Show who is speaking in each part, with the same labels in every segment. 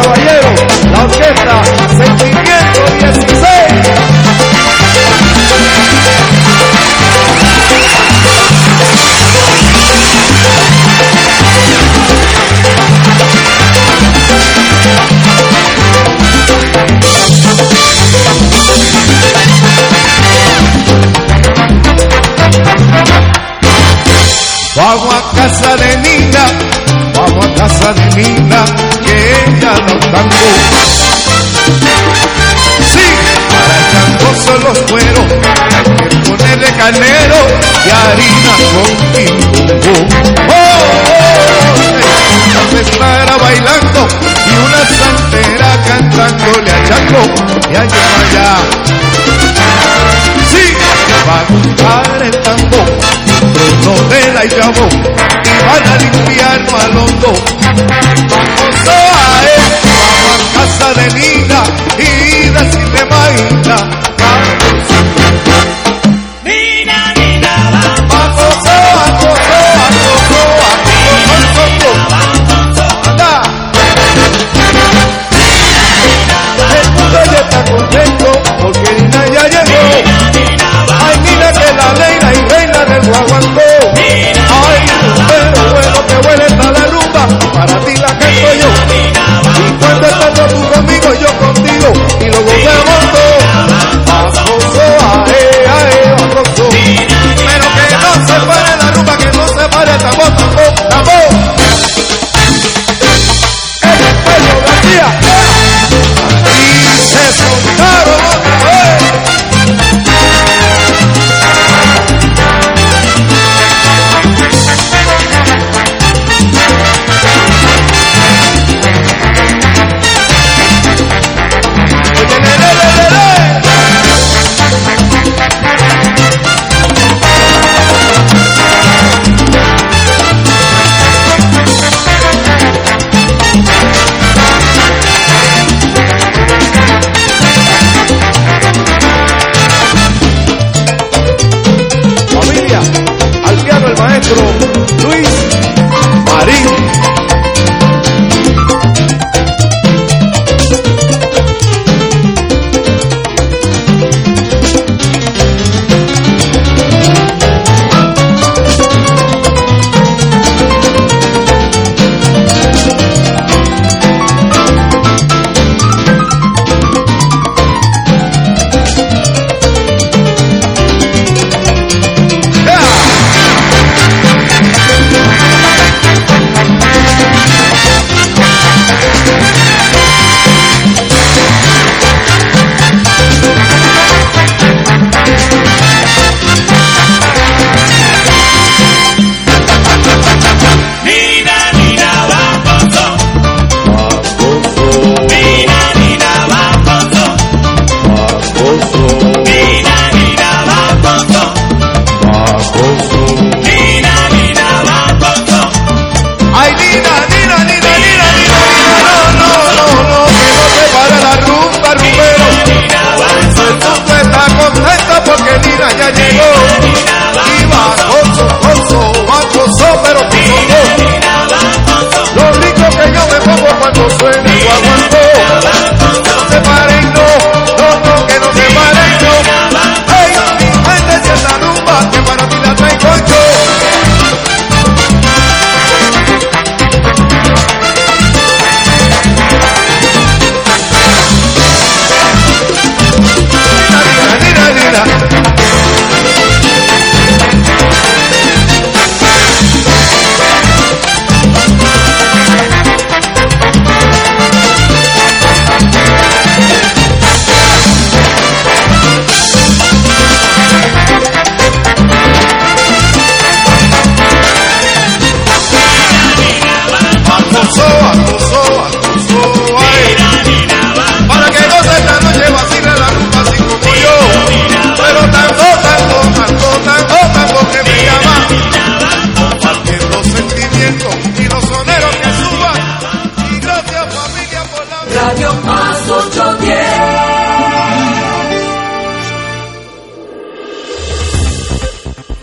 Speaker 1: caballeros, la orquesta Sentimiento 16. Vamos a casa de Nina, vamos a casa de Nina, que ella da tango. Sí, para el tango son los cueros, hay que ponerle carnero y harina con timbo. Una santera bailando y una santera cantándole a Chango y a allá. Sí, va a gustar el tambor, trono de la llamo y van a limpiar malondo. Vamos a casa de Nina y decirle Maína. Nina, Nina, vamos anda. El mundo ya está contento porque Nina ya llegó. Ay, Nina, que la reina y reina del guaguancó. Ay, pero bueno que huele hasta la rumba, para ti la canto yo. Y cuando estás tú conmigo, yo contigo, y lo gozamos todo. Bacoso, ae, bacoso. Pero que no se pare la rumba, que no se pare el tambor, tambor, tambor. En el pueblo García. Y se soltaron otra vez. Luis Marín.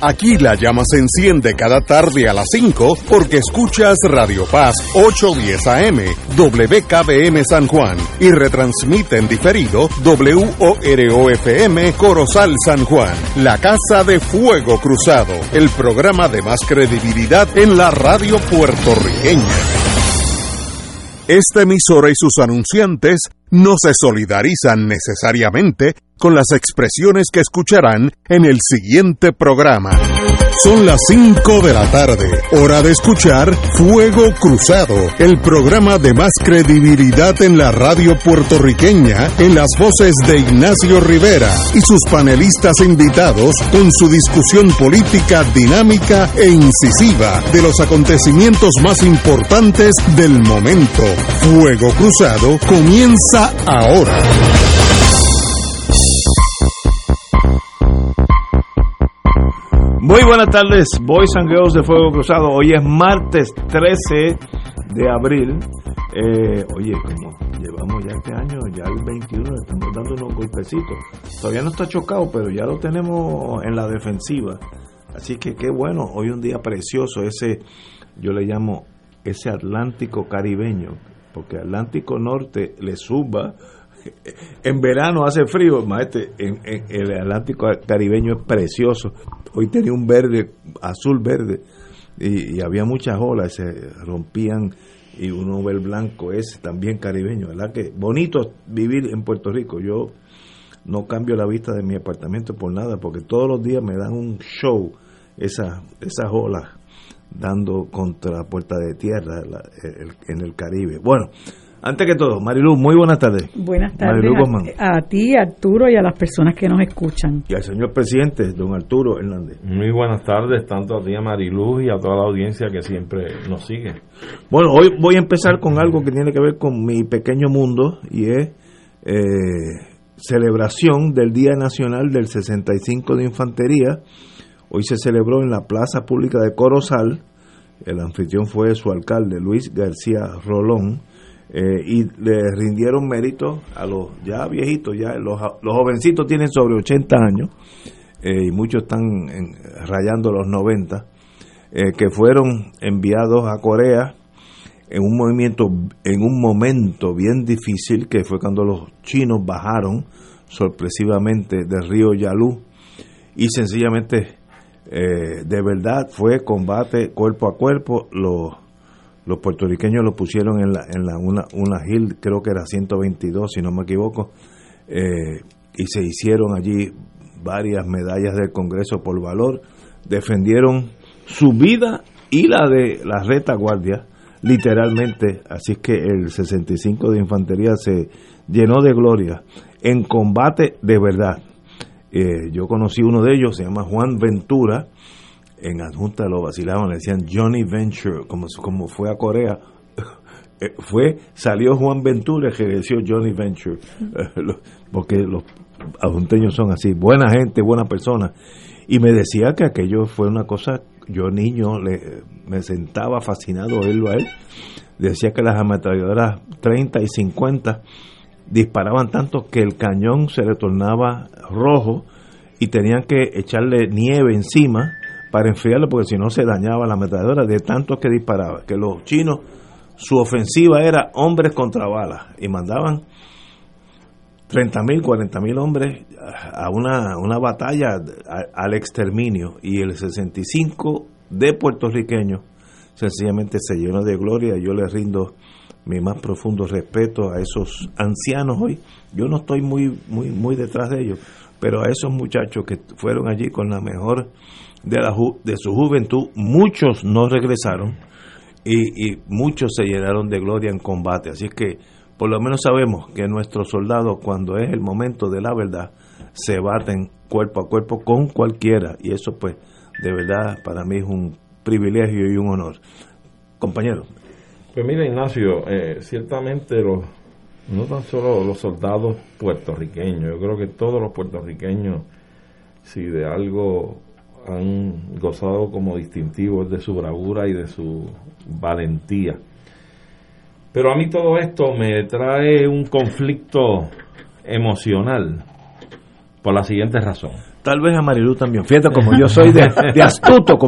Speaker 2: Aquí la llama se enciende cada tarde a las 5 porque escuchas Radio Paz 810 AM, WKBM San Juan y retransmite en diferido WOROFM Corozal San Juan, la Casa de Fuego Cruzado, el programa de más credibilidad en la radio puertorriqueña. Esta emisora y sus anunciantes no se solidarizan necesariamente con las expresiones que escucharán en el siguiente programa. Son las 5 de la tarde, hora de escuchar Fuego Cruzado, el programa de más credibilidad en la radio puertorriqueña, en las voces de Ignacio Rivera y sus panelistas invitados con su discusión política dinámica e incisiva de los acontecimientos más importantes del momento. Fuego Cruzado comienza ahora.
Speaker 3: Muy buenas tardes, Boys and Girls de Fuego Cruzado. Hoy es martes 13 de abril. Oye, como llevamos ya este año, ya el 21, estamos dando unos golpecitos. Todavía no está chocado, pero ya lo tenemos en la defensiva. Así que qué bueno, hoy un día precioso, ese, yo le llamo ese Atlántico caribeño, porque Atlántico Norte le suba. En verano hace frío, maestro, en el Atlántico caribeño es precioso. Hoy tenía un verde, azul verde, y había muchas olas, se rompían, y uno ve el blanco, es también caribeño, ¿verdad? Que bonito vivir en Puerto Rico. Yo no cambio la vista de mi apartamento por nada, porque todos los días me dan un show, esas olas dando contra Puerta de Tierra en el Caribe. Bueno, antes que todo, Marilú, muy buenas tardes.
Speaker 4: Buenas tardes a ti, Arturo, y a las personas que nos escuchan.
Speaker 3: Y al señor presidente, don Arturo Hernández.
Speaker 5: Muy buenas tardes, tanto a ti, a Marilú, y a toda la audiencia que siempre nos sigue.
Speaker 3: Bueno, hoy voy a empezar con algo que tiene que ver con mi pequeño mundo, y es celebración del Día Nacional del 65 de Infantería. Hoy se celebró en la Plaza Pública de Corozal. El anfitrión fue su alcalde, Luis García Rolón. Y le rindieron mérito a los ya viejitos, ya los jovencitos tienen sobre 80 años, y muchos están rayando los 90, que fueron enviados a Corea en un momento bien difícil, que fue cuando los chinos bajaron sorpresivamente del río Yalu, y sencillamente de verdad fue combate cuerpo a cuerpo. Los puertorriqueños lo pusieron en una hill, creo que era 122, si no me equivoco, y se hicieron allí varias medallas del Congreso por valor. Defendieron su vida y la de la retaguardia, literalmente. Así que el 65 de Infantería se llenó de gloria en combate de verdad. Yo conocí uno de ellos, se llama Juan Ventura. En Adjunta lo vacilaban, le decían Johnny Venture, como fue a Corea, salió Juan Ventura y ejerció Johnny Venture, porque los adjunteños son así, buena gente, buena persona, y me decía que aquello fue una cosa, yo niño me sentaba fascinado oírlo a él. Decía que las ametralladoras 30 y 50 disparaban tanto que el cañón se le tornaba rojo y tenían que echarle nieve encima para enfriarlo, porque si no se dañaba la ametralladora de tanto que disparaba. Que los chinos, su ofensiva era hombres contra balas, y mandaban 30.000, 40.000 hombres a una batalla al exterminio, y el 65 de puertorriqueños sencillamente se llenó de gloria. Yo les rindo mi más profundo respeto a esos ancianos hoy. Yo no estoy muy detrás de ellos, pero a esos muchachos que fueron allí con la mejor de su juventud, muchos no regresaron, y muchos se llenaron de gloria en combate. Así que por lo menos sabemos que nuestros soldados, cuando es el momento de la verdad, se baten cuerpo a cuerpo con cualquiera, y eso pues de verdad para mí es un privilegio y un honor. Compañero.
Speaker 5: Pues mira, Ignacio, ciertamente no tan solo los soldados puertorriqueños, yo creo que todos los puertorriqueños, si de algo han gozado como distintivos, de su bravura y de su valentía. Pero a mí todo esto me trae un conflicto emocional por la siguiente razón.
Speaker 3: Tal vez a Marilu también. Fíjate, como yo soy de astuto,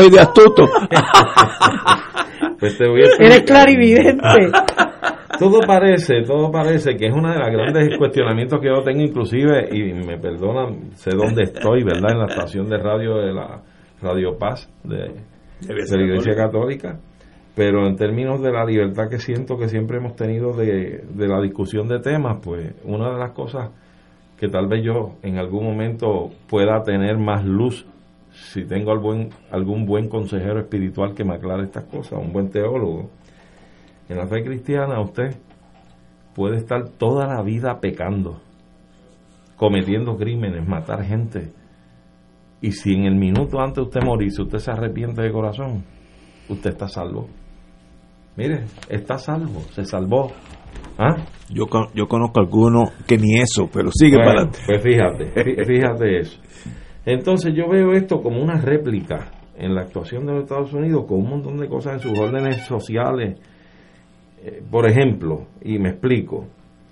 Speaker 5: Pues te voy a decir,
Speaker 4: eres clarividente.
Speaker 5: todo parece que es uno de los grandes cuestionamientos que yo tengo, inclusive, y me perdonan, sé dónde estoy, ¿verdad? En la estación de radio de la Radio Paz de la Iglesia Católica, pero en términos de la libertad que siento que siempre hemos tenido de la discusión de temas, pues una de las cosas que tal vez yo en algún momento pueda tener más luz si tengo algún buen consejero espiritual que me aclare estas cosas, un buen teólogo. En la fe cristiana usted puede estar toda la vida pecando, cometiendo crímenes, matar gente, y si en el minuto antes de usted morirse usted se arrepiente de corazón, usted está salvo. Mire, está salvo, se salvó. ¿Ah?
Speaker 3: Yo conozco algunos que ni eso, pero sigue para adelante.
Speaker 5: Pues fíjate eso. Entonces yo veo esto como una réplica en la actuación de los Estados Unidos con un montón de cosas en sus órdenes sociales. Por ejemplo, y me explico,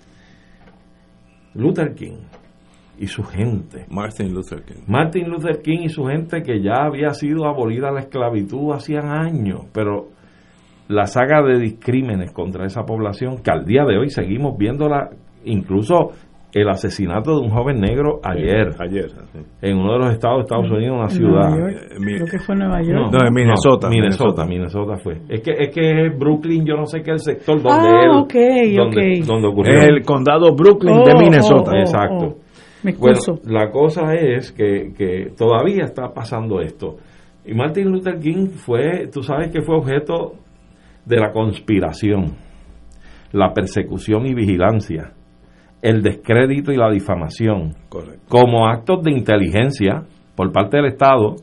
Speaker 5: Luther King y su gente.
Speaker 3: Martin Luther
Speaker 5: King y su gente, que ya había sido abolida la esclavitud hacían años, pero la saga de crímenes contra esa población, que al día de hoy seguimos viéndola, incluso el asesinato de un joven negro ayer en uno de los estados de Estados Unidos, una ciudad.
Speaker 4: Creo que fue Nueva York.
Speaker 3: No, en Minnesota.
Speaker 5: Minnesota fue. Es que es Brooklyn, yo no sé qué es el sector donde donde ocurrió.
Speaker 3: Es el condado Brooklyn de Minnesota.
Speaker 5: Exacto.
Speaker 4: Me excuso.
Speaker 5: Bueno, la cosa es que todavía está pasando esto. Y Martin Luther King tú sabes que fue objeto de la conspiración, la persecución y vigilancia, el descrédito y la difamación.
Speaker 3: Correcto.
Speaker 5: Como actos de inteligencia por parte del Estado,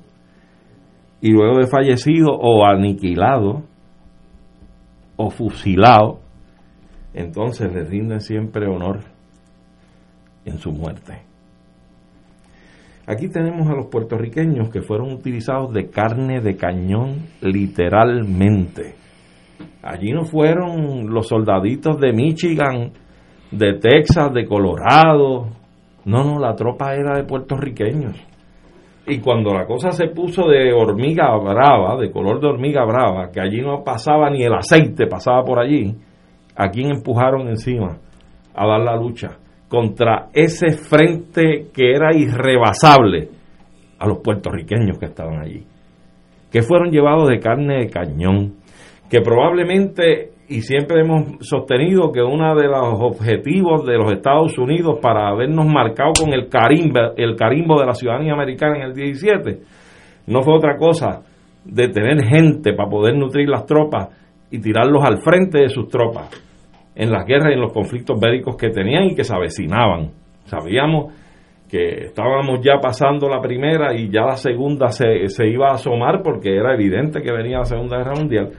Speaker 5: y luego de fallecido o aniquilado o fusilado, entonces le rinden siempre honor en su muerte. Aquí tenemos a los puertorriqueños que fueron utilizados de carne de cañón, literalmente. Allí no fueron los soldaditos de Michigan, de Texas, de Colorado. No, la tropa era de puertorriqueños. Y cuando la cosa se puso de hormiga brava, de color de hormiga brava, que allí no pasaba ni el aceite, pasaba por allí, ¿a quién empujaron encima a dar la lucha contra ese frente que era irrebasable? A los puertorriqueños que estaban allí, que fueron llevados de carne de cañón, que probablemente, y siempre hemos sostenido que uno de los objetivos de los Estados Unidos para habernos marcado con el carimbo de la ciudadanía americana en el 17, no fue otra cosa de tener gente para poder nutrir las tropas y tirarlos al frente de sus tropas en las guerras y en los conflictos bélicos que tenían y que se avecinaban. Sabíamos que estábamos ya pasando la primera y ya la segunda se iba a asomar, porque era evidente que venía la Segunda Guerra Mundial.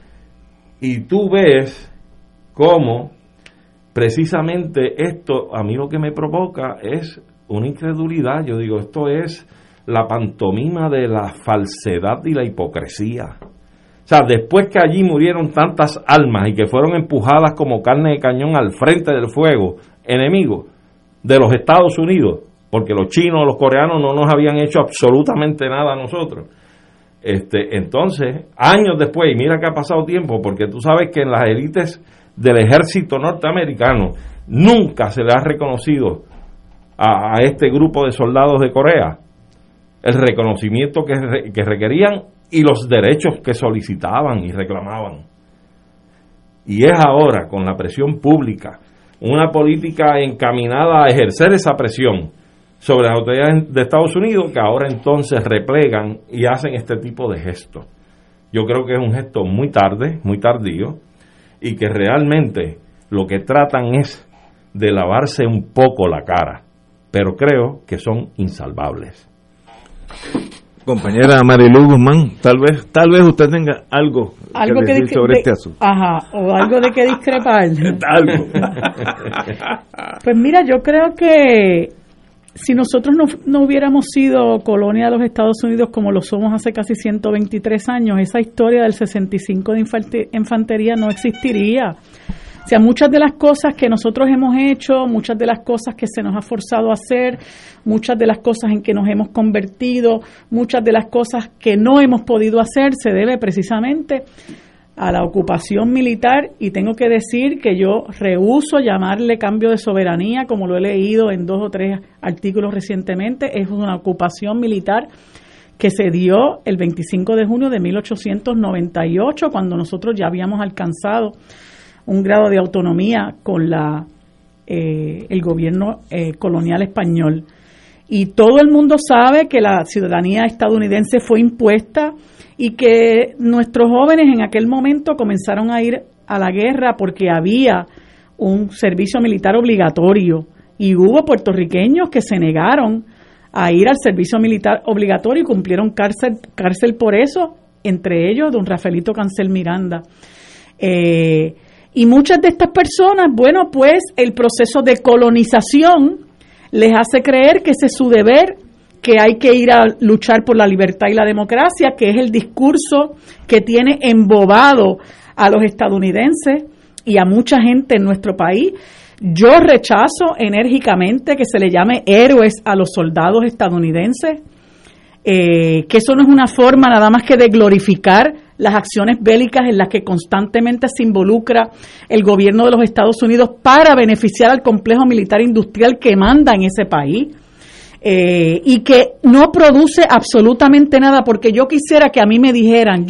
Speaker 5: Y tú ves cómo precisamente esto, a mí lo que me provoca es una incredulidad. Yo digo, esto es la pantomima de la falsedad y la hipocresía. O sea, después que allí murieron tantas almas y que fueron empujadas como carne de cañón al frente del fuego enemigo de los Estados Unidos, porque los chinos, los coreanos no nos habían hecho absolutamente nada a nosotros. Entonces, años después, y mira que ha pasado tiempo, porque tú sabes que en las élites del ejército norteamericano nunca se le ha reconocido a este grupo de soldados de Corea el reconocimiento que requerían y los derechos que solicitaban y reclamaban. Y es ahora, con la presión pública, una política encaminada a ejercer esa presión sobre las autoridades de Estados Unidos, que ahora entonces replegan y hacen este tipo de gestos. Yo creo que es un gesto muy tardío, y que realmente lo que tratan es de lavarse un poco la cara, pero creo que son insalvables.
Speaker 3: Compañera Marilu Guzmán, tal vez usted tenga algo que decir sobre este asunto.
Speaker 4: O algo de que discrepar.
Speaker 3: Algo.
Speaker 4: Pues mira, yo creo que si nosotros no hubiéramos sido colonia de los Estados Unidos como lo somos hace casi 123 años, esa historia del 65 de infantería no existiría. O sea, muchas de las cosas que nosotros hemos hecho, muchas de las cosas que se nos ha forzado a hacer, muchas de las cosas en que nos hemos convertido, muchas de las cosas que no hemos podido hacer, se debe precisamente a la ocupación militar, y tengo que decir que yo rehúso llamarle cambio de soberanía, como lo he leído en 2 o 3 artículos recientemente. Es una ocupación militar que se dio el 25 de junio de 1898, cuando nosotros ya habíamos alcanzado un grado de autonomía con el gobierno colonial español. Y todo el mundo sabe que la ciudadanía estadounidense fue impuesta y que nuestros jóvenes en aquel momento comenzaron a ir a la guerra porque había un servicio militar obligatorio, y hubo puertorriqueños que se negaron a ir al servicio militar obligatorio y cumplieron cárcel por eso, entre ellos don Rafaelito Cancel Miranda. Y muchas de estas personas, bueno, pues el proceso de colonización les hace creer que ese es su deber, que hay que ir a luchar por la libertad y la democracia, que es el discurso que tiene embobado a los estadounidenses y a mucha gente en nuestro país. Yo rechazo enérgicamente que se le llame héroes a los soldados estadounidenses, que eso no es una forma nada más que de glorificar las acciones bélicas en las que constantemente se involucra el gobierno de los Estados Unidos para beneficiar al complejo militar industrial que manda en ese país, y que no produce absolutamente nada, porque yo quisiera que a mí me dijeran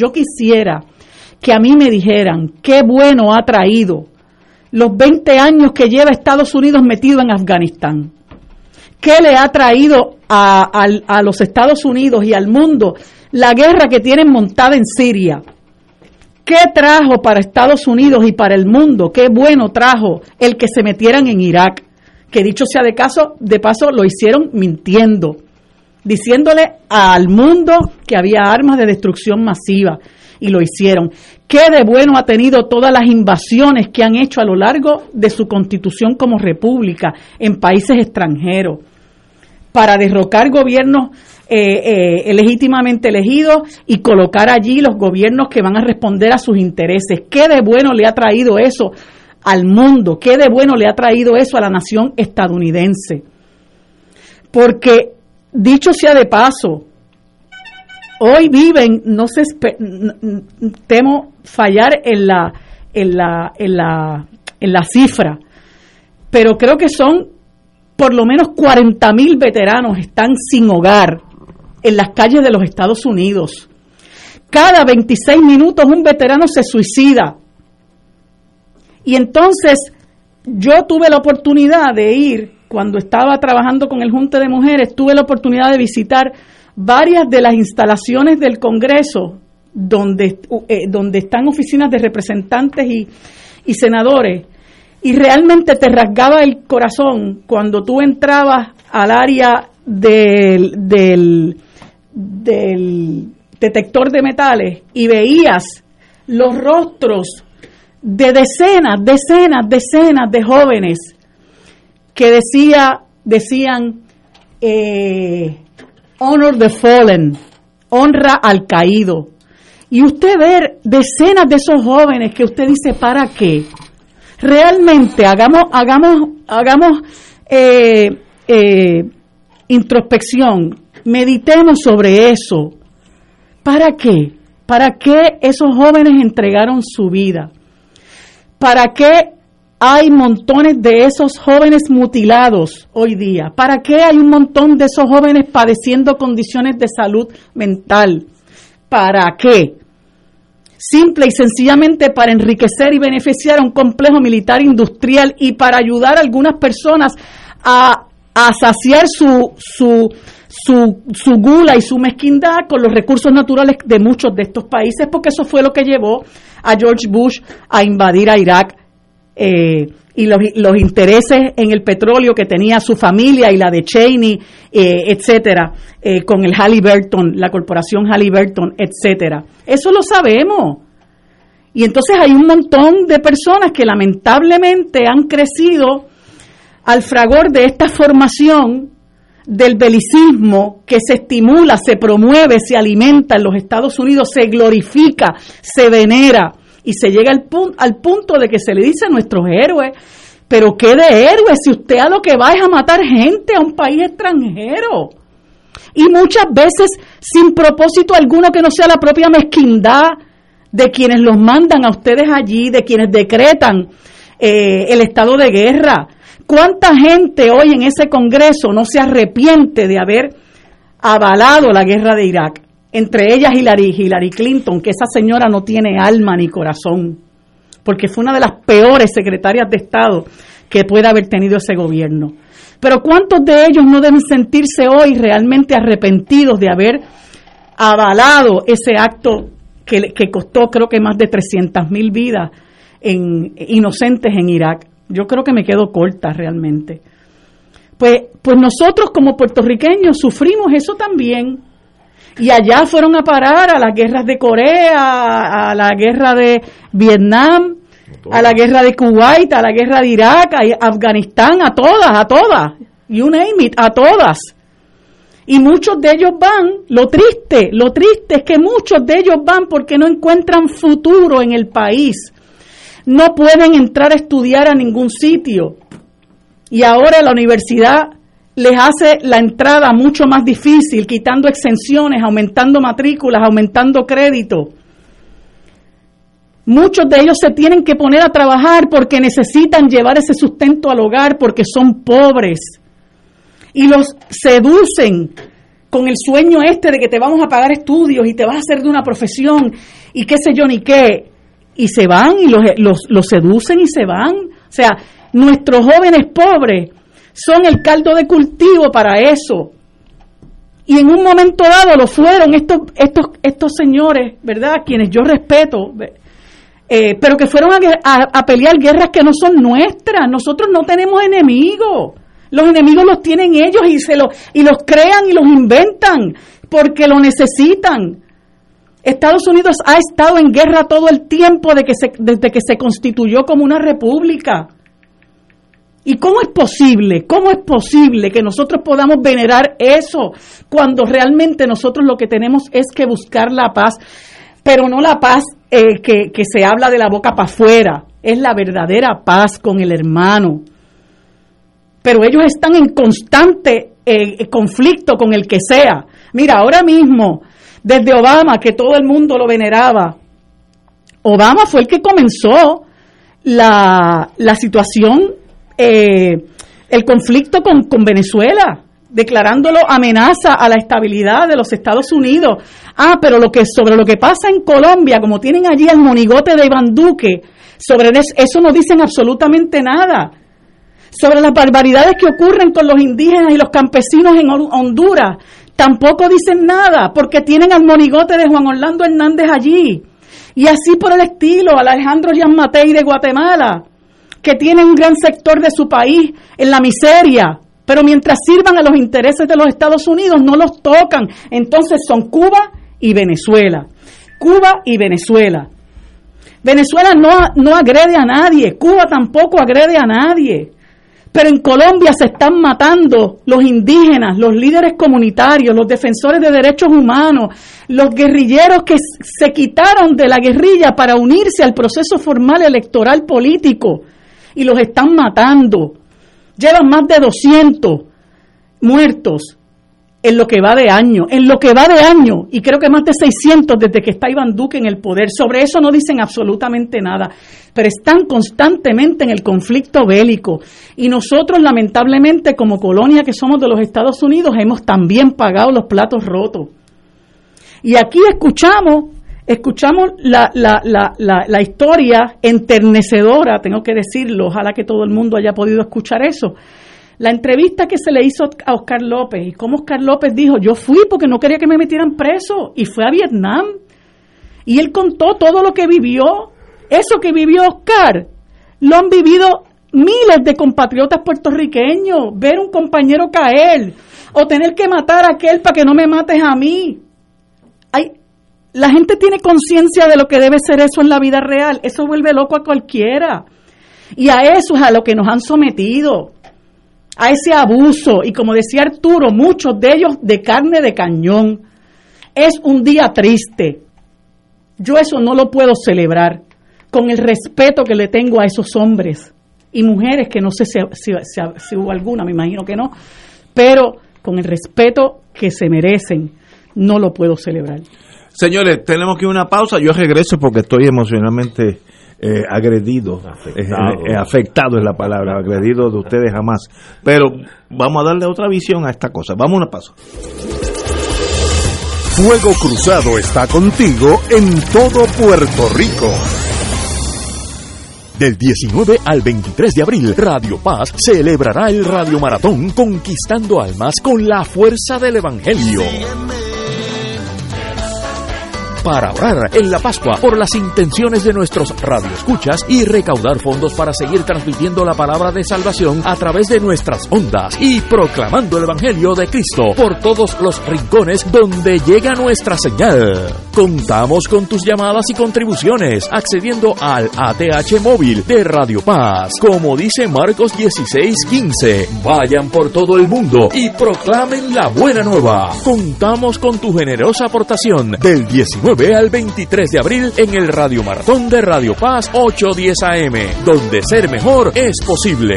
Speaker 4: qué bueno ha traído los 20 años que lleva Estados Unidos metido en Afganistán. ¿Qué le ha traído a los Estados Unidos y al mundo la guerra que tienen montada en Siria? ¿Qué trajo para Estados Unidos y para el mundo? ¿Qué bueno trajo el que se metieran en Irak? Que dicho sea de paso, lo hicieron mintiendo, diciéndole al mundo que había armas de destrucción masiva, y lo hicieron. ¿Qué de bueno ha tenido todas las invasiones que han hecho a lo largo de su constitución como república en países extranjeros para derrocar gobiernos legítimamente elegidos y colocar allí los gobiernos que van a responder a sus intereses? ¿Qué de bueno le ha traído eso al mundo? ¿Qué de bueno le ha traído eso a la nación estadounidense? Porque, dicho sea de paso, hoy viven, temo fallar en la cifra, pero creo que son por lo menos 40,000 veteranos están sin hogar en las calles de los Estados Unidos. Cada 26 minutos un veterano se suicida. Y entonces yo tuve la oportunidad de ir, cuando estaba trabajando con el Junte de Mujeres, tuve la oportunidad de visitar varias de las instalaciones del Congreso donde están oficinas de representantes y senadores, y realmente te rasgaba el corazón cuando tú entrabas al área del detector de metales y veías los rostros de decenas de jóvenes que decían honor the fallen, honra al caído. Y usted ver decenas de esos jóvenes que usted dice, ¿para qué? Realmente hagamos introspección, meditemos sobre eso. ¿Para qué? ¿Para qué esos jóvenes entregaron su vida? ¿Para qué hay montones de esos jóvenes mutilados hoy día? ¿Para qué hay un montón de esos jóvenes padeciendo condiciones de salud mental? ¿Para qué? Simple y sencillamente para enriquecer y beneficiar a un complejo militar industrial y para ayudar a algunas personas a saciar su gula y su mezquindad con los recursos naturales de muchos de estos países, porque eso fue lo que llevó a George Bush a invadir a Irak, y los intereses en el petróleo que tenía su familia y la de Cheney, etcétera, con el Halliburton, la corporación Halliburton, etcétera. Eso lo sabemos. Y entonces hay un montón de personas que lamentablemente han crecido al fragor de esta formación del belicismo que se estimula, se promueve, se alimenta en los Estados Unidos, se glorifica, se venera y se llega al punto de que se le dice a nuestros héroes, pero ¿qué de héroes si usted a lo que va es a matar gente a un país extranjero? Y muchas veces sin propósito alguno que no sea la propia mezquindad de quienes los mandan a ustedes allí, de quienes decretan el estado de guerra. ¿Cuánta gente hoy en ese Congreso no se arrepiente de haber avalado la guerra de Irak? Entre ellas Hillary Clinton, que esa señora no tiene alma ni corazón, porque fue una de las peores secretarias de Estado que puede haber tenido ese gobierno. Pero ¿cuántos de ellos no deben sentirse hoy realmente arrepentidos de haber avalado ese acto que costó, creo que más de 300,000 vidas inocentes en Irak? Yo creo que me quedo corta realmente. Pues nosotros como puertorriqueños sufrimos eso también. Y allá fueron a parar a las guerras de Corea, a la guerra de Vietnam, a la guerra de Kuwait, a la guerra de Irak, a Afganistán, a todas, you name it, a todas. Y muchos de ellos van, lo triste es que muchos de ellos van porque no encuentran futuro en el país. No pueden entrar a estudiar a ningún sitio. Y ahora la universidad les hace la entrada mucho más difícil, quitando exenciones, aumentando matrículas, aumentando crédito. Muchos de ellos se tienen que poner a trabajar porque necesitan llevar ese sustento al hogar, porque son pobres. Y los seducen con el sueño de que te vamos a pagar estudios y te vas a hacer de una profesión y qué sé yo ni qué. Y se van y los seducen y se van. O sea, nuestros jóvenes pobres son el caldo de cultivo para eso. Y en un momento dado lo fueron estos señores, ¿verdad?, quienes yo respeto, pero que fueron a pelear guerras que no son nuestras. Nosotros no tenemos enemigos. Los enemigos los tienen ellos y los crean y los inventan porque lo necesitan. Estados Unidos ha estado en guerra todo el tiempo desde que se constituyó como una república. ¿Y cómo es posible que nosotros podamos venerar eso cuando realmente nosotros lo que tenemos es que buscar la paz, pero no la paz que se habla de la boca para afuera, es la verdadera paz con el hermano? Pero ellos están en constante conflicto con el que sea. Mira, ahora mismo, desde Obama, que todo el mundo lo veneraba, Obama fue el que comenzó la situación, el conflicto con Venezuela, declarándolo amenaza a la estabilidad de los Estados Unidos. Pero sobre lo que pasa en Colombia, como tienen allí el monigote de Iván Duque, sobre eso no dicen absolutamente nada. Sobre las barbaridades que ocurren con los indígenas y los campesinos en Honduras, tampoco dicen nada, porque tienen al monigote de Juan Orlando Hernández allí. Y así por el estilo, Alejandro Giammattei de Guatemala, que tiene un gran sector de su país en la miseria, pero mientras sirvan a los intereses de los Estados Unidos no los tocan. Entonces son Cuba y Venezuela. Cuba y Venezuela. Venezuela no agrede a nadie, Cuba tampoco agrede a nadie. Pero en Colombia se están matando los indígenas, los líderes comunitarios, los defensores de derechos humanos, los guerrilleros que se quitaron de la guerrilla para unirse al proceso formal electoral político. Y los están matando. Llevan más de 200 muertos en lo que va de año, y creo que más de 600 desde que está Iván Duque en el poder. Sobre eso no dicen absolutamente nada, pero están constantemente en el conflicto bélico. Y nosotros, lamentablemente, como colonia que somos de los Estados Unidos, hemos también pagado los platos rotos. Y aquí escuchamos la historia enternecedora, tengo que decirlo, ojalá que todo el mundo haya podido escuchar eso. La entrevista que se le hizo a Oscar López, y cómo Oscar López dijo, yo fui porque no quería que me metieran preso, y fue a Vietnam, y él contó todo lo que vivió. Eso que vivió Oscar, lo han vivido miles de compatriotas puertorriqueños, ver un compañero caer, o tener que matar a aquel para que no me mates a mí. La gente tiene conciencia de lo que debe ser eso en la vida real, eso vuelve loco a cualquiera, y a eso es a lo que nos han sometido, a ese abuso, y como decía Arturo, muchos de ellos de carne de cañón. Es un día triste, yo eso no lo puedo celebrar, con el respeto que le tengo a esos hombres y mujeres, que no sé si hubo alguna, me imagino que no, pero con el respeto que se merecen, no lo puedo celebrar.
Speaker 3: Señores, tenemos que ir a una pausa. Yo regreso porque estoy emocionalmente agredido, afectado es la palabra, agredido de ustedes jamás. Pero vamos a darle otra visión a esta cosa. Vamos a una pausa.
Speaker 2: Fuego Cruzado está contigo en todo Puerto Rico.
Speaker 6: Del 19 al 23 de abril, Radio Paz celebrará el Radio Maratón Conquistando Almas con la fuerza del Evangelio. Para orar en la Pascua por las intenciones de nuestros radioescuchas y recaudar fondos para seguir transmitiendo la palabra de salvación a través de nuestras ondas y proclamando el Evangelio de Cristo por todos los rincones donde llega nuestra señal. Contamos con tus llamadas y contribuciones accediendo al ATH móvil de Radio Paz. Como dice Marcos 16:15, vayan por todo el mundo y proclamen la buena nueva. Contamos con tu generosa aportación del 19 al 23 de abril en el Radio Maratón de Radio Paz 810 AM, donde ser mejor es posible.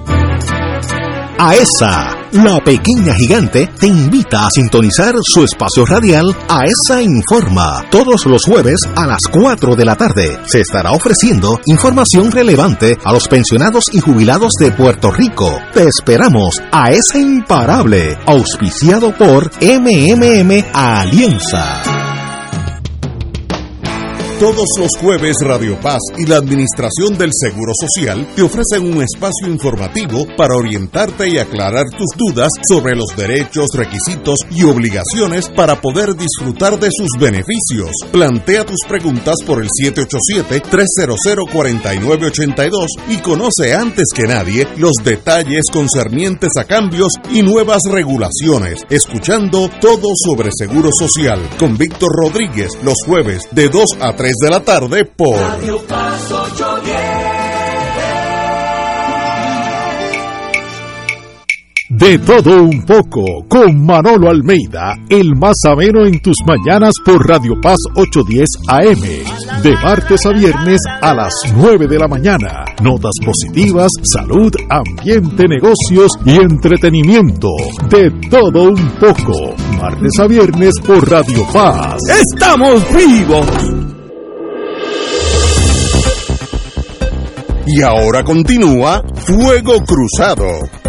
Speaker 7: AESA, la pequeña gigante, te invita a sintonizar su espacio radial AESA Informa. Todos los jueves a las 4 de la tarde se estará ofreciendo información relevante a los pensionados y jubilados de Puerto Rico. Te esperamos, AESA Imparable, auspiciado por MMM Alianza.
Speaker 2: Todos los jueves Radio Paz y la Administración del Seguro Social te ofrecen un espacio informativo para orientarte y aclarar tus dudas sobre los derechos, requisitos y obligaciones para poder disfrutar de sus beneficios. Plantea tus preguntas por el 787-300-4982 y conoce antes que nadie los detalles concernientes a cambios y nuevas regulaciones, escuchando todo sobre Seguro Social con Víctor Rodríguez los jueves de 2 a 3 de la tarde por Radio Paz 810.
Speaker 8: De todo un poco, con Manolo Almeida, el más ameno en tus mañanas por Radio Paz 810 AM, de martes a viernes a las 9 de la mañana. Notas positivas, salud, ambiente, negocios y entretenimiento. De todo un poco, martes a viernes por Radio Paz.
Speaker 6: ¡Estamos vivos!
Speaker 2: Y ahora continúa Fuego Cruzado.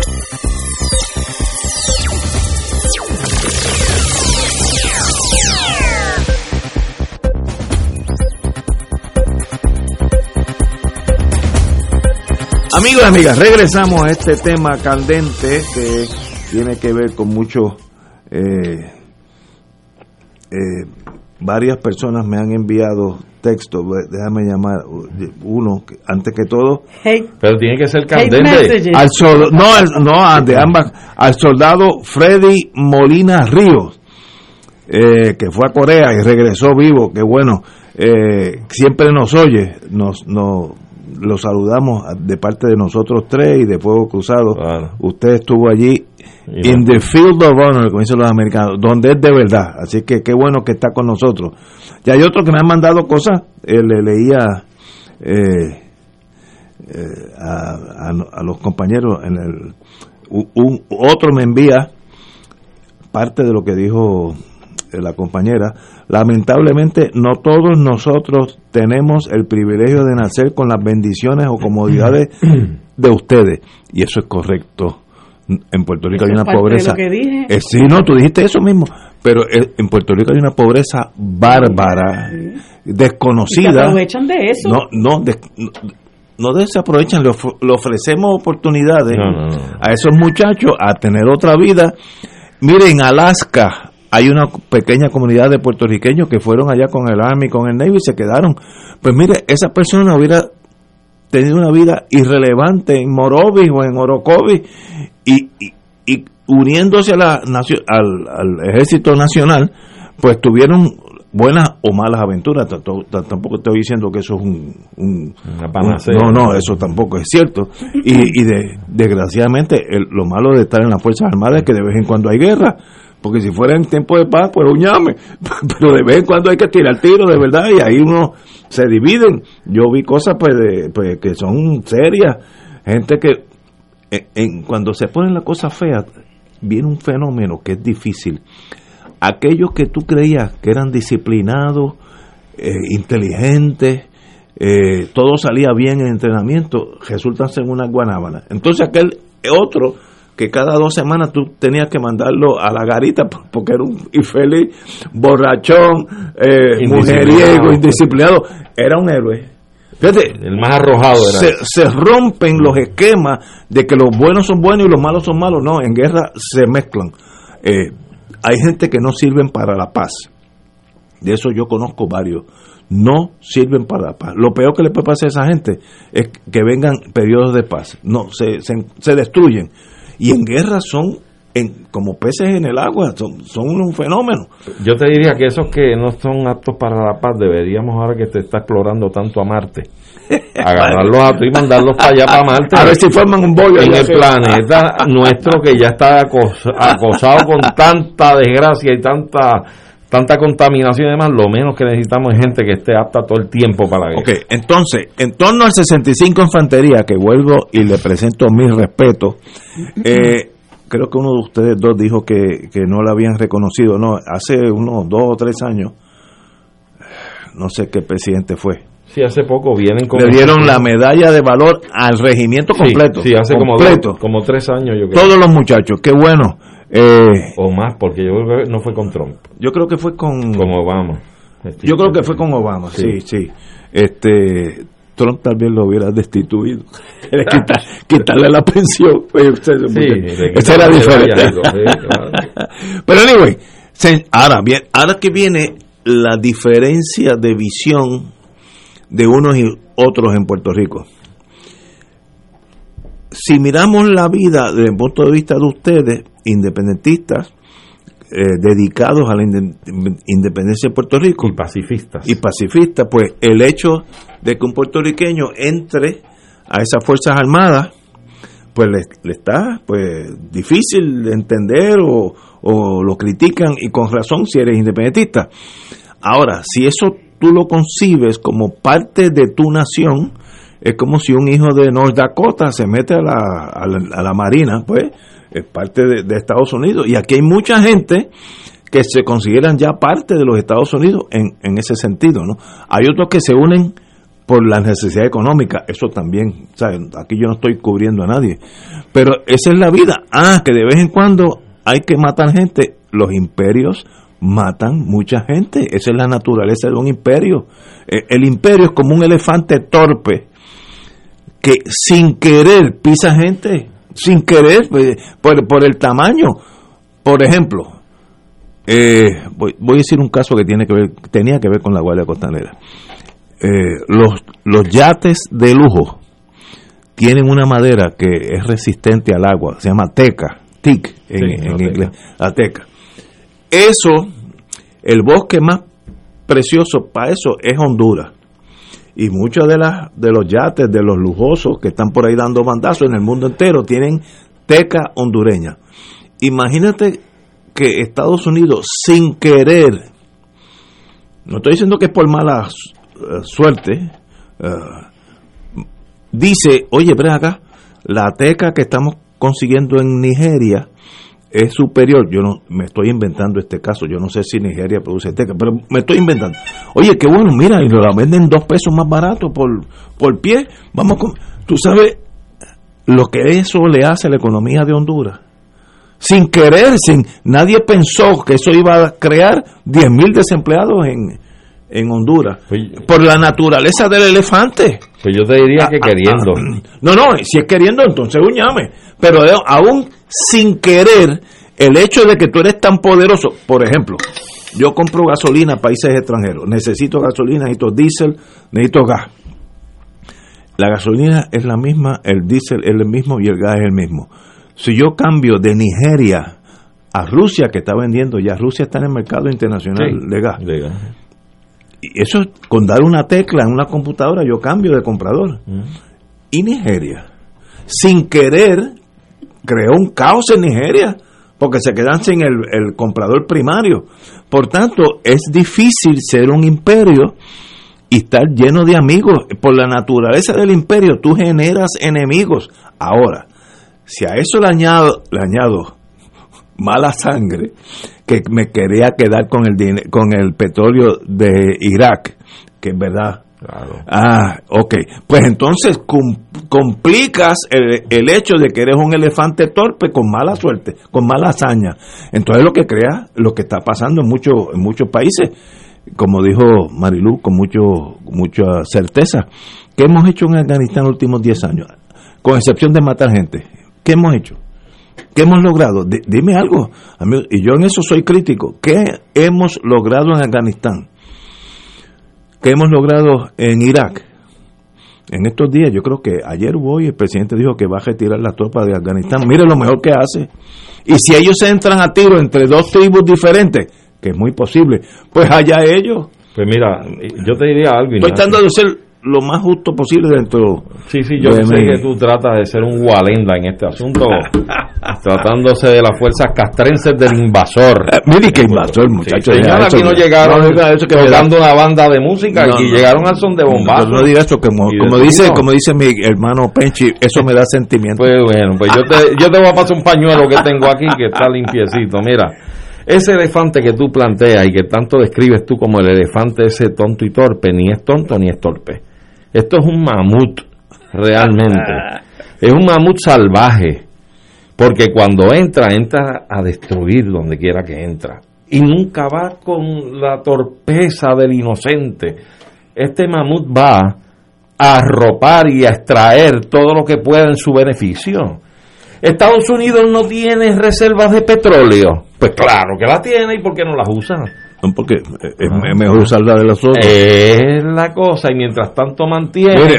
Speaker 3: Amigos y amigas, regresamos a este tema candente que tiene que ver con mucho. Varias personas me han enviado texto, déjame llamar uno antes que todo.
Speaker 5: Pero tiene que ser candente.
Speaker 3: De ambas, al soldado Freddy Molina Ríos, que fue a Corea y regresó vivo, que bueno, siempre nos oye, lo saludamos de parte de nosotros tres y de Fuego Cruzado.
Speaker 5: Claro.
Speaker 3: Usted estuvo allí in the field of honor, como dicen los americanos, donde es de verdad, así que qué bueno que está con nosotros. Y hay otros que me han mandado cosas, le leía a los compañeros, otro me envía parte de lo que dijo la compañera. Lamentablemente no todos nosotros tenemos el privilegio de nacer con las bendiciones o comodidades de ustedes, y eso es correcto. En Puerto Rico hay una pobreza.
Speaker 4: De lo que dije.
Speaker 3: Sí, no, tú dijiste eso mismo, pero en Puerto Rico hay una pobreza bárbara, desconocida.
Speaker 4: ¿Y se aprovechan de eso?
Speaker 3: No desaprovechan, le ofrecemos oportunidades a esos muchachos a tener otra vida. Miren, en Alaska hay una pequeña comunidad de puertorriqueños que fueron allá con el Army, con el Navy y se quedaron. Pues mire, esa persona hubiera tenido una vida irrelevante en Morovis o en Orocovis y uniéndose al ejército nacional, pues tuvieron buenas o malas aventuras. Tampoco estoy diciendo que eso es
Speaker 5: una panacea.
Speaker 3: No, eso tampoco es cierto. Y desgraciadamente lo malo de estar en las Fuerzas Armadas es que de vez en cuando hay guerra. porque si fuera en tiempo de paz, pues uñame, pero de vez en cuando hay que tirar tiro de verdad, y ahí uno se dividen. Yo vi cosas pues que son serias, gente que cuando se ponen las cosas feas, viene un fenómeno que es difícil. Aquellos que tú creías que eran disciplinados, inteligentes, todo salía bien en el entrenamiento, resultan ser una guanábana. Entonces aquel otro que cada 2 semanas tú tenías que mandarlo a la garita porque era un infeliz, borrachón, mujeriego, indisciplinado, era un héroe. Fíjate,
Speaker 5: el más arrojado era.
Speaker 3: Se rompen los esquemas de que los buenos son buenos y los malos son malos. No, en guerra se mezclan. Hay gente que no sirven para la paz. De eso yo conozco varios. No sirven para la paz. Lo peor que le puede pasar a esa gente es que vengan periodos de paz. No, se destruyen. Y en guerra son como peces en el agua, son un fenómeno.
Speaker 5: Yo te diría que esos que no son aptos para la paz, deberíamos, ahora que te está explorando tanto a Marte, agarrarlos a tú y mandarlos para allá, para Marte,
Speaker 3: a ver si forman un bollo
Speaker 5: en el planeta nuestro, que ya está acosado con tanta desgracia y tanta contaminación y demás. Lo menos que necesitamos es gente que esté apta todo el tiempo para la guerra.
Speaker 3: Ok, entonces, en torno al 65 Infantería, que vuelvo y le presento mis respetos, creo que uno de ustedes dos dijo que no la habían reconocido. No, hace unos 2 o 3 años, no sé qué presidente fue.
Speaker 5: Sí, hace poco vienen con...
Speaker 3: Le dieron la medalla de valor al regimiento completo.
Speaker 5: Sí, hace
Speaker 3: completo.
Speaker 5: como 3 años, yo creo.
Speaker 3: Todos los muchachos, qué bueno.
Speaker 5: O más, porque yo creo que no fue con Trump.
Speaker 3: Yo creo que fue con
Speaker 5: Obama.
Speaker 3: Yo creo que fue con Obama, sí. Trump también lo hubiera destituido. Quitarle la pensión. Esa era diferente.
Speaker 5: Claro.
Speaker 3: Pero anyway, ahora que viene la diferencia de visión de unos y otros en Puerto Rico. Si miramos la vida desde el punto de vista de ustedes, independentistas, dedicados a la independencia de Puerto Rico
Speaker 5: y pacifistas,
Speaker 3: pues el hecho de que un puertorriqueño entre a esas fuerzas armadas, pues le está pues difícil de entender o lo critican, y con razón si eres independentista. Ahora, si eso tú lo concibes como parte de tu nación, es como si un hijo de North Dakota se mete a la marina, pues es parte de Estados Unidos. Y aquí hay mucha gente que se consideran ya parte de los Estados Unidos en ese sentido, ¿no? Hay otros que se unen por la necesidad económica, eso también, ¿sabes? Aquí yo no estoy cubriendo a nadie, pero esa es la vida. Que de vez en cuando hay que matar gente. Los imperios matan mucha gente, esa es la naturaleza de un imperio. El imperio es como un elefante torpe que sin querer pisa gente, sin querer, por el tamaño. Por ejemplo, voy a decir un caso que tenía que ver con la Guardia Costanera. Los yates de lujo tienen una madera que es resistente al agua, se llama teak en inglés, la teca. Eso, el bosque más precioso para eso es Honduras. Y muchos de los yates, de los lujosos que están por ahí dando bandazos en el mundo entero, tienen teca hondureña. Imagínate que Estados Unidos, sin querer, no estoy diciendo que es por mala suerte, dice, oye, ven acá, la teca que estamos consiguiendo en Nigeria es superior. Yo no me estoy inventando este caso, yo no sé si Nigeria produce teca, pero me estoy inventando. Oye, qué bueno, mira, y la venden $2 más barato por pie. Tú sabes lo que eso le hace a la economía de Honduras. Sin querer, nadie pensó que eso iba a crear 10,000 desempleados en Honduras, por la naturaleza del elefante.
Speaker 5: Pues yo te diría que queriendo.
Speaker 3: No, si es queriendo, entonces uñame. Pero aún sin querer, el hecho de que tú eres tan poderoso, por ejemplo, yo compro gasolina a países extranjeros, necesito gasolina, necesito diésel, necesito gas. La gasolina es la misma, el diésel es el mismo y el gas es el mismo. Si yo cambio de Nigeria a Rusia, que está vendiendo, ya Rusia está en el mercado internacional de gas. Y eso, con dar una tecla en una computadora, yo cambio de comprador. Y Nigeria, sin querer, creó un caos en Nigeria, porque se quedan sin el comprador primario. Por tanto, es difícil ser un imperio y estar lleno de amigos. Por la naturaleza del imperio, tú generas enemigos. Ahora, si a eso le añado mala sangre, que me quería quedar con el petróleo de Irak, que es verdad.
Speaker 5: Claro.
Speaker 3: Ok. Pues entonces complicas el hecho de que eres un elefante torpe con mala suerte, con mala hazaña. Entonces lo que está pasando en muchos países, como dijo Marilu con mucha certeza, ¿qué hemos hecho en Afganistán en los últimos 10 años? Con excepción de matar gente. ¿Qué hemos hecho? ¿Qué hemos logrado? Dime algo, amigo, y yo en eso soy crítico. ¿Qué hemos logrado en Afganistán? ¿Qué hemos logrado en Irak? En estos días, yo creo que ayer o hoy el presidente dijo que va a retirar las tropas de Afganistán. Mire lo mejor que hace. Y si ellos se entran a tiro entre dos tribus diferentes, que es muy posible, pues allá ellos.
Speaker 5: Pues mira, yo te diría algo,
Speaker 3: Ignacio. Estoy tratando de ser lo más justo posible dentro.
Speaker 5: Sí, yo sé que tú tratas de ser un gualenda en este asunto, tratándose de las fuerzas castrenses del invasor.
Speaker 3: Mire que invasor, muchacho.
Speaker 5: Sí, aquí no llegaron tocando una banda de música, y llegaron al son de bombazo.
Speaker 3: No digas eso, como dice mi hermano Penchi, eso me da sentimiento.
Speaker 5: Pues bueno, pues yo te voy a pasar un pañuelo que tengo aquí que está limpiecito. Mira, ese elefante que tú planteas y que tanto describes tú como el elefante ese tonto y torpe, ni es tonto ni es torpe. Esto es un mamut, realmente. Es un mamut salvaje, porque cuando entra a destruir donde quiera que entra. Y nunca va con la torpeza del inocente. Este mamut va a arropar y a extraer todo lo que pueda en su beneficio. Estados Unidos no tiene reservas de petróleo. Pues claro que la tiene, ¿y por qué no las usa?
Speaker 3: Porque es mejor usarla de las otras.
Speaker 5: Es la cosa, y mientras tanto mantiene.
Speaker 3: Mire,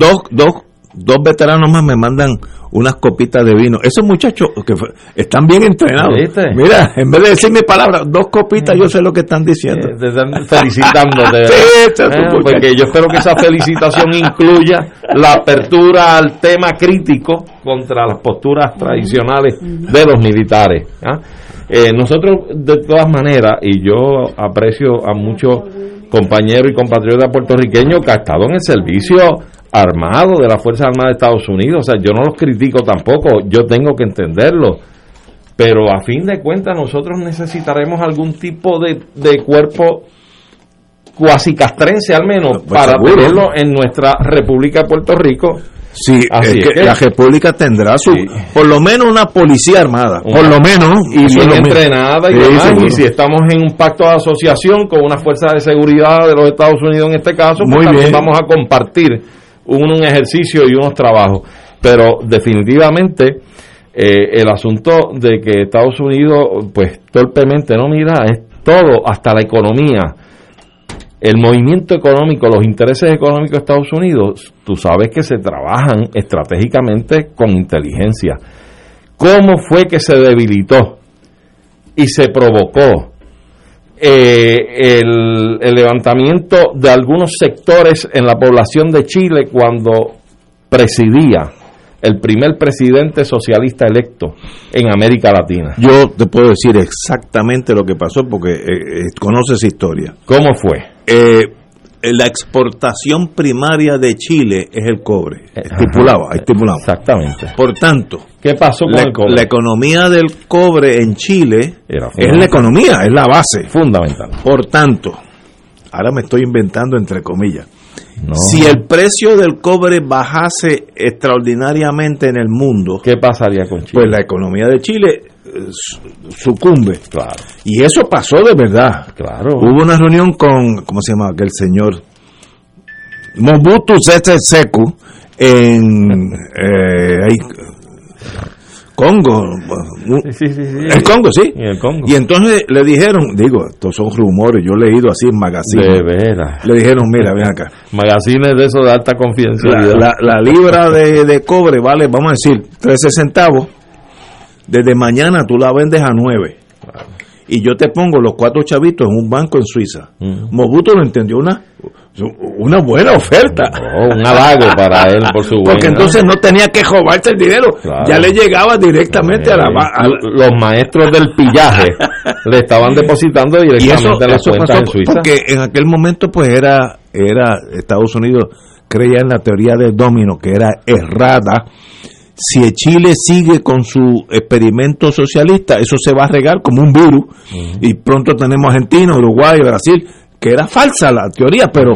Speaker 3: dos veteranos más me mandan unas copitas de vino. Esos muchachos que están bien entrenados.
Speaker 5: ¿Viste?
Speaker 3: Mira, en vez de decirme palabras, 2 copitas, yo sé lo que están diciendo.
Speaker 5: Te están felicitándote. Porque yo espero que esa felicitación incluya la apertura al tema crítico contra las posturas tradicionales de los militares. Nosotros, de todas maneras, y yo aprecio a muchos compañeros y compatriotas puertorriqueños que han estado en el servicio armado de las Fuerzas Armadas de Estados Unidos, o sea, yo no los critico tampoco, yo tengo que entenderlo, pero a fin de cuentas nosotros necesitaremos algún tipo de cuerpo cuasi castrense al menos, pues para seguro tenerlo en nuestra República de Puerto Rico.
Speaker 3: Sí, la República tendrá por lo menos una policía armada, por lo menos,
Speaker 5: y bien entrenada y demás, seguro. Y si estamos en un pacto de asociación con una fuerza de seguridad de los Estados Unidos en este caso, pues también vamos a compartir un ejercicio y unos trabajos, pero definitivamente el asunto de que Estados Unidos pues torpemente no mira, es todo, hasta la economía, el movimiento económico, los intereses económicos de Estados Unidos, tú sabes que se trabajan estratégicamente con inteligencia. ¿Cómo fue que se debilitó y se provocó el levantamiento de algunos sectores en la población de Chile cuando presidía el primer presidente socialista electo en América Latina?
Speaker 3: Yo te puedo decir exactamente lo que pasó porque conoces historia.
Speaker 5: ¿Cómo fue?
Speaker 3: La exportación primaria de Chile es el cobre, estipulado.
Speaker 5: Exactamente.
Speaker 3: Por tanto,
Speaker 5: ¿qué pasó con el cobre?
Speaker 3: La economía del cobre en Chile es la economía, es la base.
Speaker 5: Fundamental.
Speaker 3: Por tanto, ahora me estoy inventando entre comillas. No. Si el precio del cobre bajase extraordinariamente en el mundo,
Speaker 5: ¿qué pasaría con Chile?
Speaker 3: Pues la economía de Chile sucumbe.
Speaker 5: Claro.
Speaker 3: Y eso pasó de verdad.
Speaker 5: Claro.
Speaker 3: Hubo una reunión con, ¿cómo se llama aquel señor? Mobutu Sese Seko en Congo.
Speaker 5: Sí.
Speaker 3: El Congo, sí.
Speaker 5: En el Congo.
Speaker 3: Y entonces le dijeron, estos son rumores, yo he leído así en magazines.
Speaker 5: De veras.
Speaker 3: Le dijeron, mira, ven acá.
Speaker 5: Magazines de esos de alta confidencialidad.
Speaker 3: La libra de cobre vale, vamos a decir, 13 centavos. Desde mañana tú la vendes a 9. Claro. Y yo te pongo los 4 chavitos en un banco en Suiza. Mobutu lo entendió una buena oferta.
Speaker 5: Un halago para él por su
Speaker 3: porque entonces no tenía que robarse el dinero, claro. Ya le llegaba directamente a
Speaker 5: los maestros del pillaje le estaban depositando directamente a las cuentas en Suiza.
Speaker 3: Porque en aquel momento pues era Estados Unidos creía en la teoría del domino, que era errada. Si Chile sigue con su experimento socialista, eso se va a regar como un virus, y pronto tenemos Argentina, Uruguay, Brasil, que era falsa la teoría, pero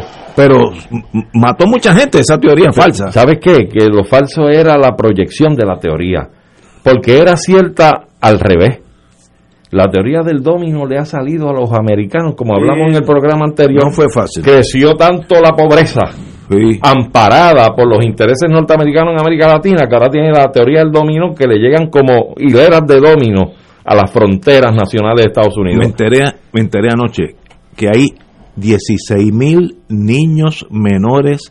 Speaker 3: mató mucha gente esa teoría falsa.
Speaker 5: ¿Sabes qué? Que lo falso era la proyección de la teoría, porque era cierta al revés. La teoría del dominó le ha salido a los americanos, como hablamos en el programa anterior.
Speaker 3: No fue fácil.
Speaker 5: Creció tanto la pobreza, amparada por los intereses norteamericanos en América Latina, que ahora tiene la teoría del dominó, que le llegan como hileras de dominó a las fronteras nacionales de Estados Unidos.
Speaker 3: Me enteré anoche que hay 16,000 niños menores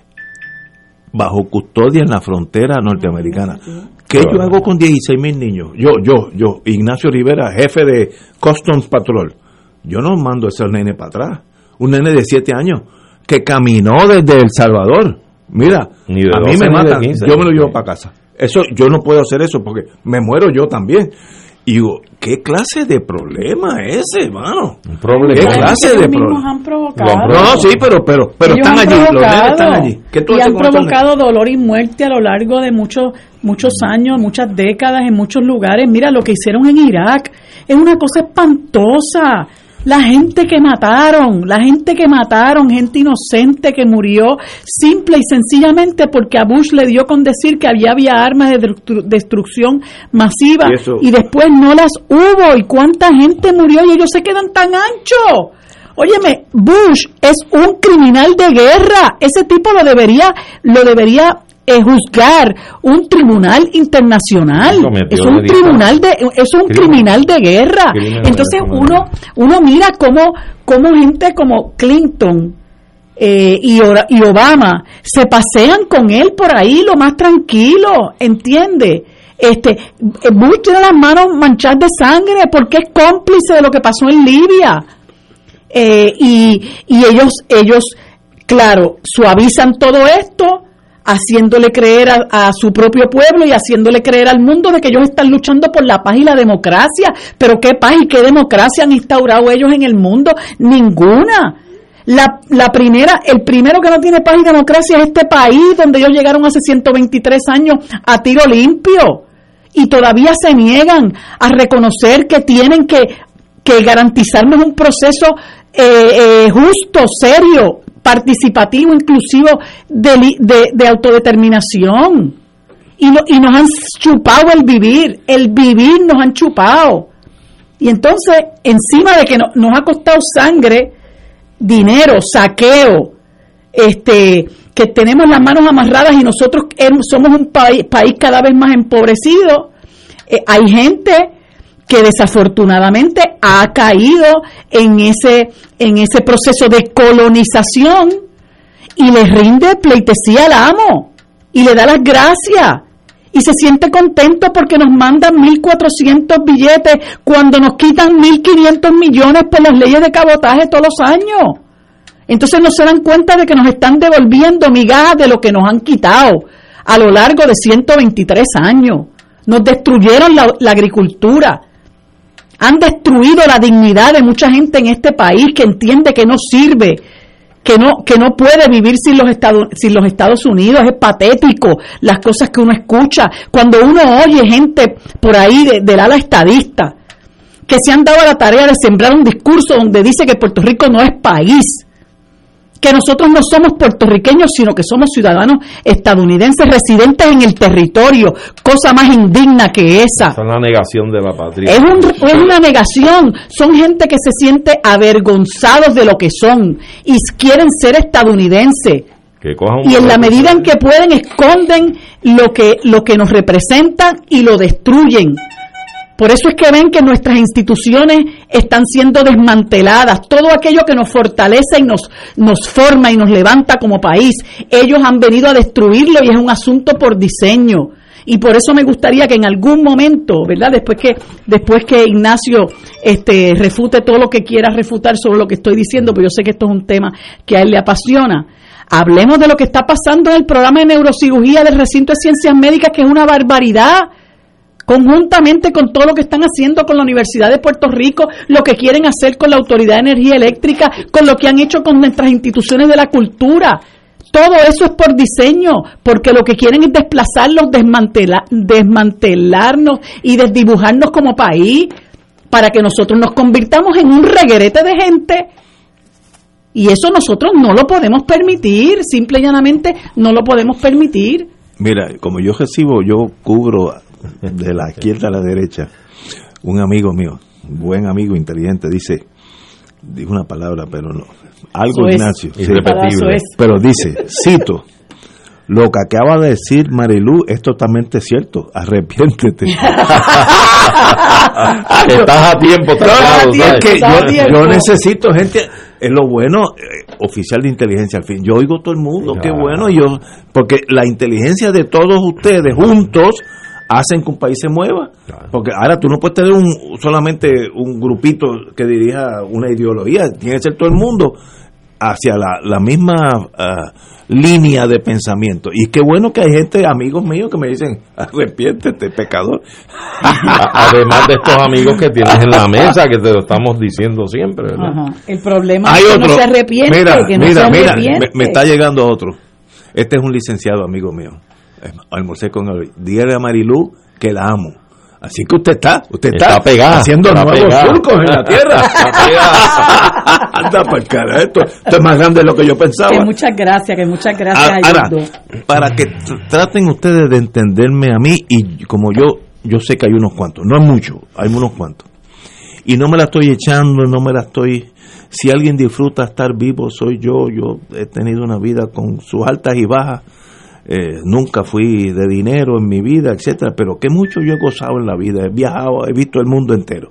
Speaker 3: bajo custodia en la frontera norteamericana. ¿Qué yo hago con 16,000 niños? Yo, Ignacio Rivera, jefe de Customs Patrol, yo no mando a ese nene para atrás. Un nene de 7 años que caminó desde El Salvador. Mira, a mí me matan, 15, yo me lo llevo para casa. Eso, yo no puedo hacer eso porque me muero yo también. Y digo, ¿qué clase de problema es ese, hermano?
Speaker 5: Un problema.
Speaker 3: ¿Qué clase de problema?
Speaker 4: Han provocado.
Speaker 3: No, sí, pero están allí, los nenes están allí. ¿Qué tú haces
Speaker 4: han provocado dolor y muerte a lo largo de muchos años, muchas décadas, en muchos lugares. Mira, lo que hicieron en Irak es una cosa espantosa. La gente que mataron, gente inocente que murió simple y sencillamente porque a Bush le dio con decir que había armas de destrucción masiva y después no las hubo. ¿Y cuánta gente murió? Y ellos se quedan tan anchos. Óyeme, Bush es un criminal de guerra. Ese tipo lo debería juzgar un tribunal internacional. Es un criminal de guerra. Entonces uno mira cómo gente como Clinton y Obama se pasean con él por ahí lo más tranquilo, ¿entiende? Bush tiene las manos manchadas de sangre porque es cómplice de lo que pasó en Libia. Y ellos, claro, suavizan todo esto, haciéndole creer a su propio pueblo y haciéndole creer al mundo de que ellos están luchando por la paz y la democracia. Pero ¿qué paz y qué democracia han instaurado ellos en el mundo? Ninguna. El primero que no tiene paz y democracia es este país, donde ellos llegaron hace 123 años a tiro limpio y todavía se niegan a reconocer que tienen que garantizarnos un proceso justo, serio, participativo, inclusivo de autodeterminación, y nos han chupado el vivir nos han chupado. Y entonces, encima de que nos ha costado sangre, dinero, saqueo, que tenemos las manos amarradas y nosotros somos un país cada vez más empobrecido, hay gente que desafortunadamente ha caído en ese proceso de colonización y le rinde pleitesía al amo y le da las gracias y se siente contento porque nos mandan 1.400 billetes cuando nos quitan 1.500 millones por las leyes de cabotaje todos los años. Entonces no se dan cuenta de que nos están devolviendo migajas de lo que nos han quitado a lo largo de 123 años. Nos destruyeron la agricultura. Han destruido la dignidad de mucha gente en este país que entiende que no sirve, que no puede vivir sin los Estados Unidos. Es patético las cosas que uno escucha cuando uno oye gente por ahí del ala estadista que se han dado a la tarea de sembrar un discurso donde dice que Puerto Rico no es país, que nosotros no somos puertorriqueños, sino que somos ciudadanos estadounidenses residentes en el territorio, cosa más indigna que esa.
Speaker 5: Es la negación de la patria.
Speaker 4: Es una negación. Son gente que se siente avergonzados de lo que son y quieren ser estadounidenses. Y en la medida en que pueden, esconden lo que nos representan y lo destruyen. Por eso es que ven que nuestras instituciones están siendo desmanteladas. Todo aquello que nos fortalece y nos forma y nos levanta como país, ellos han venido a destruirlo y es un asunto por diseño. Y por eso me gustaría que en algún momento, ¿verdad? Después que Ignacio refute todo lo que quiera refutar sobre lo que estoy diciendo, pero yo sé que esto es un tema que a él le apasiona. Hablemos de lo que está pasando en el programa de neurocirugía del recinto de ciencias médicas, que es una barbaridad, conjuntamente con todo lo que están haciendo con la Universidad de Puerto Rico, lo que quieren hacer con la Autoridad de Energía Eléctrica, con lo que han hecho con nuestras instituciones de la cultura. Todo eso es por diseño, porque lo que quieren es desplazarlos, desmantelarnos y desdibujarnos como país, para que nosotros nos convirtamos en un reguerete de gente. Y eso nosotros no lo podemos permitir, simple y llanamente no lo podemos permitir.
Speaker 3: Mira, como yo cubro de la izquierda a la derecha, un amigo mío, buen amigo, inteligente, dijo una palabra, pero no, algo, Ignacio, irrepetible, pero dice, cito, lo que acaba de decir Marilú es totalmente cierto, arrepiéntete.
Speaker 5: Estás a tiempo,
Speaker 3: es que yo necesito gente, es lo bueno, oficial de inteligencia, al fin, yo oigo todo el mundo, qué bueno, porque la inteligencia de todos ustedes juntos hacen que un país se mueva, porque ahora tú no puedes tener solamente un grupito que dirija una ideología, tiene que ser todo el mundo hacia la misma línea de pensamiento. Y qué bueno que hay gente, amigos míos, que me dicen, arrepiéntete, pecador.
Speaker 5: Además de estos amigos que tienes en la mesa, que te lo estamos diciendo siempre, ¿verdad?
Speaker 4: Ajá. El problema es que no se arrepiente.
Speaker 3: Me está llegando otro. Este es un licenciado amigo mío. Almorcé con él. Dígale a Marilú que la amo. Así que usted está
Speaker 5: pegada,
Speaker 3: haciendo nuevos surcos en la tierra. Anda para el cara, esto es más grande de lo que yo pensaba.
Speaker 4: Que muchas gracias.
Speaker 3: Ahora, para que traten ustedes de entenderme a mí, y como yo sé que hay unos cuantos, no es mucho, hay unos cuantos. Y no me la estoy echando, si alguien disfruta estar vivo, soy yo he tenido una vida con sus altas y bajas. Nunca fui de dinero en mi vida, etcétera, pero que mucho yo he gozado en la vida, he viajado, he visto el mundo entero.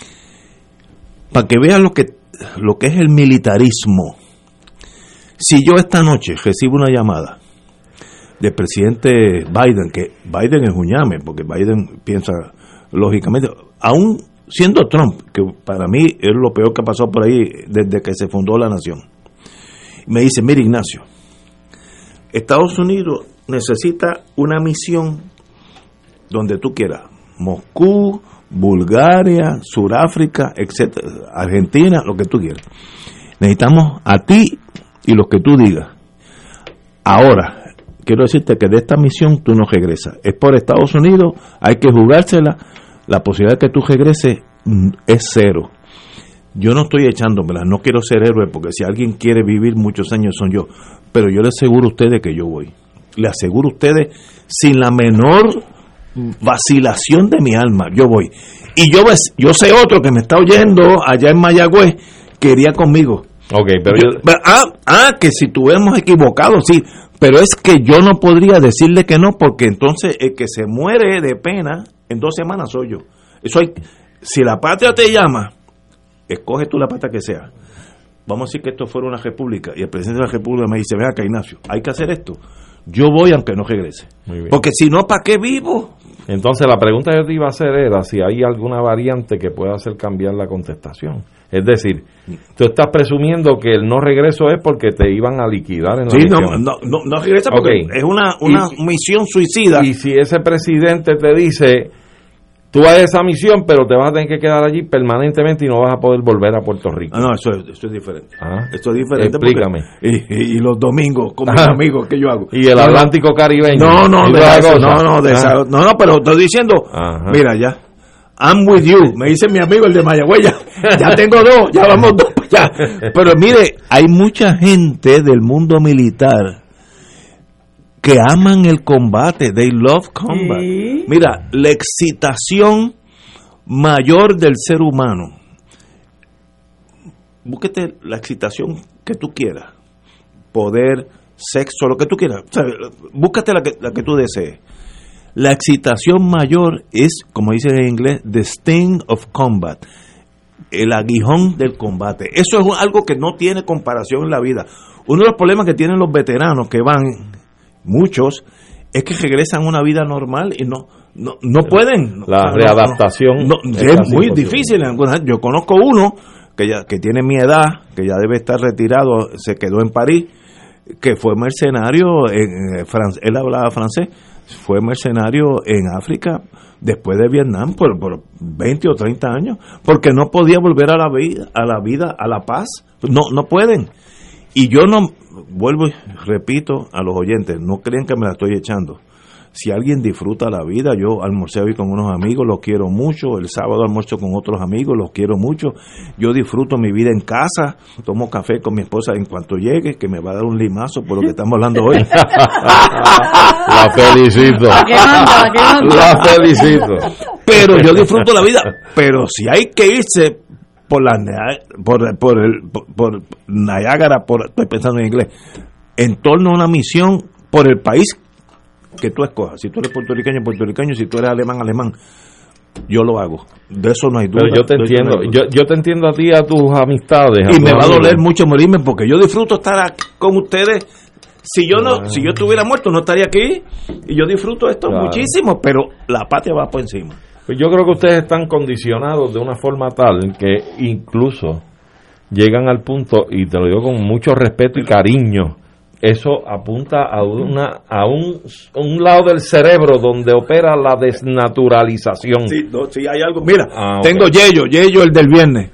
Speaker 3: Para que vean lo que es el militarismo. Si yo esta noche recibo una llamada del presidente Biden, que Biden es un llame, porque Biden piensa lógicamente, aún siendo Trump, que para mí es lo peor que ha pasado por ahí desde que se fundó la nación, me dice, mira Ignacio, Estados Unidos necesita una misión donde tú quieras, Moscú, Bulgaria, Sudáfrica, etcétera, Argentina, lo que tú quieras. Necesitamos a ti y los que tú digas. Ahora, quiero decirte que de esta misión tú no regresas. Es por Estados Unidos, hay que jugársela. La posibilidad de que tú regreses es cero. Yo no estoy echándomela, no quiero ser héroe, porque si alguien quiere vivir muchos años son yo. Pero yo les aseguro a ustedes que yo voy. Les aseguro a ustedes, sin la menor vacilación de mi alma, yo voy. Y yo sé otro que me está oyendo allá en Mayagüez, que iría conmigo.
Speaker 5: Okay, pero
Speaker 3: que si estuviéramos equivocados, sí, pero es que yo no podría decirle que no, porque entonces el que se muere de pena en 2 semanas soy yo. Si la patria te llama, escoge tú la patria que sea. Vamos a decir que esto fuera una república y el presidente de la república me dice, ven acá Ignacio, hay que hacer esto. Yo voy aunque no regrese. Porque si no, ¿para qué vivo?
Speaker 5: Entonces la pregunta que yo te iba a hacer era si hay alguna variante que pueda hacer cambiar la contestación. Es decir, tú estás presumiendo que el no regreso es porque te iban a liquidar en la misión.
Speaker 3: No regresa porque es una misión suicida.
Speaker 5: Y si ese presidente te dice, tú vas a esa misión, pero te vas a tener que quedar allí permanentemente y no vas a poder volver a Puerto Rico.
Speaker 3: No, eso es diferente. Esto es diferente.
Speaker 5: Explícame.
Speaker 3: Y los domingos, con mis amigos, ¿qué yo hago?
Speaker 5: Y el Atlántico Caribeño.
Speaker 3: No, pero estoy diciendo, mira ya, I'm with you, me dice mi amigo el de Mayagüez, ya tengo 2, ya vamos 2, ya. Pero mire, hay mucha gente del mundo militar que aman el combate, they love combat. ¿Sí? Mira, la excitación mayor del ser humano, búsquete la excitación que tú quieras, poder, sexo, lo que tú quieras, o sea, búscate la que tú desees. La excitación mayor es, como dice en inglés, the sting of combat, el aguijón del combate. Eso es algo que no tiene comparación en la vida. Uno de los problemas que tienen los veteranos que van, muchos, es que regresan a una vida normal y no pueden.
Speaker 5: La readaptación
Speaker 3: es muy difícil. Yo conozco uno que tiene mi edad, que ya debe estar retirado, se quedó en París, que fue mercenario en Francia, él hablaba francés, fue mercenario en África después de Vietnam por 20 o 30 años, porque no podía volver a la vida, a la paz. No pueden. Y yo no, vuelvo y repito a los oyentes, no crean que me la estoy echando. Si alguien disfruta la vida, yo almorcé hoy con unos amigos, los quiero mucho, el sábado almuerzo con otros amigos, los quiero mucho, yo disfruto mi vida en casa, tomo café con mi esposa en cuanto llegue, que me va a dar un limazo por lo que estamos hablando hoy.
Speaker 5: La felicito. La felicito.
Speaker 3: Pero yo disfruto la vida, pero si hay que irse por Niágara, estoy pensando en inglés, en torno a una misión por el país que tú escojas. Si tú eres puertorriqueño, si tú eres alemán, yo lo hago. De eso no hay duda.
Speaker 5: Pero yo te entiendo, yo te entiendo a ti, a tus amistades.
Speaker 3: Y me va a doler mucho morirme porque yo disfruto estar con ustedes. Si yo estuviera muerto no estaría aquí, y yo disfruto esto muchísimo, pero la patria va por encima.
Speaker 5: Pues yo creo que ustedes están condicionados de una forma tal que incluso llegan al punto, y te lo digo con mucho respeto y cariño, eso apunta a un lado del cerebro donde opera la desnaturalización.
Speaker 3: Sí, hay algo. Mira, tengo Yello el del viernes.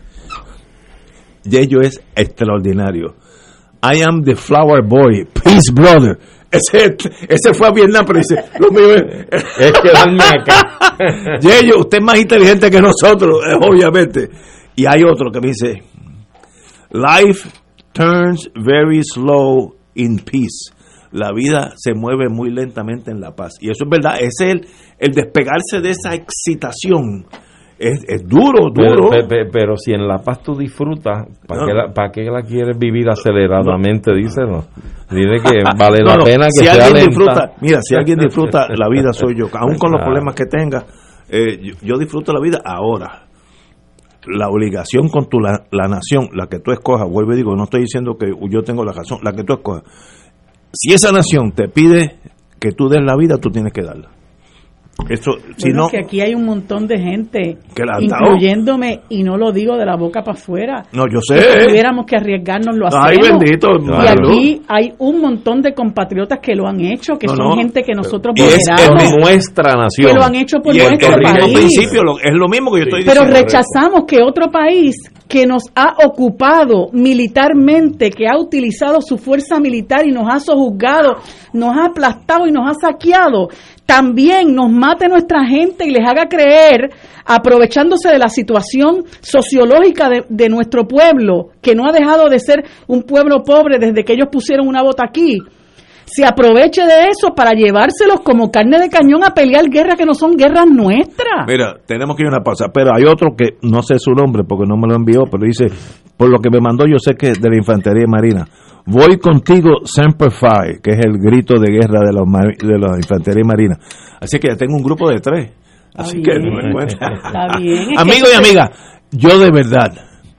Speaker 3: Yello es extraordinario. I am the flower boy, peace brother. Ese fue a Vietnam, pero dice, lo mío es
Speaker 5: quedarme acá.
Speaker 3: Yello, usted es más inteligente que nosotros, obviamente. Y hay otro que me dice, life turns very slow in peace. La vida se mueve muy lentamente en la paz. Y eso es verdad, es el despegarse de esa excitación. Es duro.
Speaker 5: Pero si en la paz tú disfrutas, ¿para qué la quieres vivir aceleradamente? Díselo. Dile que vale la pena que sea lenta.
Speaker 3: Si alguien disfruta la vida soy yo. Aún con los problemas que tenga, yo disfruto la vida ahora. La obligación con la nación, la que tú escojas, vuelvo y digo, no estoy diciendo que yo tengo la razón, la que tú escojas. Si esa nación te pide que tú des la vida, tú tienes que darla. Eso, si no,
Speaker 4: que aquí hay un montón de gente, incluyéndome, y no lo digo de la boca para afuera.
Speaker 3: No, yo sé.
Speaker 4: Si tuviéramos que arriesgarnos, lo hacemos.
Speaker 3: Ay, bendito.
Speaker 4: Y aquí hay un montón de compatriotas que lo han hecho, que son gente que nosotros veneramos.
Speaker 5: Es nuestra nación.
Speaker 4: Que lo han hecho por nuestro país.
Speaker 3: Principio, es lo mismo que yo estoy diciendo.
Speaker 4: Pero rechazamos que otro país que nos ha ocupado militarmente, que ha utilizado su fuerza militar y nos ha sojuzgado, nos ha aplastado y nos ha saqueado, también nos mate nuestra gente y les haga creer, aprovechándose de la situación sociológica de nuestro pueblo, que no ha dejado de ser un pueblo pobre desde que ellos pusieron una bota aquí, se aproveche de eso para llevárselos como carne de cañón a pelear guerras que no son guerras nuestras.
Speaker 3: Mira, tenemos que ir a una pausa, pero hay otro que no sé su nombre porque no me lo envió, pero dice, por lo que me mandó, yo sé que es de la Infantería Marina. Voy contigo, Semper Fi, que es el grito de guerra de la Infantería Marina. Así que ya tengo un grupo de 3. Así que no me cuenta.
Speaker 4: Está bien.
Speaker 3: Amigo y amiga, yo de verdad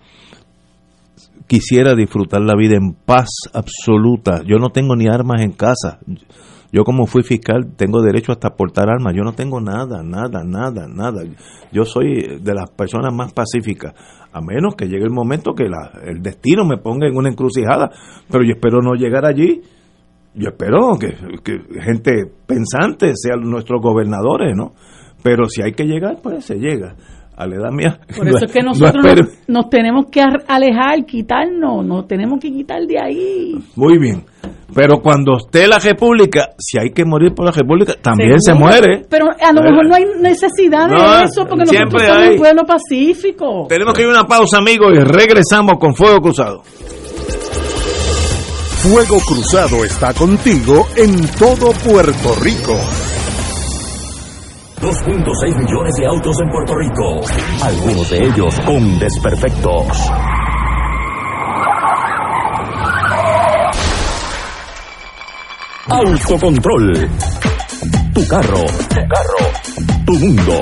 Speaker 3: quisiera disfrutar la vida en paz absoluta. Yo no tengo ni armas en casa. Yo como fui fiscal tengo derecho hasta a portar armas. Yo no tengo nada. Yo soy de las personas más pacíficas. A menos que llegue el momento que el destino me ponga en una encrucijada. Pero yo espero no llegar allí. Yo espero que gente pensante sean nuestros gobernadores, ¿no? Pero si hay que llegar, pues se llega. A la edad mía.
Speaker 4: Por eso es que nosotros nos tenemos que alejar, quitarnos, nos tenemos que quitar de ahí.
Speaker 3: Muy bien. Pero cuando esté la República, si hay que morir por la República, también
Speaker 4: ¿seguro?
Speaker 3: Se muere.
Speaker 4: Pero a lo mejor no hay necesidad de eso, porque nosotros somos un pueblo pacífico.
Speaker 3: Tenemos que ir a una pausa, amigos, y regresamos con Fuego Cruzado.
Speaker 2: Fuego Cruzado está contigo en todo Puerto Rico.
Speaker 9: 2.6 millones de autos en Puerto Rico, algunos de ellos con desperfectos. Autocontrol. Tu carro. Tu mundo.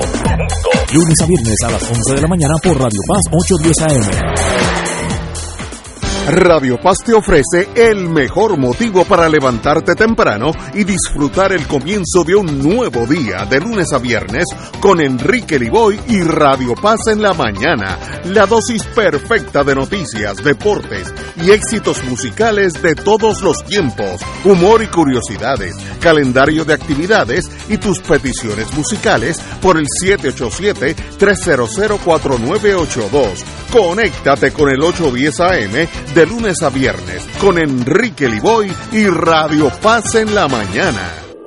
Speaker 9: Lunes a viernes a las 11 de la mañana por Radio Paz 810 AM.
Speaker 2: Radio Paz te ofrece el mejor motivo para levantarte temprano y disfrutar el comienzo de un nuevo día de lunes a viernes con Enrique Liboy y Radio Paz en la mañana. La dosis perfecta de noticias, deportes y éxitos musicales de todos los tiempos, humor y curiosidades, calendario de actividades y tus peticiones musicales por el 787-300-4982. Conéctate con el 810 AM de lunes a viernes con Enrique Liboy y Radio Paz en la mañana.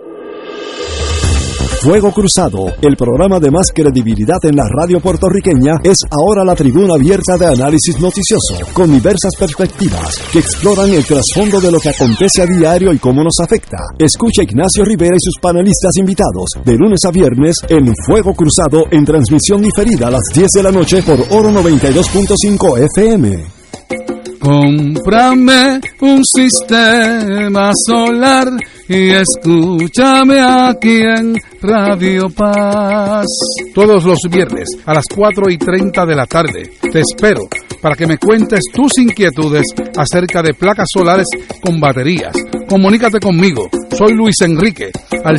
Speaker 10: Fuego Cruzado, el programa de más credibilidad en la radio puertorriqueña, es ahora la tribuna abierta de análisis noticioso, con diversas perspectivas que exploran el trasfondo de lo que acontece a diario y cómo nos afecta. Escucha a Ignacio Rivera y sus panelistas invitados de lunes a viernes en Fuego Cruzado, en transmisión diferida a las 10 de la noche por Oro 92.5 FM.
Speaker 11: Cómprame un sistema solar y escúchame aquí en Radio Paz.
Speaker 12: Todos los viernes a las 4:30 de la tarde te espero para que me cuentes tus inquietudes acerca de placas solares con baterías. Comunícate conmigo, soy Luis Enrique, al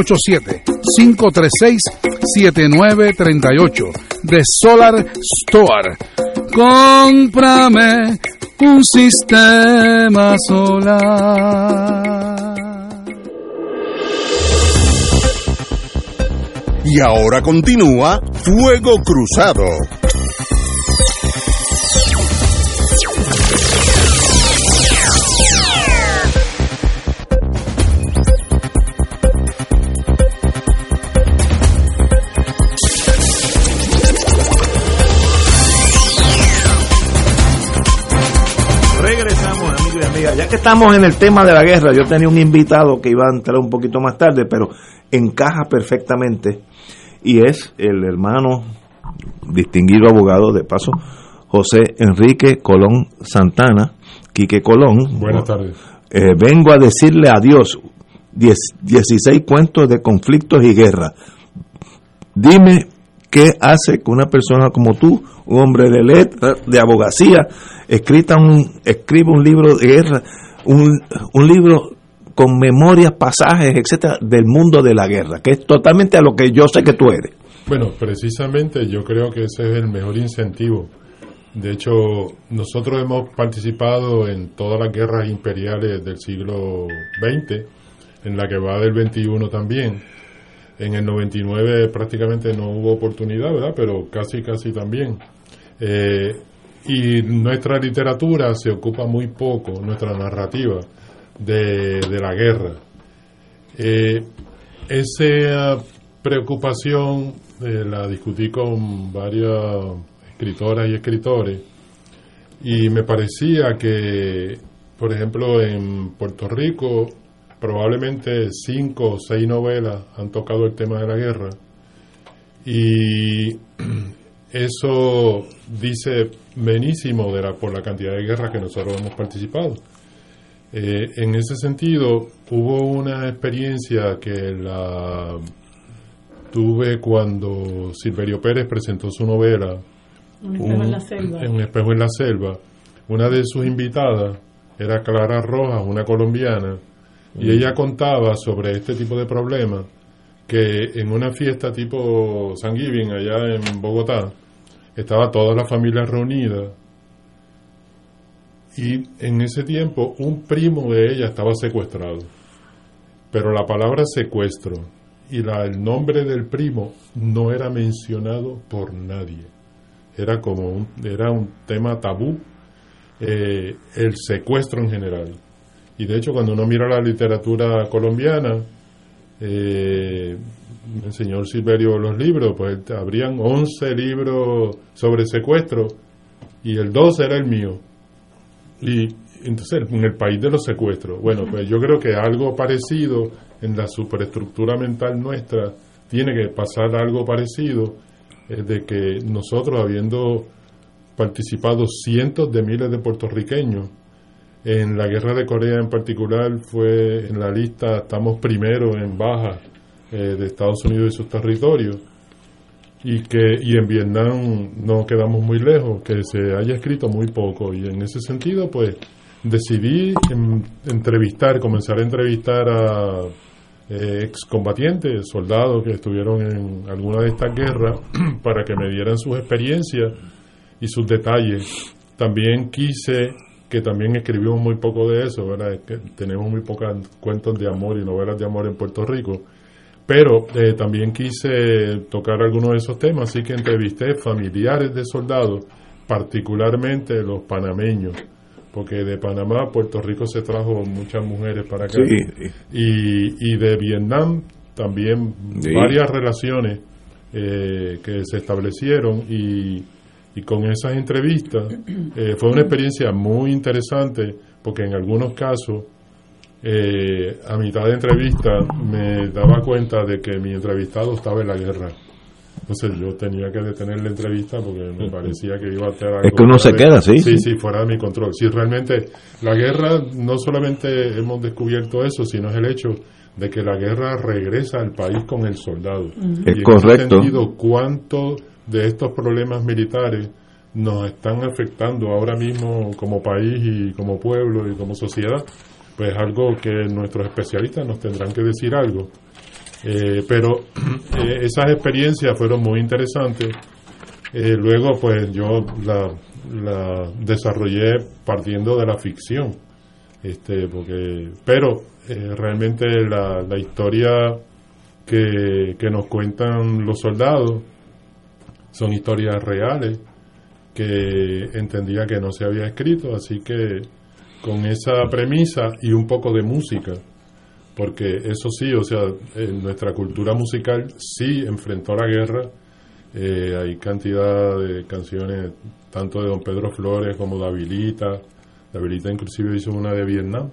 Speaker 12: 787-536-7938 de Solar Store. Cómprame un sistema solar.
Speaker 2: Y ahora continúa Fuego Cruzado.
Speaker 3: Ya que estamos en el tema de la guerra, yo tenía un invitado que iba a entrar un poquito más tarde, pero encaja perfectamente, y es el hermano, distinguido abogado, de paso, José Enrique Colón Santana, Quique Colón.
Speaker 13: Buenas tardes.
Speaker 3: Vengo a decirle adiós, 16 cuentos de conflictos y guerra. Dime qué hace que una persona como tú, un hombre de letras, de abogacía, escribe un libro de guerra, un libro con memorias, pasajes, etcétera, del mundo de la guerra, que es totalmente a lo que yo sé que tú eres.
Speaker 13: Bueno, precisamente yo creo que ese es el mejor incentivo. De hecho, nosotros hemos participado en todas las guerras imperiales del siglo XX, en la que va del XXI también. En el 99 prácticamente no hubo oportunidad, ¿verdad? Pero casi también. Y nuestra literatura se ocupa muy poco, nuestra narrativa, de la guerra. Esa preocupación la discutí con varias escritoras y escritores, y me parecía que, por ejemplo, en Puerto Rico probablemente 5 o 6 novelas han tocado el tema de la guerra, y eso dice menísimo por la cantidad de guerras que nosotros hemos participado. En ese sentido, hubo una experiencia que la tuve cuando Silverio Pérez presentó su novela Un espejo en la selva. Una de sus invitadas era Clara Rojas, una colombiana, y ella contaba sobre este tipo de problemas, que en una fiesta tipo Thanksgiving allá en Bogotá estaba toda la familia reunida, y en ese tiempo un primo de ella estaba secuestrado, pero la palabra secuestro y el nombre del primo no era mencionado por nadie. Era un tema tabú, el secuestro en general. Y de hecho, cuando uno mira la literatura colombiana, el señor Silverio los libros, pues habrían 11 libros sobre secuestro y el 12 era el mío. Y entonces, en el país de los secuestros, bueno, pues yo creo que algo parecido en la superestructura mental nuestra, tiene que pasar algo parecido, de que nosotros, habiendo participado cientos de miles de puertorriqueños en la guerra de Corea en particular, fue en la lista, estamos primero en baja de Estados Unidos y sus territorios, y en Vietnam no quedamos muy lejos, que se haya escrito muy poco, y en ese sentido pues decidí comenzar a entrevistar a excombatientes, soldados que estuvieron en alguna de estas guerras para que me dieran sus experiencias y sus detalles. También quise, que también escribimos muy poco de eso, ¿verdad? Es que tenemos muy pocos cuentos de amor y novelas de amor en Puerto Rico, pero también quise tocar algunos de esos temas, así que entrevisté familiares de soldados, particularmente los panameños, porque de Panamá a Puerto Rico se trajo muchas mujeres para acá, sí. y de Vietnam también, sí. Varias relaciones que se establecieron, y con esas entrevistas fue una experiencia muy interesante, porque en algunos casos a mitad de entrevista me daba cuenta de que mi entrevistado estaba en la guerra. Entonces yo tenía que detener la entrevista porque me parecía que iba a tener algo.
Speaker 3: Es que uno se queda, ¿sí?
Speaker 13: Sí, fuera de mi control. Sí, realmente la guerra, no solamente hemos descubierto eso, sino es el hecho de que la guerra regresa al país con el soldado.
Speaker 3: Es
Speaker 13: y
Speaker 3: correcto.
Speaker 13: En ese sentido, ¿cuánto de estos problemas militares nos están afectando ahora mismo como país y como pueblo y como sociedad? Pues algo que nuestros especialistas nos tendrán que decir algo. Pero esas experiencias fueron muy interesantes. Luego pues yo la desarrollé partiendo de la ficción, pero realmente la historia que nos cuentan los soldados son historias reales que entendía que no se había escrito, así que con esa premisa y un poco de música, porque eso sí, o sea, nuestra cultura musical sí enfrentó la guerra. Hay cantidad de canciones tanto de Don Pedro Flores como de Habilita. Habilita inclusive hizo una de Vietnam,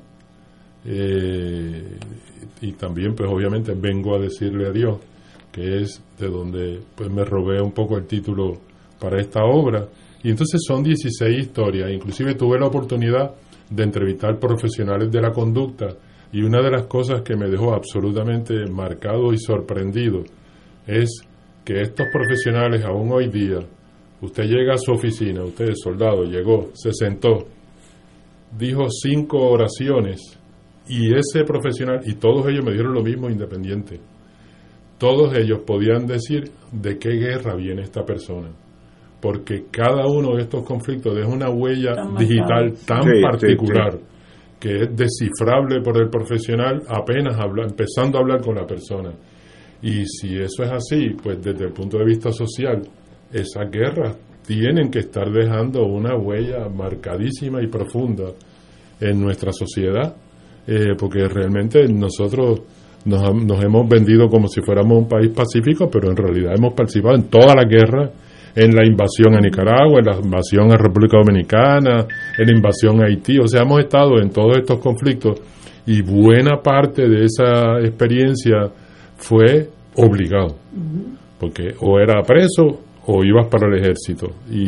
Speaker 13: y también pues obviamente Vengo a decirle adiós, que es de donde pues me robé un poco el título para esta obra. Y entonces son 16 historias. Inclusive tuve la oportunidad de entrevistar profesionales de la conducta, y una de las cosas que me dejó absolutamente marcado y sorprendido es que estos profesionales aún hoy día, usted llega a su oficina, usted es soldado, llegó, se sentó, dijo 5 oraciones, y ese profesional, y todos ellos me dijeron lo mismo independiente, todos ellos podían decir de qué guerra viene esta persona, porque cada uno de estos conflictos deja una huella digital tan particular, sí. Que es descifrable por el profesional apenas empezando a hablar con la persona. Y si eso es así, pues desde el punto de vista social, esas guerras tienen que estar dejando una huella marcadísima y profunda en nuestra sociedad, porque realmente nosotros nos hemos vendido como si fuéramos un país pacífico, pero en realidad hemos participado en todas las guerras, en la invasión a Nicaragua, en la invasión a República Dominicana, en la invasión a Haití. O sea, hemos estado en todos estos conflictos, y buena parte de esa experiencia fue obligado, porque o era preso o ibas para el ejército.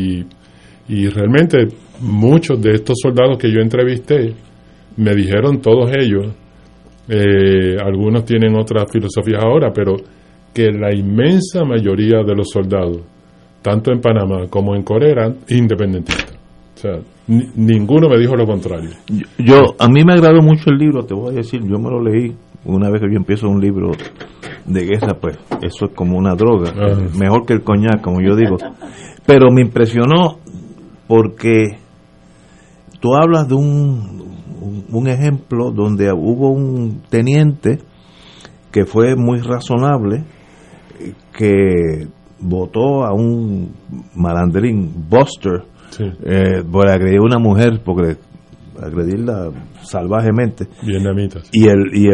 Speaker 13: Y realmente muchos de estos soldados que yo entrevisté me dijeron, todos ellos, algunos tienen otras filosofías ahora, pero que la inmensa mayoría de los soldados, tanto en Panamá como en Corea, eran independentistas. O sea, ninguno me dijo lo contrario.
Speaker 3: A mí me agradó mucho el libro, te voy a decir, yo me lo leí. Una vez que yo empiezo un libro de guerra, pues eso es como una droga, mejor que el coñac, como yo digo. Pero me impresionó porque tú hablas de un ejemplo donde hubo un teniente que fue muy razonable, que votó a un malandrín, Buster, sí. Por agredir a una mujer, porque agredirla salvajemente,
Speaker 13: vietnamitas,
Speaker 3: y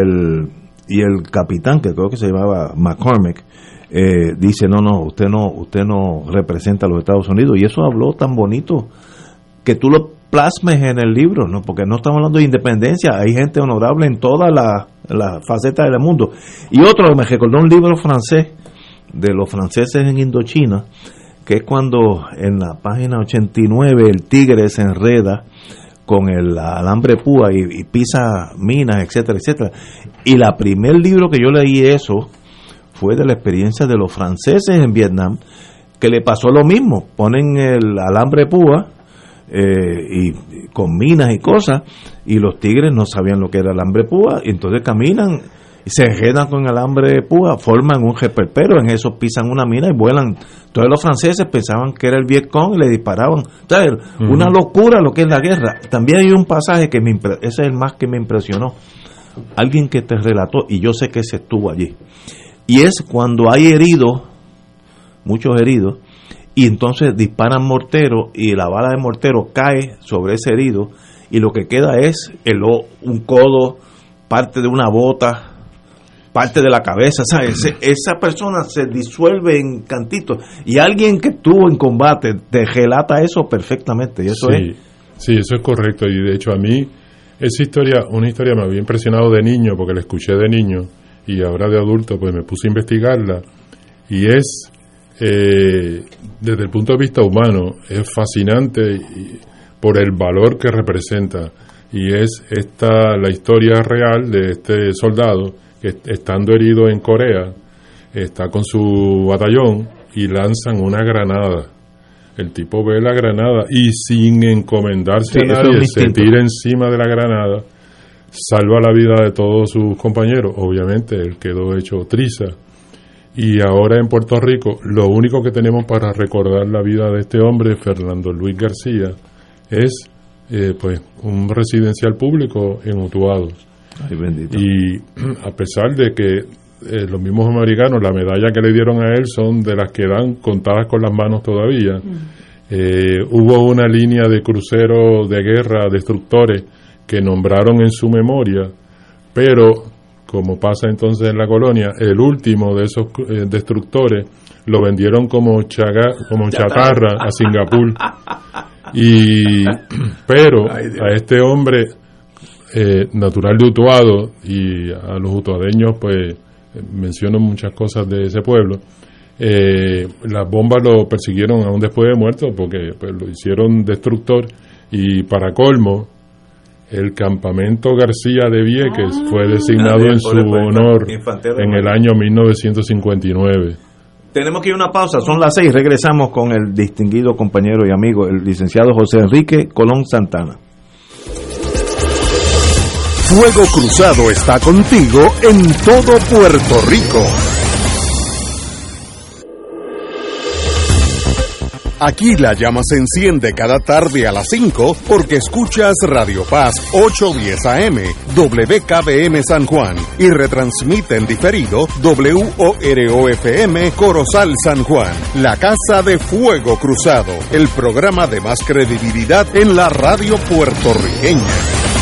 Speaker 3: el capitán, que creo que se llamaba McCormick, dice usted no representa a los Estados Unidos, y eso habló tan bonito que tú lo plasmes en el libro, ¿no? Porque no estamos hablando de independencia, hay gente honorable en todas las facetas del mundo. Y otro, me recordó un libro francés de los franceses en Indochina, que es cuando en la página 89 el tigre se enreda con el alambre púa y pisa minas, etcétera, etcétera. Y la primer libro que yo leí eso fue de la experiencia de los franceses en Vietnam, que le pasó lo mismo. Ponen el alambre de púa y con minas y cosas, y los tigres no sabían lo que era alambre de púa, y entonces caminan y se enredan con el alambre de púa, forman un reperpero, en eso pisan una mina y vuelan. Entonces los franceses pensaban que era el Vietcong y le disparaban. Entonces, una locura lo que es la guerra. También hay un pasaje que ese es el más que me impresionó. Alguien que te relató, y yo sé que se estuvo allí, y es cuando hay heridos, muchos heridos, y entonces disparan mortero y la bala de mortero cae sobre ese herido y lo que queda es un codo, parte de una bota, parte de la cabeza, ¿sabes? Esa persona se disuelve en cantitos, y alguien que estuvo en combate te relata eso perfectamente, y eso
Speaker 13: Sí, eso es correcto, y de hecho a mí esa historia, una historia me había impresionado de niño porque la escuché de niño, y ahora de adulto pues me puse a investigarla, y es desde el punto de vista humano es fascinante por el valor que representa, y es la historia real de este soldado que, estando herido en Corea, está con su batallón y lanzan una granada. El tipo ve la granada y sin encomendarse a nadie se tira encima de la granada, salva la vida de todos sus compañeros. Obviamente él quedó hecho triza. Y ahora en Puerto Rico, lo único que tenemos para recordar la vida de este hombre, Fernando Luis García, es pues un residencial público en Utuado.
Speaker 3: Ay, bendito.
Speaker 13: Y a pesar de que los mismos americanos, la medalla que le dieron a él son de las que dan contadas con las manos todavía, hubo una línea de cruceros de guerra, destructores, que nombraron en su memoria, pero como pasa entonces en la colonia, el último de esos destructores lo vendieron como chatarra a Singapur. Pero a este hombre natural de Utuado, y a los utuadeños pues menciono muchas cosas de ese pueblo, las bombas lo persiguieron aún después de muerto porque pues, lo hicieron destructor, y para colmo el campamento García de Vieques fue designado en su honor en el año 1959.
Speaker 3: Tenemos que ir a una pausa, son las 6, regresamos con el distinguido compañero y amigo, el licenciado José Enrique Colón Santana.
Speaker 2: Fuego Cruzado está contigo en todo Puerto Rico. Aquí la llama se enciende cada tarde a las 5 porque escuchas Radio Paz 810 AM, WKBM San Juan, y retransmite en diferido WOROFM Corozal San Juan. La Casa de Fuego Cruzado, el programa de más credibilidad en la radio puertorriqueña.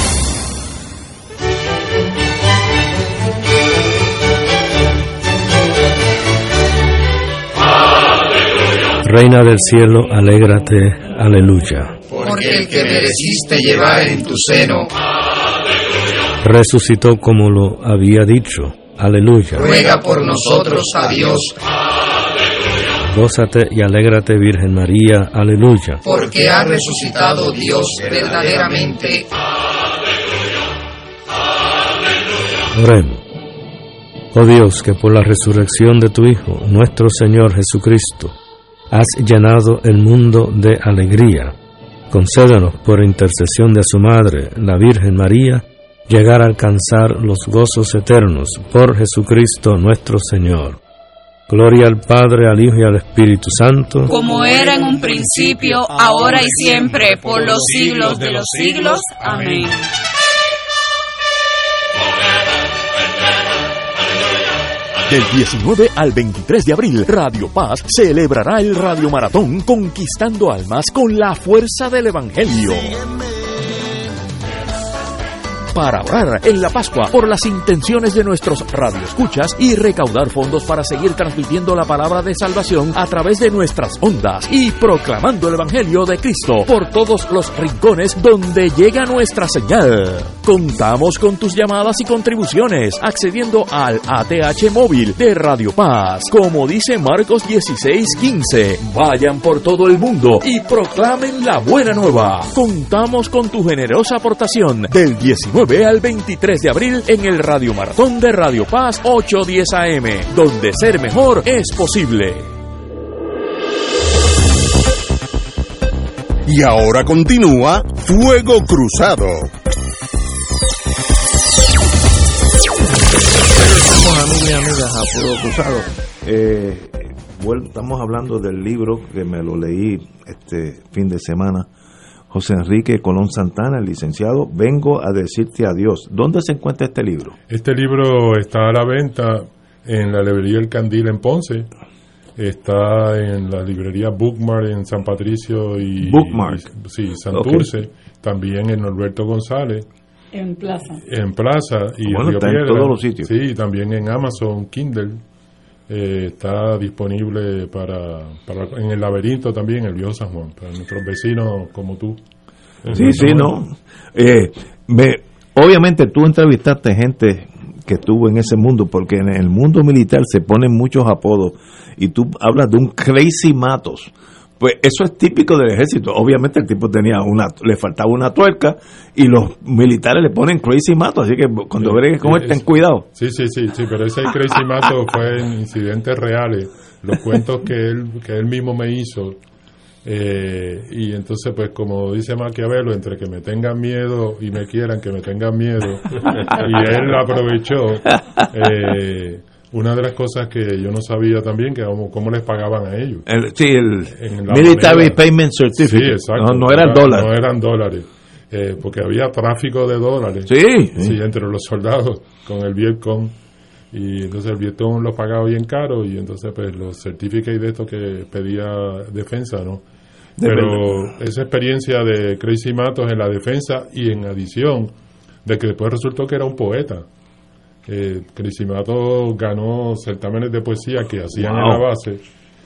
Speaker 14: Reina del cielo, alégrate, aleluya.
Speaker 15: Porque el que mereciste llevar en tu seno,
Speaker 14: resucitó como lo había dicho, aleluya.
Speaker 15: Ruega por nosotros a Dios.
Speaker 14: Gózate y alégrate, Virgen María, aleluya.
Speaker 15: Porque ha resucitado Dios verdaderamente.
Speaker 14: Oremos. Oh Dios, que por la resurrección de tu Hijo, nuestro Señor Jesucristo, has llenado el mundo de alegría. Concédenos, por intercesión de su Madre, la Virgen María, llegar a alcanzar los gozos eternos por Jesucristo nuestro Señor. Gloria al Padre, al Hijo y al Espíritu Santo,
Speaker 16: como era en un principio, ahora y siempre, por los siglos de los siglos. Amén.
Speaker 6: Del 19 al 23 de abril, Radio Paz celebrará el Radio Maratón Conquistando Almas con la fuerza del Evangelio. Para orar en la Pascua por las intenciones de nuestros radioescuchas y recaudar fondos para seguir transmitiendo la palabra de salvación a través de nuestras ondas y proclamando el Evangelio de Cristo por todos los rincones donde llega nuestra señal. Contamos con tus llamadas y contribuciones accediendo al ATH móvil de Radio Paz. Como dice Marcos 16:15, vayan por todo el mundo y proclamen la buena nueva. Contamos con tu generosa aportación del 19 9 al 23 de abril en el Radio Maratón de Radio Paz 810 AM, donde ser mejor es posible.
Speaker 2: Y ahora continúa Fuego Cruzado.
Speaker 3: Amigos y amigas, a Fuego Cruzado. Estamos hablando del libro que me lo leí este fin de semana. José Enrique Colón Santana, el licenciado, Vengo a decirte adiós. ¿Dónde se encuentra este libro?
Speaker 13: Este libro está a la venta en la librería El Candil en Ponce. Está en la librería Bookmark en San Patricio y Santurce. Okay. También en Norberto González.
Speaker 4: En Plaza.
Speaker 13: Y
Speaker 3: bueno,
Speaker 13: en
Speaker 3: está
Speaker 13: Río
Speaker 3: en
Speaker 13: Piedra.
Speaker 3: todos los sitios.
Speaker 13: Sí, también en Amazon Kindle. Está disponible en el Laberinto también, el Viejo San Juan, para nuestros vecinos como tú.
Speaker 3: Obviamente tú entrevistaste gente que estuvo en ese mundo, porque en el mundo militar se ponen muchos apodos, y tú hablas de un Crazy Matos. Pues eso es típico del ejército. Obviamente el tipo le faltaba una tuerca, y los militares le ponen Crazy Matos, así que cuando bregues con él, ten cuidado.
Speaker 13: Sí, pero ese Crazy Matos fue en incidentes reales, los cuentos que él mismo me hizo. Y entonces, pues, como dice Maquiavelo, entre que me tengan miedo y me quieran que me tengan miedo, y él aprovechó. Una de las cosas que yo no sabía también, que cómo les pagaban a ellos.
Speaker 3: El Military Payment Certificate.
Speaker 13: Sí, exacto.
Speaker 3: No eran dólares.
Speaker 13: No eran dólares. Porque había tráfico de dólares.
Speaker 3: Sí,
Speaker 13: entre los soldados con el Vietcong. Y entonces el Vietcong los pagaba bien caro, y entonces pues los certificates de esto que pedía defensa, ¿no? Pero esa experiencia de Crazy Matos en la defensa, y en adición de que después resultó que era un poeta. Crazy Matos ganó certámenes de poesía que hacían en la base,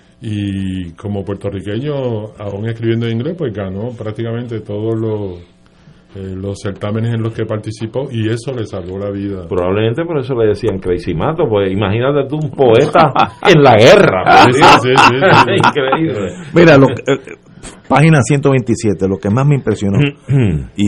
Speaker 13: y como puertorriqueño, aún escribiendo en inglés, pues ganó prácticamente todos los certámenes en los que participó, y eso le salvó la vida.
Speaker 5: Probablemente por eso le decían Crazy Matos, pues imagínate tú un poeta en la guerra.
Speaker 13: Sí.
Speaker 5: Increíble.
Speaker 3: Mira, página 127, lo que más me impresionó, y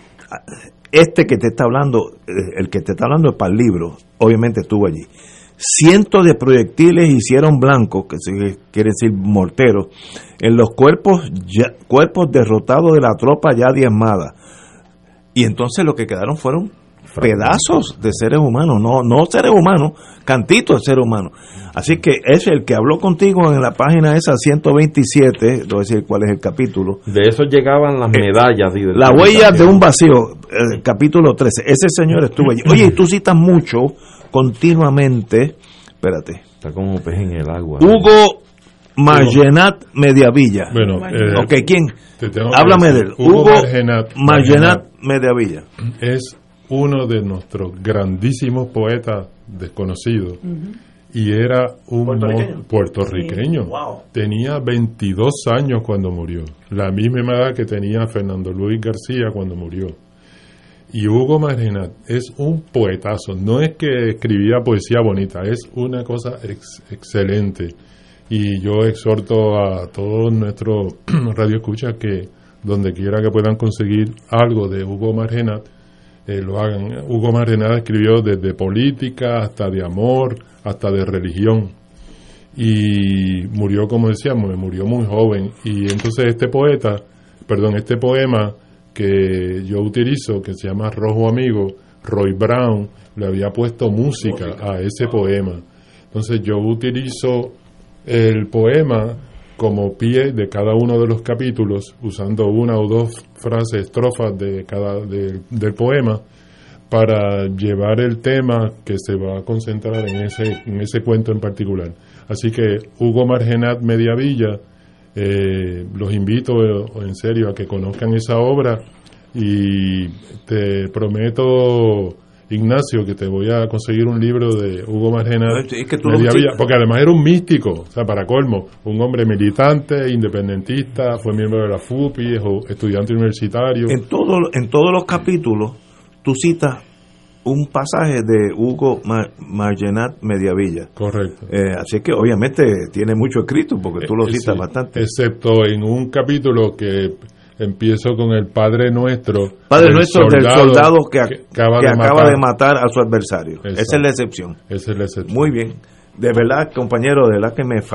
Speaker 3: que te está hablando, el que te está hablando es para el libro, obviamente estuvo allí. Cientos de proyectiles hicieron blancos, que quiere decir morteros, en los cuerpos derrotados de la tropa ya diezmada. Y entonces lo que quedaron fueron pedazos de seres humanos, no seres humanos, cantitos de seres humanos. Así que es el que habló contigo en la página esa 127, te voy a decir cuál es el capítulo.
Speaker 5: De eso llegaban las medallas.
Speaker 3: La huella de un vacío, capítulo 13. Ese señor estuvo allí. Oye, y tú citas mucho, continuamente, espérate.
Speaker 5: Está como un pez en el agua.
Speaker 3: Hugo Margenat Mediavilla.
Speaker 13: Bueno,
Speaker 3: ¿quién? Háblame de él. Hugo Margenat Mediavilla.
Speaker 13: Es uno de nuestros grandísimos poetas desconocidos. Y era un puertorriqueño. Sí. Wow. Tenía 22 años cuando murió, la misma edad que tenía Fernando Luis García cuando murió. Y Hugo Margenat es un poetazo, no es que escribía poesía bonita, es una cosa excelente. Y yo exhorto a todos nuestros radioescuchas que donde quiera que puedan conseguir algo de Hugo Margenat, lo hagan. Hugo Margenat escribió desde política hasta de amor, hasta de religión, y murió, como decíamos, murió muy joven. Y entonces este poema que yo utilizo, que se llama Rojo Amigo, Roy Brown le había puesto música a ese poema. Entonces yo utilizo el poema como pie de cada uno de los capítulos, usando una o dos frases, estrofas de del poema, para llevar el tema que se va a concentrar en ese cuento en particular. Así que Hugo Margenat Mediavilla, los invito en serio a que conozcan esa obra, y te prometo, Ignacio, que te voy a conseguir un libro de Hugo Margenat Mediavilla, porque además era un místico, o sea, para colmo, un hombre militante, independentista, fue miembro de la FUPI, estudiante universitario.
Speaker 3: En todos los capítulos tú citas un pasaje de Hugo Margenat Mediavilla.
Speaker 13: Correcto.
Speaker 3: Así que obviamente tiene mucho escrito, porque tú lo citas bastante.
Speaker 13: Excepto en un capítulo que Empiezo con el Padre Nuestro.
Speaker 3: Padre Nuestro del soldado que acaba de matar a su adversario.
Speaker 13: Exacto.
Speaker 3: Esa es la excepción.
Speaker 13: Esa es la excepción.
Speaker 3: Muy bien. De verdad, compañero, de verdad que me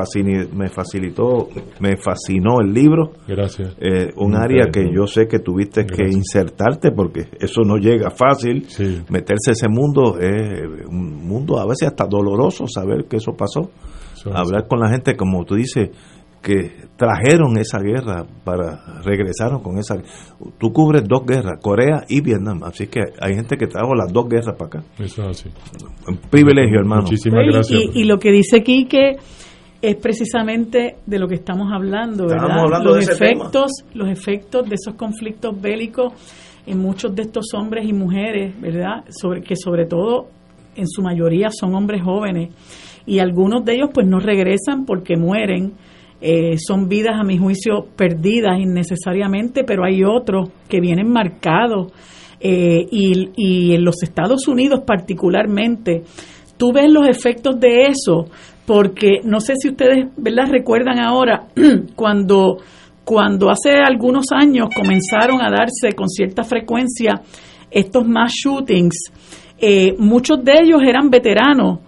Speaker 3: fascinó el libro.
Speaker 13: Gracias.
Speaker 3: Un área que yo sé que tuviste que insertarte porque eso no llega fácil.
Speaker 13: Sí.
Speaker 3: Meterse a ese mundo es un mundo a veces hasta doloroso saber que eso pasó. Hablar con la gente, como tú dices, que trajeron esa guerra regresaron con esa. Tú cubres 2 guerras, Corea y Vietnam, así que hay gente que trajo las 2 guerras para acá.
Speaker 13: Eso es así.
Speaker 3: Un privilegio, hermano.
Speaker 13: Muchísimas gracias.
Speaker 4: Y lo que dice Quique es precisamente de lo que estamos hablando, ¿verdad?
Speaker 3: Estamos hablando de ese
Speaker 4: los efectos de esos conflictos bélicos en muchos de estos hombres y mujeres, ¿verdad? Que sobre todo en su mayoría son hombres jóvenes, y algunos de ellos pues no regresan porque mueren. Son vidas, a mi juicio, perdidas innecesariamente, pero hay otros que vienen marcados, y en los Estados Unidos particularmente tú ves los efectos de eso, porque no sé si ustedes, ¿verdad?, recuerdan ahora cuando hace algunos años comenzaron a darse con cierta frecuencia estos mass shootings. Muchos de ellos eran veteranos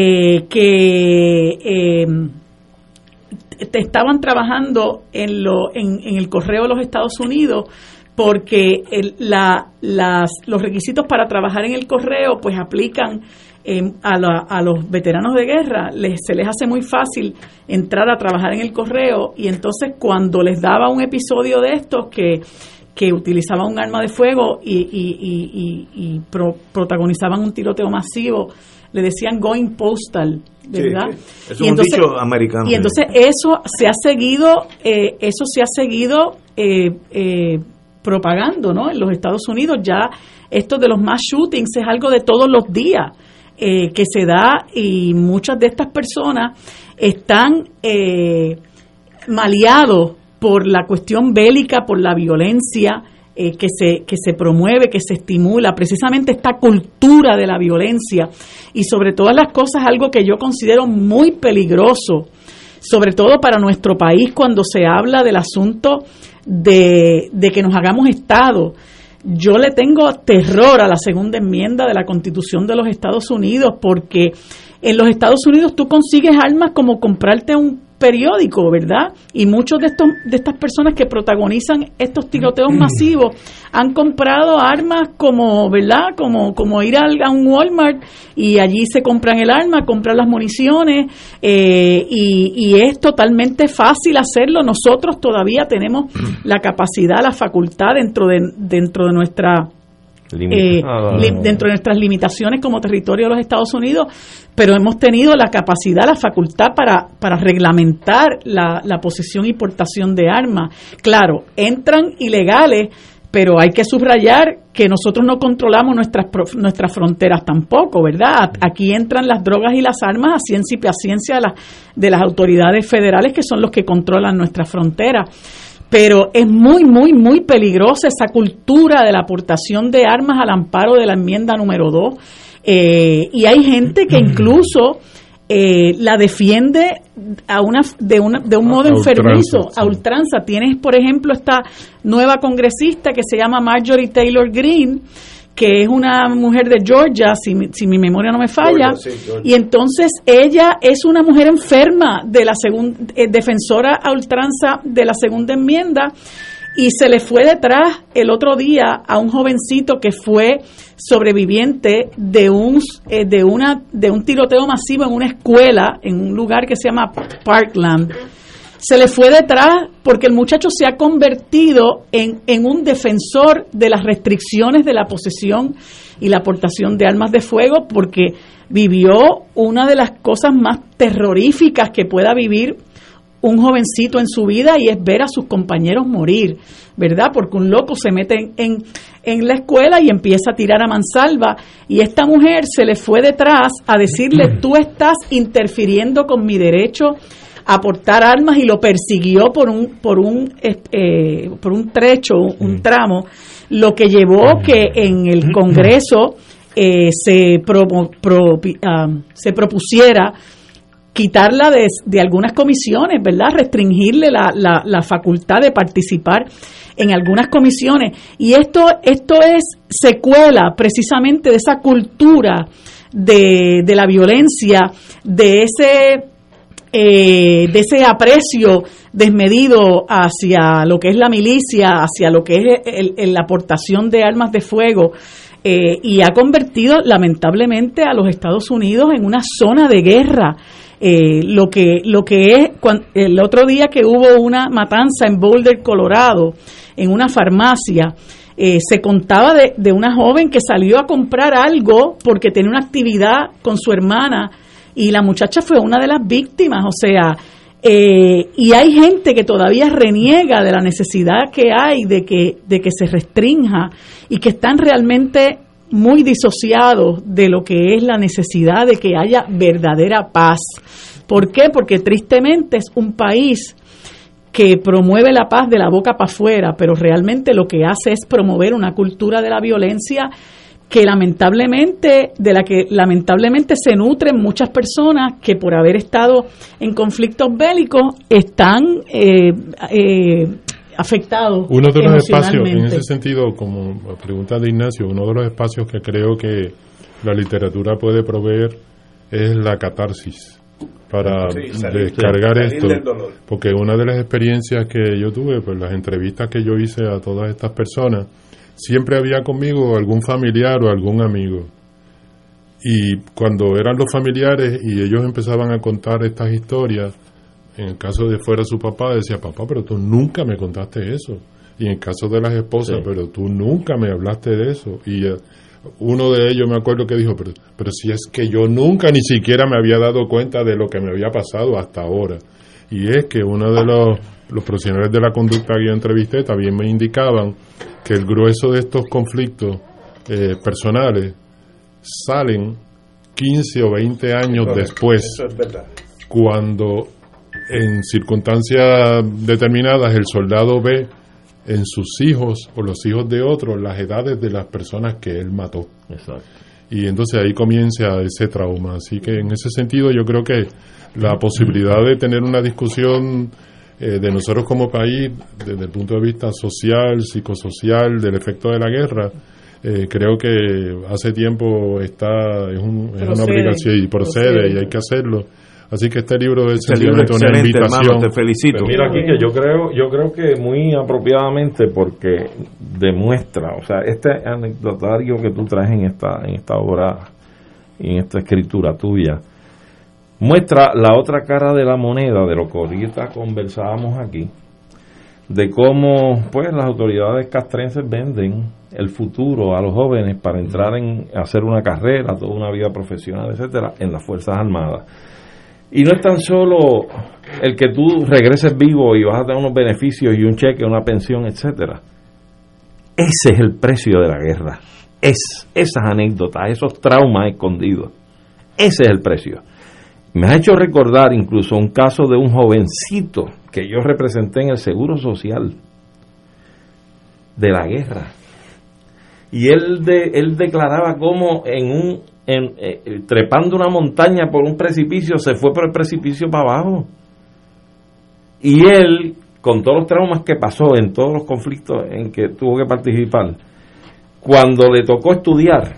Speaker 4: que estaban trabajando en el correo de los Estados Unidos, porque los requisitos para trabajar en el correo pues aplican a los veteranos de guerra. Se les hace muy fácil entrar a trabajar en el correo, y entonces cuando les daba un episodio de estos que utilizaban un arma de fuego y protagonizaban un tiroteo masivo, le decían going postal, ¿verdad?
Speaker 3: Sí. Es un dicho americano.
Speaker 4: Y entonces eso se ha seguido propagando, ¿no? En los Estados Unidos ya esto de los mass shootings es algo de todos los días que se da, y muchas de estas personas están maleados por la cuestión bélica, por la violencia que se promueve, que se estimula, precisamente esta cultura de la violencia, y sobre todas las cosas algo que yo considero muy peligroso, sobre todo para nuestro país, cuando se habla del asunto de que nos hagamos Estado. Yo le tengo terror a la segunda enmienda de la Constitución de los Estados Unidos, porque en los Estados Unidos tú consigues armas como comprarte un periódico, ¿verdad? Y muchos de estas personas que protagonizan estos tiroteos masivos han comprado armas como, ¿verdad? Como ir a un Walmart y allí se compran el arma, compran las municiones, y es totalmente fácil hacerlo. Nosotros todavía tenemos la capacidad, la facultad dentro de nuestra dentro de nuestras limitaciones como territorio de los Estados Unidos, pero hemos tenido la capacidad, la facultad para reglamentar la posesión y portación de armas. Claro, entran ilegales, pero hay que subrayar que nosotros no controlamos nuestras fronteras tampoco, ¿verdad? Aquí entran las drogas y las armas a ciencia y paciencia de las autoridades federales, que son los que controlan nuestras fronteras. Pero es muy, muy, muy peligrosa esa cultura de la aportación de armas al amparo de la enmienda número 2. Y hay gente que incluso la defiende de un modo enfermizo, a ultranza. Tienes, por ejemplo, esta nueva congresista que se llama Marjorie Taylor Greene, que es una mujer de Georgia, si mi memoria no me falla, Georgia. Y entonces ella es una mujer enferma de la defensora a ultranza de la segunda enmienda, y se le fue detrás el otro día a un jovencito que fue sobreviviente de un tiroteo masivo en una escuela, en un lugar que se llama Parkland. Se le fue detrás porque el muchacho se ha convertido en un defensor de las restricciones de la posesión y la aportación de armas de fuego, porque vivió una de las cosas más terroríficas que pueda vivir un jovencito en su vida, y es ver a sus compañeros morir, ¿verdad? Porque un loco se mete en la escuela y empieza a tirar a mansalva, y esta mujer se le fue detrás a decirle: tú estás interfiriendo con mi derecho a portar armas, y lo persiguió por un trecho, un tramo, lo que llevó que en el Congreso se propusiera quitarla de algunas comisiones, ¿verdad? Restringirle la facultad de participar en algunas comisiones. Y esto es secuela precisamente de esa cultura de la violencia, de ese aprecio desmedido hacia lo que es la milicia, hacia lo que es la aportación de armas de fuego, y ha convertido lamentablemente a los Estados Unidos en una zona de guerra. Lo que es el otro día que hubo una matanza en Boulder, Colorado, en una farmacia, se contaba de una joven que salió a comprar algo porque tenía una actividad con su hermana y la muchacha fue una de las víctimas. O sea, y hay gente que todavía reniega de la necesidad que hay de que se restrinja y que están realmente muy disociados de lo que es la necesidad de que haya verdadera paz. ¿Por qué? Porque tristemente es un país que promueve la paz de la boca para afuera, pero realmente lo que hace es promover una cultura de la violencia de la que lamentablemente se nutren muchas personas que por haber estado en conflictos bélicos están afectados.
Speaker 13: Uno de los espacios, en ese sentido, como pregunta de Ignacio, uno de los espacios que creo que la literatura puede proveer es la catarsis para descargar esto, porque una de las experiencias que yo tuve, pues las entrevistas que yo hice a todas estas personas, siempre había conmigo algún familiar o algún amigo, y cuando eran los familiares y ellos empezaban a contar estas historias, en el caso de fuera su papá, decía: papá, pero tú nunca me contaste eso. Y en el caso de las esposas, pero tú nunca me hablaste de eso. Y uno de ellos me acuerdo que dijo: pero si es que yo nunca ni siquiera me había dado cuenta de lo que me había pasado hasta ahora. Y es que uno de los profesionales de la conducta que yo entrevisté también me indicaban que el grueso de estos conflictos personales salen 15 o 20 años después,
Speaker 3: eso es verdad,
Speaker 13: cuando en circunstancias determinadas el soldado ve en sus hijos o los hijos de otros las edades de las personas que él mató.
Speaker 5: Exacto.
Speaker 13: Y entonces ahí comienza ese trauma. Así que en ese sentido yo creo que la posibilidad de tener una discusión de nosotros como país desde el punto de vista social, psicosocial, del efecto de la guerra, creo que hace tiempo es una obligación y procede y hay que hacerlo. Así que este libro es sencillamente una invitación.
Speaker 3: Hermano, te felicito.
Speaker 5: Pues mira, Quique, yo creo que muy apropiadamente, porque demuestra, o sea, este anecdotario que tú traes en esta obra, en esta escritura tuya, muestra la otra cara de la moneda de lo que ahorita conversábamos aquí, de cómo pues las autoridades castrenses venden el futuro a los jóvenes para entrar a hacer una carrera, toda una vida profesional, etcétera, en las Fuerzas Armadas. Y no es tan solo el que tú regreses vivo y vas a tener unos beneficios y un cheque, una pensión, etcétera. Ese es el precio de la guerra. Esas anécdotas, esos traumas escondidos. Ese es el precio. Me ha hecho recordar incluso un caso de un jovencito que yo representé en el Seguro Social de la guerra. Y él declaraba cómo trepando una montaña por un precipicio, se fue por el precipicio para abajo. Y él, con todos los traumas que pasó en todos los conflictos en que tuvo que participar, cuando le tocó estudiar,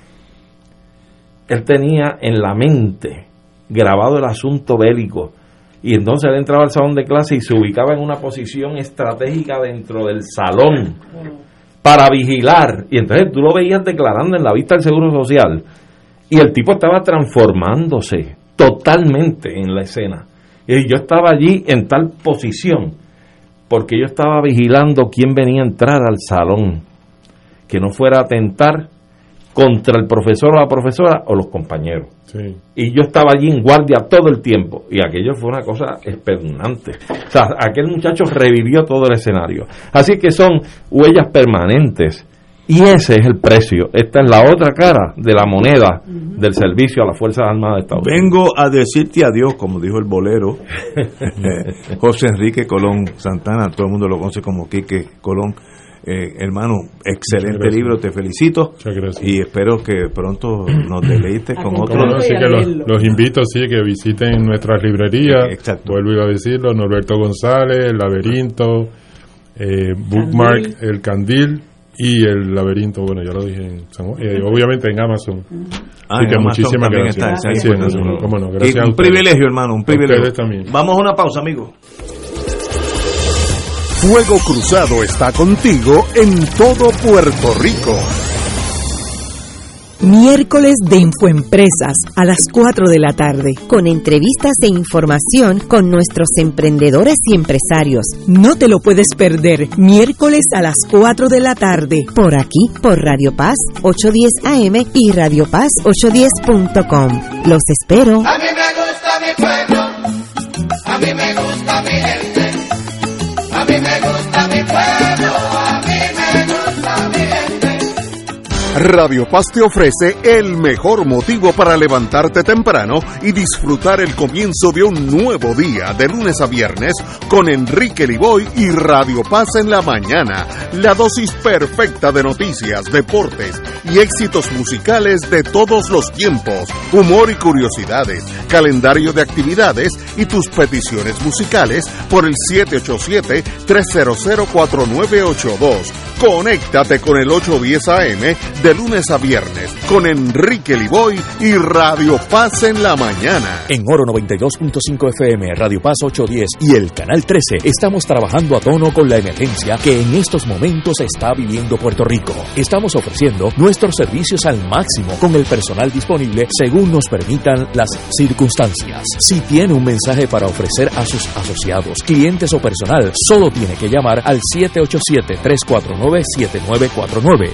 Speaker 5: él tenía en la mente grabado el asunto bélico, y entonces él entraba al salón de clase y se ubicaba en una posición estratégica dentro del salón para vigilar, y entonces tú lo veías declarando en la vista del Seguro Social. Y el tipo estaba transformándose totalmente en la escena. Y yo estaba allí en tal posición porque yo estaba vigilando quién venía a entrar al salón, que no fuera a atentar contra el profesor o la profesora o los compañeros.
Speaker 13: Sí.
Speaker 5: Y yo estaba allí en guardia todo el tiempo. Y aquello fue una cosa espeluznante. O sea, aquel muchacho revivió todo el escenario. Así que son huellas permanentes. Y ese es el precio. Esta es la otra cara de la moneda del servicio a las Fuerzas Armadas de Estados Unidos.
Speaker 3: Vengo a decirte adiós, como dijo el bolero José Enrique Colón Santana, todo el mundo lo conoce como Quique Colón. Hermano, excelente libro, te felicito.
Speaker 13: Muchas gracias.
Speaker 3: Y espero que pronto nos deleites con otro.
Speaker 13: Así que los invito, que visiten nuestras librerías. Exacto. Vuelvo a decirlo, Norberto González, El Laberinto, Bookmark, El Candil y El Laberinto, bueno, ya lo dije en San Juan, obviamente en Amazon. Así que muchísimas gracias.
Speaker 3: Cómo no, gracias. Un privilegio, hermano, un privilegio.
Speaker 13: Ustedes también.
Speaker 3: Vamos a una pausa, amigos.
Speaker 2: Fuego Cruzado está contigo en todo Puerto Rico.
Speaker 17: Miércoles de Infoempresas a las 4 de la tarde, con entrevistas e información con nuestros emprendedores y empresarios. No te lo puedes perder, miércoles a las 4 de la tarde, por aquí, por Radio Paz 810 AM y Radio Paz 810.com. Los espero.
Speaker 18: A mí me gusta mi pueblo, a mí me gusta mi gente, a mí me gusta mi pueblo, a mí me gusta mi gente.
Speaker 2: Radio Paz te ofrece el mejor motivo para levantarte temprano y disfrutar el comienzo de un nuevo día de lunes a viernes con Enrique Liboy y Radio Paz en la mañana. La dosis perfecta de noticias, deportes y éxitos musicales de todos los tiempos, humor y curiosidades, calendario de actividades y tus peticiones musicales por el 787-300-4982. Conéctate con el 810 AM de lunes a viernes con Enrique Liboy y Radio Paz en la mañana.
Speaker 6: En Oro 92.5 FM, Radio Paz 810 y el Canal 13 estamos trabajando a tono con la emergencia que en estos momentos está viviendo Puerto Rico. Estamos ofreciendo nuestros servicios al máximo con el personal disponible según nos permitan las circunstancias. Si tiene un mensaje para ofrecer a sus asociados, clientes o personal, solo tiene que llamar al 787-349-7949,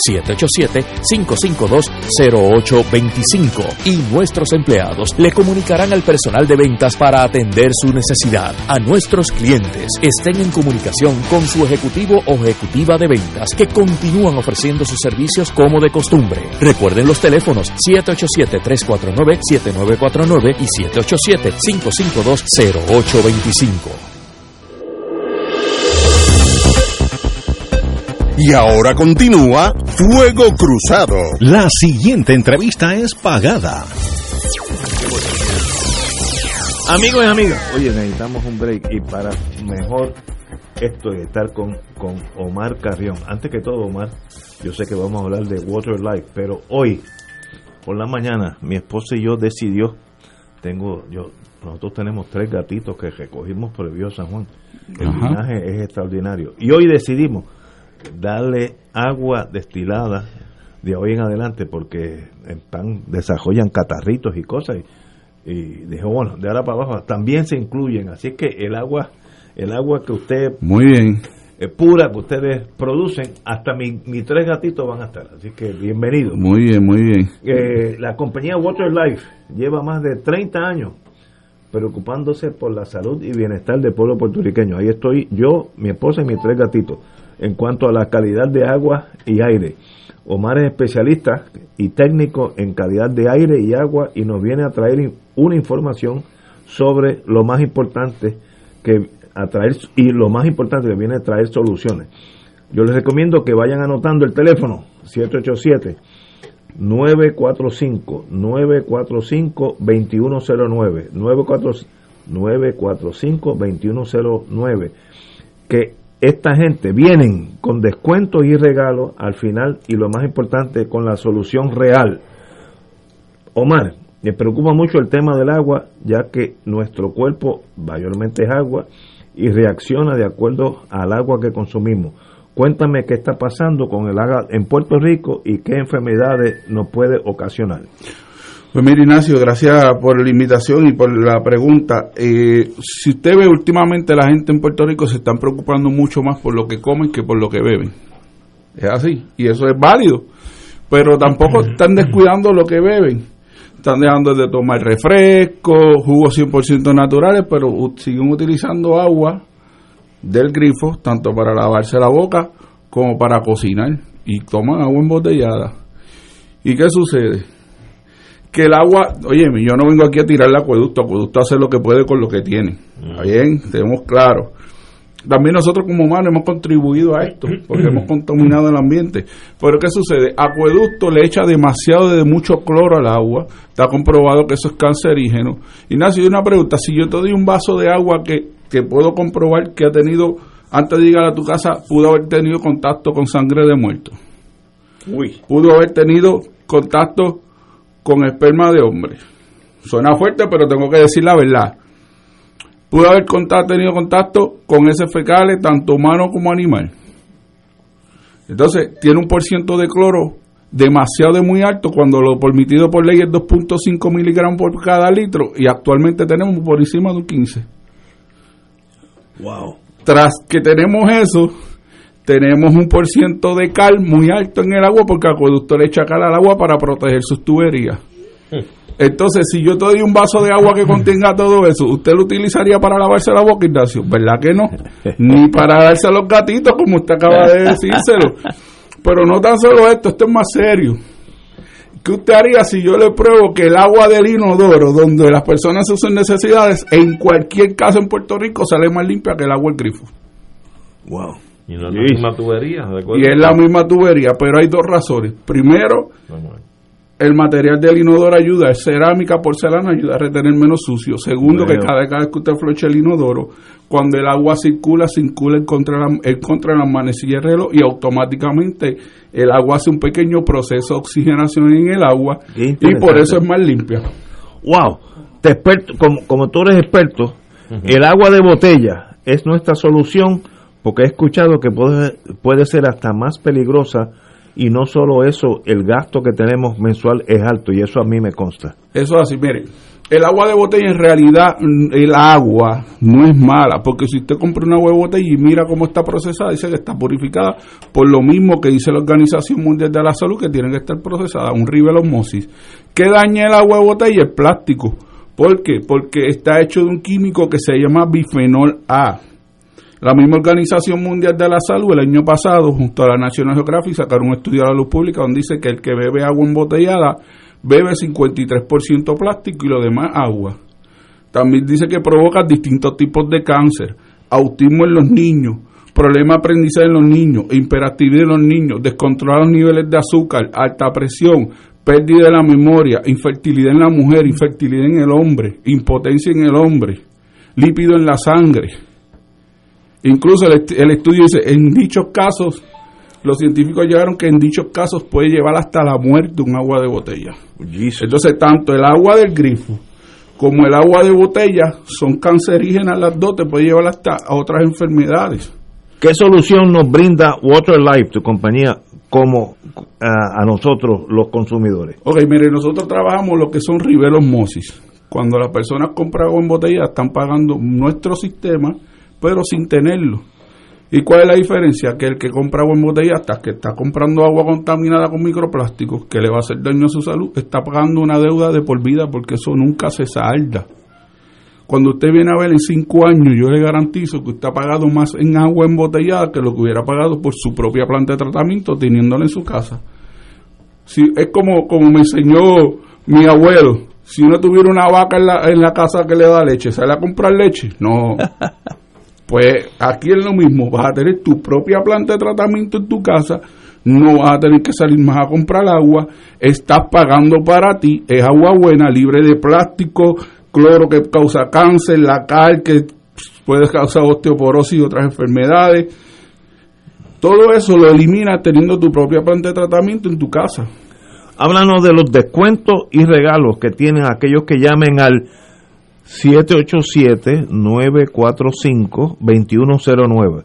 Speaker 6: 787-552-0825 y nuestros empleados le comunicarán al personal de ventas para atender su necesidad. A nuestros clientes estén en comunicación con su ejecutivo o ejecutiva de ventas que continúan ofreciendo sus servicios como de costumbre. Recuerden los teléfonos 787-349-7949 y 787-552-0825.
Speaker 2: Y ahora continúa Fuego Cruzado.
Speaker 7: La siguiente entrevista es pagada.
Speaker 3: Amigos y amigas, oye, necesitamos un break y para mejor esto es estar con Omar Carrión. Antes que todo, Omar, yo sé que vamos a hablar de Water Life, pero hoy, por la mañana, mi esposa y yo nosotros tenemos 3 gatitos que recogimos por el Río San Juan. El linaje es extraordinario. Y hoy decidimos darle agua destilada de hoy en adelante porque desarrollan catarritos y cosas y dijo, bueno, de ahora para abajo también se incluyen, así que el agua que usted
Speaker 11: muy bien
Speaker 3: pura que ustedes producen, hasta mis 3 gatitos van a estar, así que bienvenido.
Speaker 11: Muy bien.
Speaker 3: La compañía Water Life lleva más de 30 años preocupándose por la salud y bienestar del pueblo puertorriqueño. Ahí estoy yo, mi esposa y mis 3 gatitos. En cuanto a la calidad de agua y aire, Omar es especialista y técnico en calidad de aire y agua y nos viene a traer una información sobre lo más importante que viene a traer soluciones. Yo les recomiendo que vayan anotando el teléfono 787-945-2109 945-2109, que esta gente vienen con descuentos y regalos al final y lo más importante con la solución real. Omar, me preocupa mucho el tema del agua, ya que nuestro cuerpo mayormente es agua y reacciona de acuerdo al agua que consumimos. Cuéntame qué está pasando con el agua en Puerto Rico y qué enfermedades nos puede ocasionar.
Speaker 11: Pues mire, Ignacio, gracias por la invitación y por la pregunta. Si usted ve, últimamente la gente en Puerto Rico se están preocupando mucho más por lo que comen que por lo que beben. Es así, y eso es válido. Pero tampoco están descuidando lo que beben. Están dejando de tomar refrescos, jugos 100% naturales, pero siguen utilizando agua del grifo, tanto para lavarse la boca como para cocinar. Y toman agua embotellada. ¿Y qué sucede? Que el agua, oye, yo no vengo aquí a tirar el acueducto hace lo que puede con lo que tiene. ¿Está bien? Tenemos claro. también nosotros como humanos hemos contribuido a esto, porque hemos contaminado el ambiente. Pero ¿qué sucede? Acueducto le echa demasiado de mucho cloro al agua, está comprobado que eso es cancerígeno. Ignacio, hay una pregunta, si yo te doy un vaso de agua que puedo comprobar que ha tenido, antes de llegar a tu casa, pudo haber tenido contacto con sangre de muerto. Pudo haber tenido contacto con esperma de hombre. Suena fuerte, pero tengo que decir la verdad. Pudo haber tenido contacto con heces fecales, tanto humano como animal. Entonces, tiene un % de cloro demasiado muy alto, cuando lo permitido por ley es 2.5 miligramos por cada litro, y actualmente tenemos por encima de un 15.
Speaker 3: Wow.
Speaker 11: Tras que tenemos eso, tenemos un % de cal muy alto en el agua, porque el acueducto le echa cal al agua para proteger sus tuberías. Entonces, si yo te doy un vaso de agua que contenga todo eso, ¿usted lo utilizaría para lavarse la boca, Ignacio? ¿Verdad que no? Ni para darse a los gatitos, como usted acaba de decírselo. Pero no tan solo esto es más serio. ¿Qué usted haría si yo le pruebo que el agua del inodoro, donde las personas usan necesidades, en cualquier caso en Puerto Rico sale más limpia que el agua del grifo?
Speaker 3: Wow.
Speaker 5: Y no es la misma tubería.
Speaker 11: Y es la misma tubería, pero hay dos razones. Primero, el material del inodoro ayuda, es cerámica, porcelana, ayuda a retener menos sucio. Segundo, que cada vez que usted floche el inodoro, cuando el agua circula en contra de las manecillas del reloj, y automáticamente el agua hace un pequeño proceso de oxigenación en el agua, y por eso es más limpia.
Speaker 3: Wow, como tú eres experto, el agua de botella es nuestra solución, porque he escuchado que puede ser hasta más peligrosa. Y no solo eso, el gasto que tenemos mensual es alto, y eso a mí me consta.
Speaker 11: Eso es así, mire, el agua de botella en realidad, el agua no es mala, porque si usted compra un agua de botella y mira cómo está procesada, dice que está purificada por lo mismo que dice la Organización Mundial de la Salud, que tiene que estar procesada, un nivel osmosis. ¿Qué daña el agua de botella? El plástico. ¿Por qué? Porque está hecho de un químico que se llama bifenol A. La misma Organización Mundial de la Salud el año pasado, junto a la National Geographic, sacaron un estudio a la luz pública donde dice que el que bebe agua embotellada bebe 53% plástico y lo demás agua. También dice que provoca distintos tipos de cáncer, autismo en los niños, problema de aprendizaje en los niños, hiperactividad en los niños, descontrolados niveles de azúcar, alta presión, pérdida de la memoria, infertilidad en la mujer, infertilidad en el hombre, impotencia en el hombre, lípido en la sangre. Incluso el estudio dice, en dichos casos, los científicos llegaron que en dichos casos puede llevar hasta la muerte un agua de botella. Entonces, tanto el agua del grifo como el agua de botella son cancerígenas las dos, te puede llevar hasta a otras enfermedades.
Speaker 3: ¿Qué solución nos brinda Waterlife, tu compañía, como a nosotros los consumidores?
Speaker 11: Ok, mire, nosotros trabajamos lo que son nivel osmosis. Cuando las personas compran agua en botella, están pagando nuestro sistema, pero sin tenerlo. ¿Y cuál es la diferencia? Que el que compra agua en botella, hasta que está comprando agua contaminada con microplásticos, que le va a hacer daño a su salud, está pagando una deuda de por vida, porque eso nunca se salda. Cuando usted viene a ver en 5 años, yo le garantizo que usted ha pagado más en agua embotellada que lo que hubiera pagado por su propia planta de tratamiento teniéndola en su casa. Si, es como me enseñó mi abuelo. Si uno tuviera una vaca en la casa que le da leche, ¿sale a comprar leche? No. Pues aquí es lo mismo, vas a tener tu propia planta de tratamiento en tu casa, no vas a tener que salir más a comprar agua, estás pagando para ti, es agua buena, libre de plástico, cloro que causa cáncer, la cal que puede causar osteoporosis y otras enfermedades. Todo eso lo eliminas teniendo tu propia planta de tratamiento en tu casa.
Speaker 3: Háblanos de los descuentos y regalos que tienen aquellos que llamen al 787-945-2109.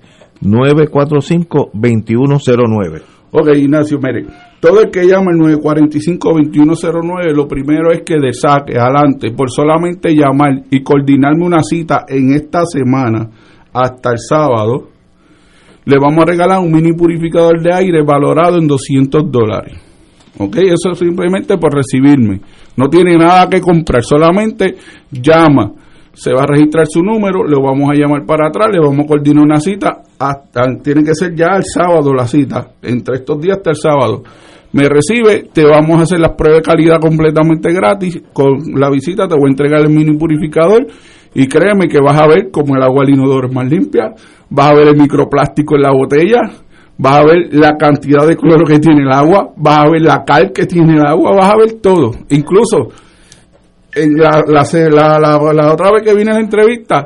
Speaker 3: 945-2109.
Speaker 11: Ok, Ignacio, mire, todo el que llama el 945-2109, lo primero es que de saque adelante, por solamente llamar y coordinarme una cita en esta semana hasta el sábado, le vamos a regalar un mini purificador de aire valorado en $200. Ok, eso simplemente por recibirme. No tiene nada que comprar, solamente llama, se va a registrar su número, le vamos a llamar para atrás, le vamos a coordinar una cita, tiene que ser ya el sábado la cita, entre estos días hasta el sábado. Me recibe, te vamos a hacer las pruebas de calidad completamente gratis, con la visita te voy a entregar el mini purificador Y créeme que vas a ver como el agua del inodoro es más limpia, vas a ver el microplástico en la botella, vas a ver la cantidad de cloro que tiene el agua, vas a ver la cal que tiene el agua, vas a ver todo. Incluso, en la otra vez que vine a la entrevista,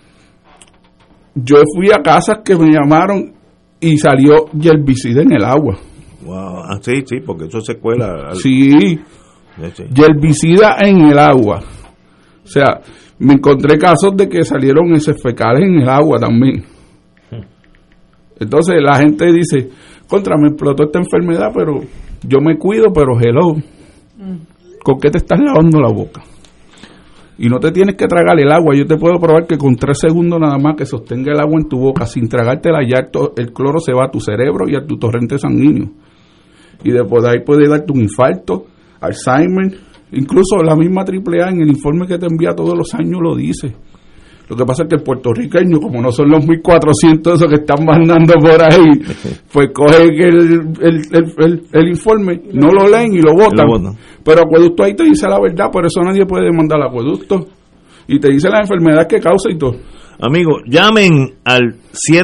Speaker 11: yo fui a casas que me llamaron y salió herbicida en el agua.
Speaker 3: Wow, sí, porque eso se cuela.
Speaker 11: Sí, herbicida en el agua. O sea, me encontré casos de que salieron heces fecales en el agua también. Entonces la gente dice, me explotó esta enfermedad, pero yo me cuido, pero hello, ¿con qué te estás lavando la boca? Y no te tienes que tragar el agua. Yo te puedo probar que con 3 segundos nada más que sostenga el agua en tu boca, sin tragártela, ya el cloro se va a tu cerebro y a tu torrente sanguíneo. Y después de ahí puede darte un infarto, Alzheimer, incluso la misma AAA en el informe que te envía todos los años lo dice. Lo que pasa es que el puertorriqueño, como no son los 1.400 esos que están mandando por ahí, pues cogen el informe, no lo leen y lo votan. Pero Acueducto ahí te dice la verdad, por eso nadie puede demandar al Acueducto. Y te dice la enfermedad que causa y todo.
Speaker 3: Amigos, llamen al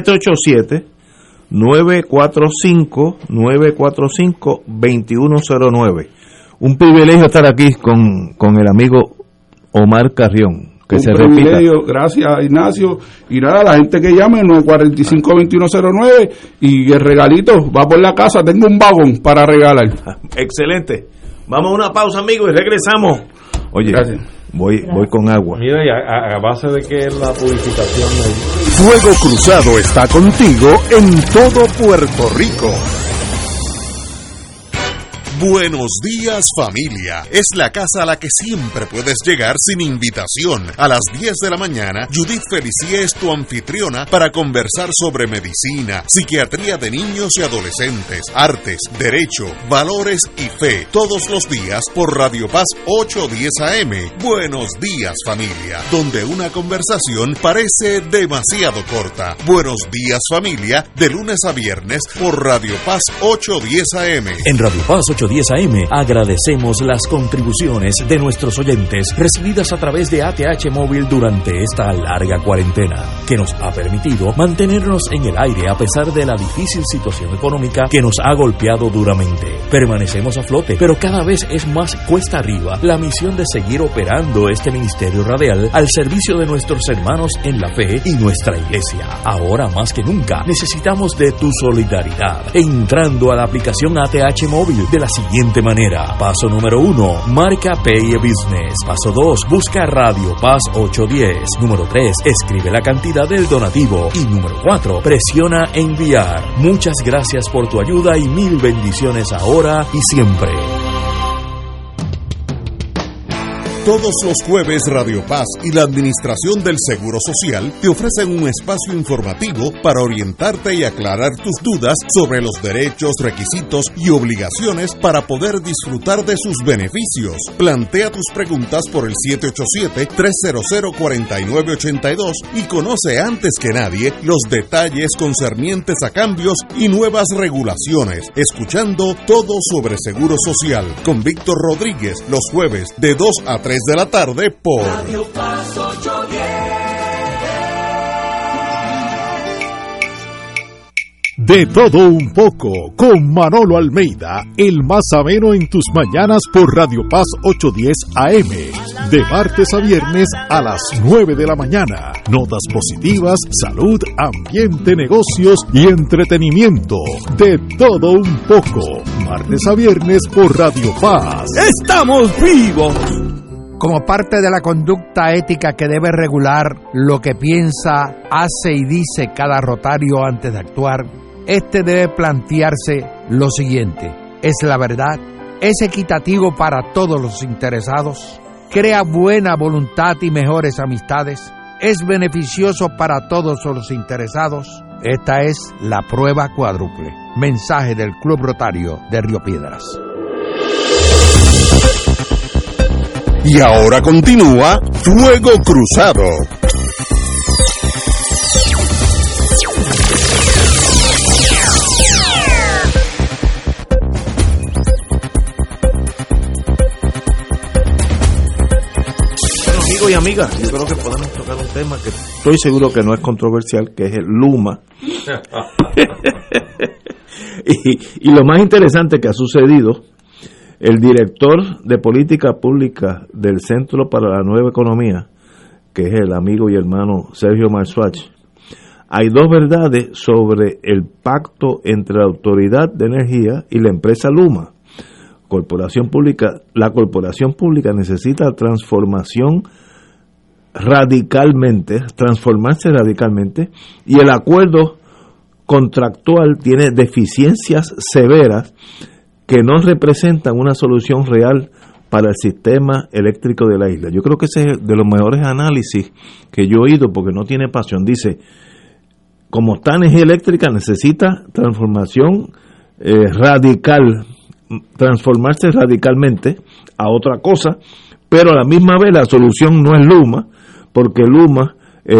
Speaker 3: 787-945-2109. Un privilegio estar aquí con el amigo Omar Carrión. Que se repita.
Speaker 11: Gracias, Ignacio. Y nada, la gente que llame 945-2109 y el regalito va por la casa. Tengo un vagón para regalar.
Speaker 3: Excelente. Vamos a una pausa, amigos, y regresamos. Oye, gracias. Voy con agua.
Speaker 5: Mira, y a base de que es la purificación.
Speaker 2: Fuego Cruzado está contigo en todo Puerto Rico. Buenos días, familia. Es la casa a la que siempre puedes llegar sin invitación. A las 10 de la mañana, Judith Felicie es tu anfitriona para conversar sobre medicina, psiquiatría de niños y adolescentes, artes, derecho, valores y fe. Todos los días por Radio Paz 810 AM. Buenos días, familia. Donde una conversación parece demasiado corta. Buenos días, familia. De lunes a viernes por Radio Paz 810 AM.
Speaker 6: En Radio Paz 810 AM agradecemos las contribuciones de nuestros oyentes recibidas a través de ATH Móvil durante esta larga cuarentena, que nos ha permitido mantenernos en el aire a pesar de la difícil situación económica que nos ha golpeado duramente. Permanecemos a flote, pero cada vez es más cuesta arriba la misión de seguir operando este ministerio radial al servicio de nuestros hermanos en la fe y nuestra iglesia. Ahora más que nunca necesitamos de tu solidaridad. Entrando a la aplicación ATH Móvil de la siguiente manera: paso número 1, marca Pay a Business. Paso 2, busca Radio Paz 810. Número 3, escribe la cantidad del donativo. Y número 4, presiona enviar. Muchas gracias por tu ayuda y mil bendiciones ahora y siempre.
Speaker 2: Todos los jueves Radio Paz y la Administración del Seguro Social te ofrecen un espacio informativo para orientarte y aclarar tus dudas sobre los derechos, requisitos y obligaciones para poder disfrutar de sus beneficios. Plantea tus preguntas por el 787-300-4982 y conoce antes que nadie los detalles concernientes a cambios y nuevas regulaciones, escuchando todo sobre Seguro Social con Víctor Rodríguez los jueves de 2 a 3 de la tarde por
Speaker 18: Radio Paz 810.
Speaker 8: De todo un poco, con Manolo Almeida, el más ameno en tus mañanas por Radio Paz 810 AM, de martes a viernes a las 9 de la mañana. Notas positivas, salud, ambiente, negocios y entretenimiento. De todo un poco, martes a viernes por Radio Paz.
Speaker 19: ¡Estamos vivos! Como parte de la conducta ética que debe regular lo que piensa, hace y dice cada rotario antes de actuar, este debe plantearse lo siguiente: ¿es la verdad? ¿Es equitativo para todos los interesados? ¿Crea buena voluntad y mejores amistades? ¿Es beneficioso para todos los interesados? Esta es la prueba cuádruple. Mensaje del Club Rotario de Río Piedras.
Speaker 2: Y ahora continúa Fuego Cruzado.
Speaker 3: Bueno, amigos y amigas, yo creo que podemos tocar un tema que estoy seguro que no es controversial, que es el Luma. y lo más interesante que ha sucedido, el director de política pública del Centro para la Nueva Economía, que es el amigo y hermano Sergio Marsuach, hay dos verdades sobre el pacto entre la Autoridad de Energía y la empresa Luma. La corporación pública necesita transformarse radicalmente, y el acuerdo contractual tiene deficiencias severas que no representan una solución real para el sistema eléctrico de la isla. Yo creo que ese es de los mejores análisis que yo he oído, porque no tiene pasión. Dice, como está energía eléctrica, necesita transformación radical, transformarse radicalmente a otra cosa, pero a la misma vez la solución no es Luma, porque Luma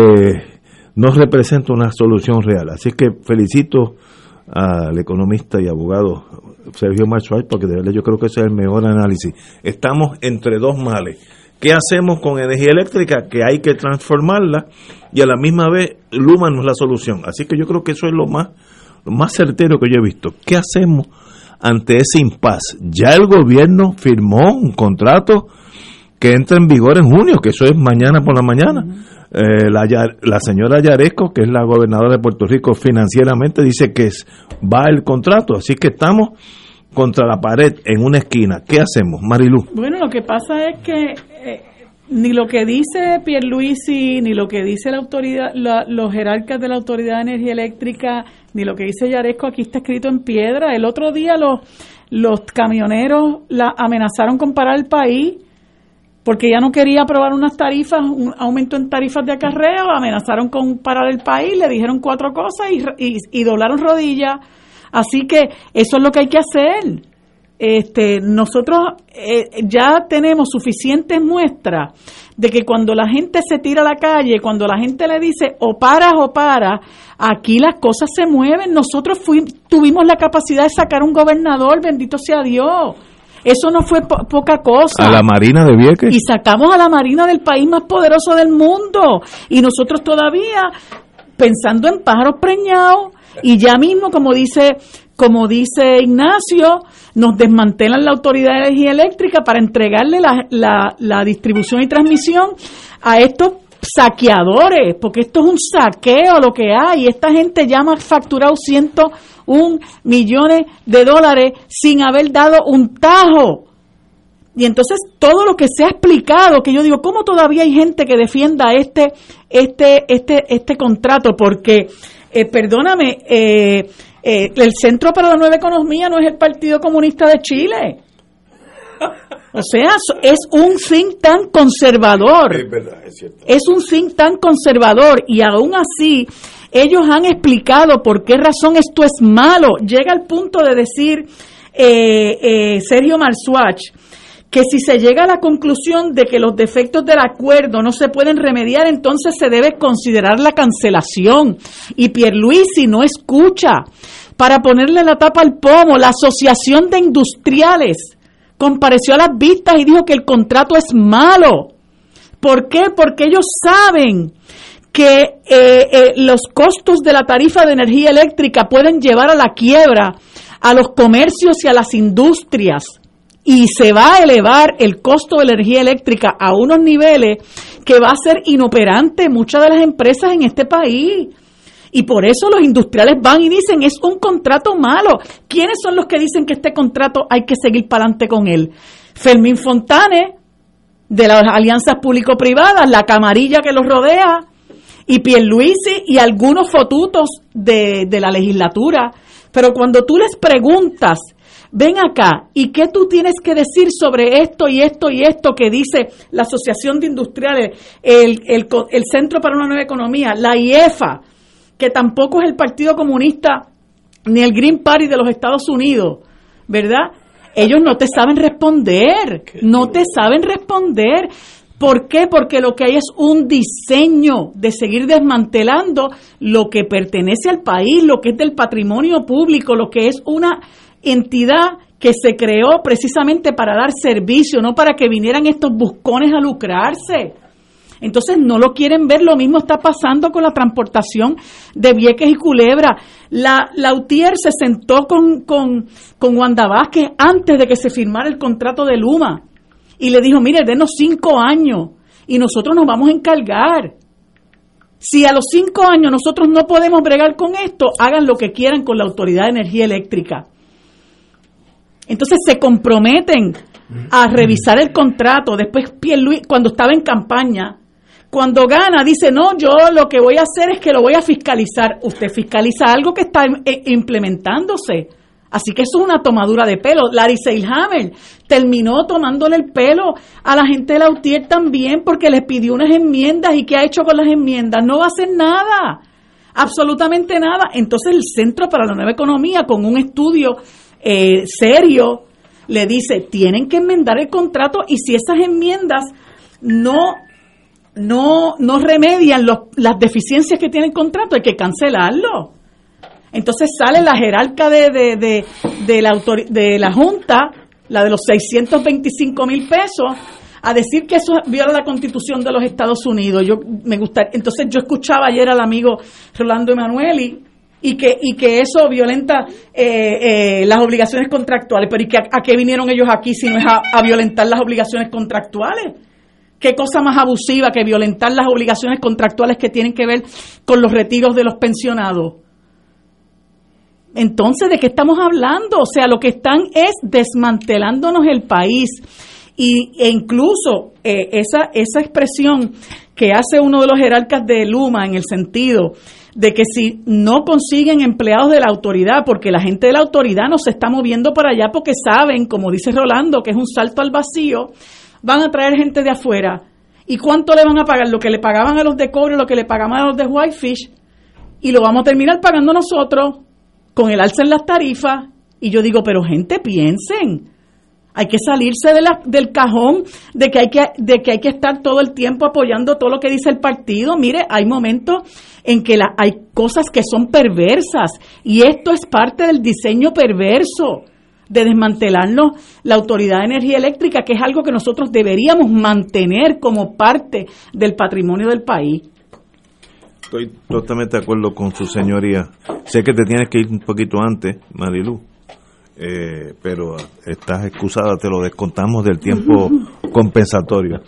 Speaker 3: no representa una solución real. Así que felicito al economista y abogado Sergio Marsuach, porque de verdad yo creo que ese es el mejor análisis. Estamos entre dos males. ¿Qué hacemos con energía eléctrica? Que hay que transformarla, y a la misma vez Luma no es la solución. Así que yo creo que eso es lo más certero que yo he visto. ¿Qué hacemos ante ese impasse? Ya el gobierno firmó un contrato que entra en vigor en junio, que eso es mañana por la mañana. La señora Yaresco, que es la gobernadora de Puerto Rico, financieramente dice que va el contrato, así que estamos contra la pared en una esquina. ¿Qué hacemos, Marilú?
Speaker 4: Bueno, lo que pasa es que ni lo que dice Pierluisi, ni lo que dice la autoridad, los jerarcas de la Autoridad de Energía Eléctrica, ni lo que dice Yaresco aquí está escrito en piedra. El otro día los camioneros la amenazaron con parar el país porque ya no quería aprobar unas tarifas, un aumento en tarifas de acarreo, amenazaron con parar el país, le dijeron 4 cosas y doblaron rodillas. Así que eso es lo que hay que hacer. Nosotros ya tenemos suficientes muestras de que cuando la gente se tira a la calle, cuando la gente le dice o paras o para, aquí las cosas se mueven. Nosotros tuvimos la capacidad de sacar un gobernador, bendito sea Dios. Eso no fue poca cosa.
Speaker 3: A la Marina de Vieques.
Speaker 4: Y sacamos a la Marina del país más poderoso del mundo. Y nosotros todavía pensando en pájaros preñados, y ya mismo, como dice Ignacio, nos desmantelan la Autoridad de Energía Eléctrica para entregarle la distribución y transmisión a estos saqueadores, porque esto es un saqueo lo que hay. Esta gente ya ha facturado 101 millones de dólares sin haber dado un tajo. Y entonces todo lo que se ha explicado, que yo digo, ¿cómo todavía hay gente que defienda este contrato? Porque, perdóname, el Centro para la Nueva Economía no es el Partido Comunista de Chile. O sea, es un think tank conservador.
Speaker 3: Es verdad, es cierto.
Speaker 4: Es un think tank conservador, y aún así ellos han explicado por qué razón esto es malo. Llega al punto de decir Sergio Marsuach que si se llega a la conclusión de que los defectos del acuerdo no se pueden remediar, entonces se debe considerar la cancelación. Y Pierluisi no escucha. Para ponerle la tapa al pomo, la Asociación de Industriales compareció a las vistas y dijo que el contrato es malo. ¿Por qué? Porque ellos saben que los costos de la tarifa de energía eléctrica pueden llevar a la quiebra a los comercios y a las industrias. Y se va a elevar el costo de la energía eléctrica a unos niveles que va a ser inoperante muchas de las empresas en este país. Y por eso los industriales van y dicen, es un contrato malo. ¿Quiénes son los que dicen que este contrato hay que seguir para adelante con él? Fermín Fontane, de las alianzas público-privadas, la camarilla que los rodea, y Pierluisi y algunos fotutos de la legislatura. Pero cuando tú les preguntas, ven acá, ¿y qué tú tienes que decir sobre esto y esto y esto que dice la Asociación de Industriales, el Centro para una Nueva Economía, la IEFA, que tampoco es el Partido Comunista ni el Green Party de los Estados Unidos, ¿verdad? Ellos no te saben responder, no te saben responder. ¿Por qué? Porque lo que hay es un diseño de seguir desmantelando lo que pertenece al país, lo que es del patrimonio público, lo que es una entidad que se creó precisamente para dar servicio, no para que vinieran estos buscones a lucrarse. Entonces no lo quieren ver. Lo mismo está pasando con la transportación de Vieques y Culebra. La UTIER se sentó con Wanda Vázquez antes de que se firmara el contrato de Luma y le dijo, mire, denos 5 años y nosotros nos vamos a encargar. Si a los 5 años nosotros no podemos bregar con esto, hagan lo que quieran con la Autoridad de Energía Eléctrica. Entonces se comprometen a revisar el contrato. Después Pierluisi, cuando estaba en campaña, cuando gana, dice, no, yo lo que voy a hacer es que lo voy a fiscalizar. Usted fiscaliza algo que está implementándose. Así que eso es una tomadura de pelo. Larry Seilhammer terminó tomándole el pelo a la gente de la UTIER también porque les pidió unas enmiendas. ¿Y qué ha hecho con las enmiendas? No va a hacer nada, absolutamente nada. Entonces el Centro para la Nueva Economía, con un estudio serio, le dice, tienen que enmendar el contrato y si esas enmiendas no remedian las deficiencias que tiene el contrato, hay que cancelarlo. Entonces sale la jerarca de la Junta, la de los 625,000 pesos, a decir que eso viola la Constitución de los Estados Unidos. Entonces yo escuchaba ayer al amigo Rolando Emanueli y que eso violenta las obligaciones contractuales. Pero ¿y a qué vinieron ellos aquí si no es a violentar las obligaciones contractuales? ¿Qué cosa más abusiva que violentar las obligaciones contractuales que tienen que ver con los retiros de los pensionados? Entonces, ¿de qué estamos hablando? O sea, lo que están es desmantelándonos el país. E incluso esa expresión que hace uno de los jerarcas de Luma en el sentido de que si no consiguen empleados de la autoridad, porque la gente de la autoridad no se está moviendo para allá porque saben, como dice Rolando, que es un salto al vacío, van a traer gente de afuera. ¿Y cuánto le van a pagar? Lo que le pagaban a los de Cobre, lo que le pagaban a los de Whitefish, y lo vamos a terminar pagando nosotros con el alza en las tarifas. Y yo digo, pero gente, piensen, hay que salirse del cajón de que hay que estar todo el tiempo apoyando todo lo que dice el partido. Mire, hay momentos en que hay cosas que son perversas y esto es parte del diseño perverso de desmantelarnos la Autoridad de Energía Eléctrica, que es algo que nosotros deberíamos mantener como parte del patrimonio del país.
Speaker 3: Estoy totalmente de acuerdo con su señoría. Sé que te tienes que ir un poquito antes, Marilu, pero estás excusada, te lo descontamos del tiempo compensatorio.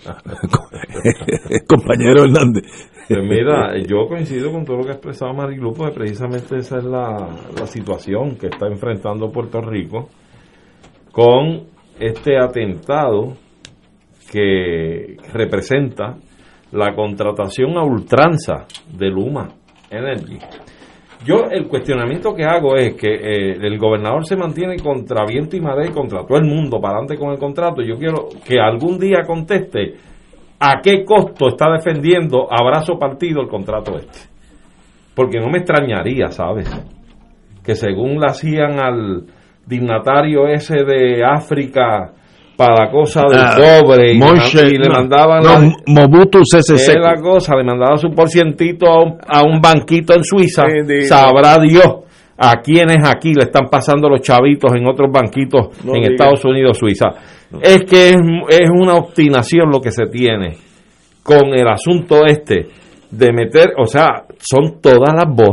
Speaker 3: Compañero Hernández.
Speaker 5: Pues mira, yo coincido con todo lo que ha expresado Marilu, porque precisamente esa es la situación que está enfrentando Puerto Rico con este atentado que representa la contratación a ultranza de Luma Energy. Yo el cuestionamiento que hago es que el gobernador se mantiene contra viento y marea y contra todo el mundo para adelante con el contrato. Yo quiero que algún día conteste a qué costo está defendiendo a brazo partido el contrato este. Porque no me extrañaría, ¿sabes?, que según le hacían al dignatario ese de África para la cosa del cobre y le mandaban
Speaker 3: Mobutu Sese Seko,
Speaker 5: la cosa, le mandaban su porcientito a un banquito en Suiza. Sabrá Dios a quienes aquí le están pasando los chavitos en otros banquitos en Estados Unidos, Suiza. Es que es una obstinación lo que se tiene con el asunto este de meter, o sea, son todas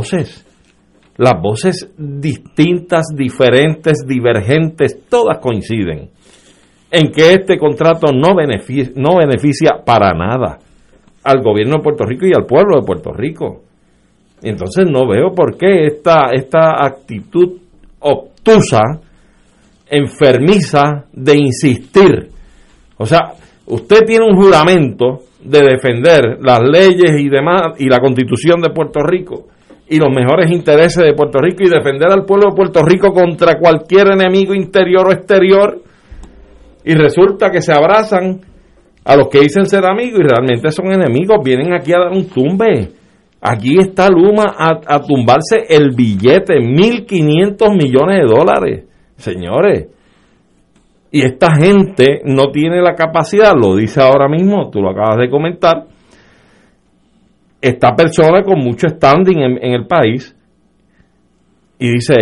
Speaker 5: las voces distintas, diferentes, divergentes, todas coinciden en que este contrato no beneficia para nada al gobierno de Puerto Rico y al pueblo de Puerto Rico. Entonces no veo por qué esta actitud obtusa, enfermiza de insistir. O sea, usted tiene un juramento de defender las leyes y demás y la Constitución de Puerto Rico y los mejores intereses de Puerto Rico y defender al pueblo de Puerto Rico contra cualquier enemigo interior o exterior, y resulta que se abrazan a los que dicen ser amigos y realmente son enemigos. Vienen aquí a dar un tumbe. Aquí está Luma a tumbarse el billete, $1,500 millones, señores. Y esta gente no tiene la capacidad, lo dice ahora mismo, tú lo acabas de comentar, esta persona con mucho standing en el país, y dice,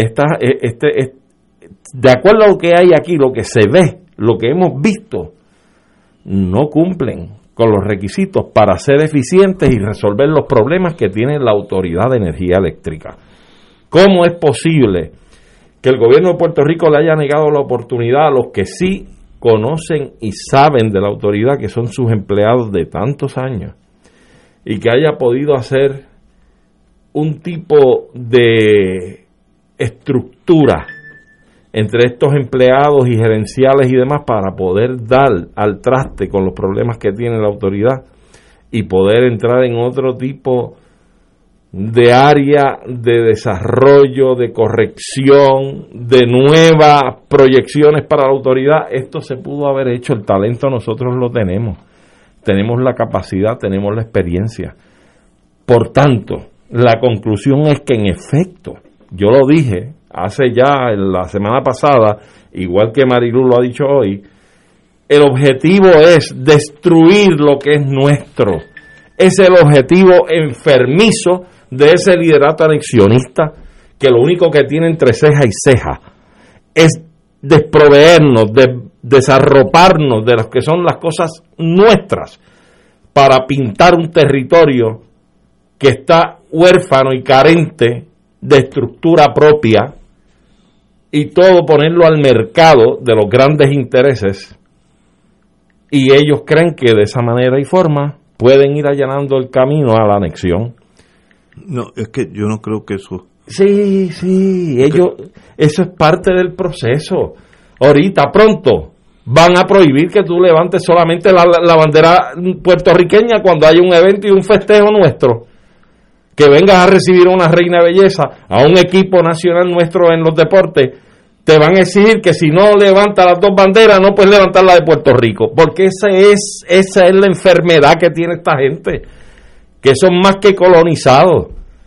Speaker 5: de acuerdo a lo que hay aquí, lo que se ve, lo que hemos visto, no cumplen con los requisitos para ser eficientes y resolver los problemas que tiene la Autoridad de Energía Eléctrica. ¿Cómo es posible que el gobierno de Puerto Rico le haya negado la oportunidad a los que sí conocen y saben de la autoridad, que son sus empleados de tantos años, y que haya podido hacer un tipo de estructura entre estos empleados y gerenciales y demás para poder dar al traste con los problemas que tiene la autoridad y poder entrar en otro tipo de área de desarrollo, de corrección, de nuevas proyecciones para la autoridad? Esto se pudo haber hecho, el talento nosotros lo tenemos la capacidad, tenemos la experiencia. Por tanto, la conclusión es que en efecto, yo lo dije hace ya la semana pasada, igual que Marilu lo ha dicho hoy, el objetivo es destruir lo que es nuestro. Es el objetivo enfermizo de ese liderato anexionista que lo único que tiene entre ceja y ceja es desproveernos, desarroparnos de lo que son las cosas nuestras para pintar un territorio que está huérfano y carente de estructura propia y todo ponerlo al mercado de los grandes intereses, y ellos creen que de esa manera y forma pueden ir allanando el camino a la anexión.
Speaker 3: No, es que yo no creo que eso...
Speaker 5: Sí, eso es parte del proceso. Ahorita, pronto, van a prohibir que tú levantes solamente la bandera puertorriqueña cuando hay un evento y un festejo nuestro. Que vengas a recibir a una reina de belleza, a un equipo nacional nuestro en los deportes, te van a exigir que si no levanta las dos banderas, no puedes levantar la de Puerto Rico. Porque esa es la enfermedad que tiene esta gente, que son más que colonizados.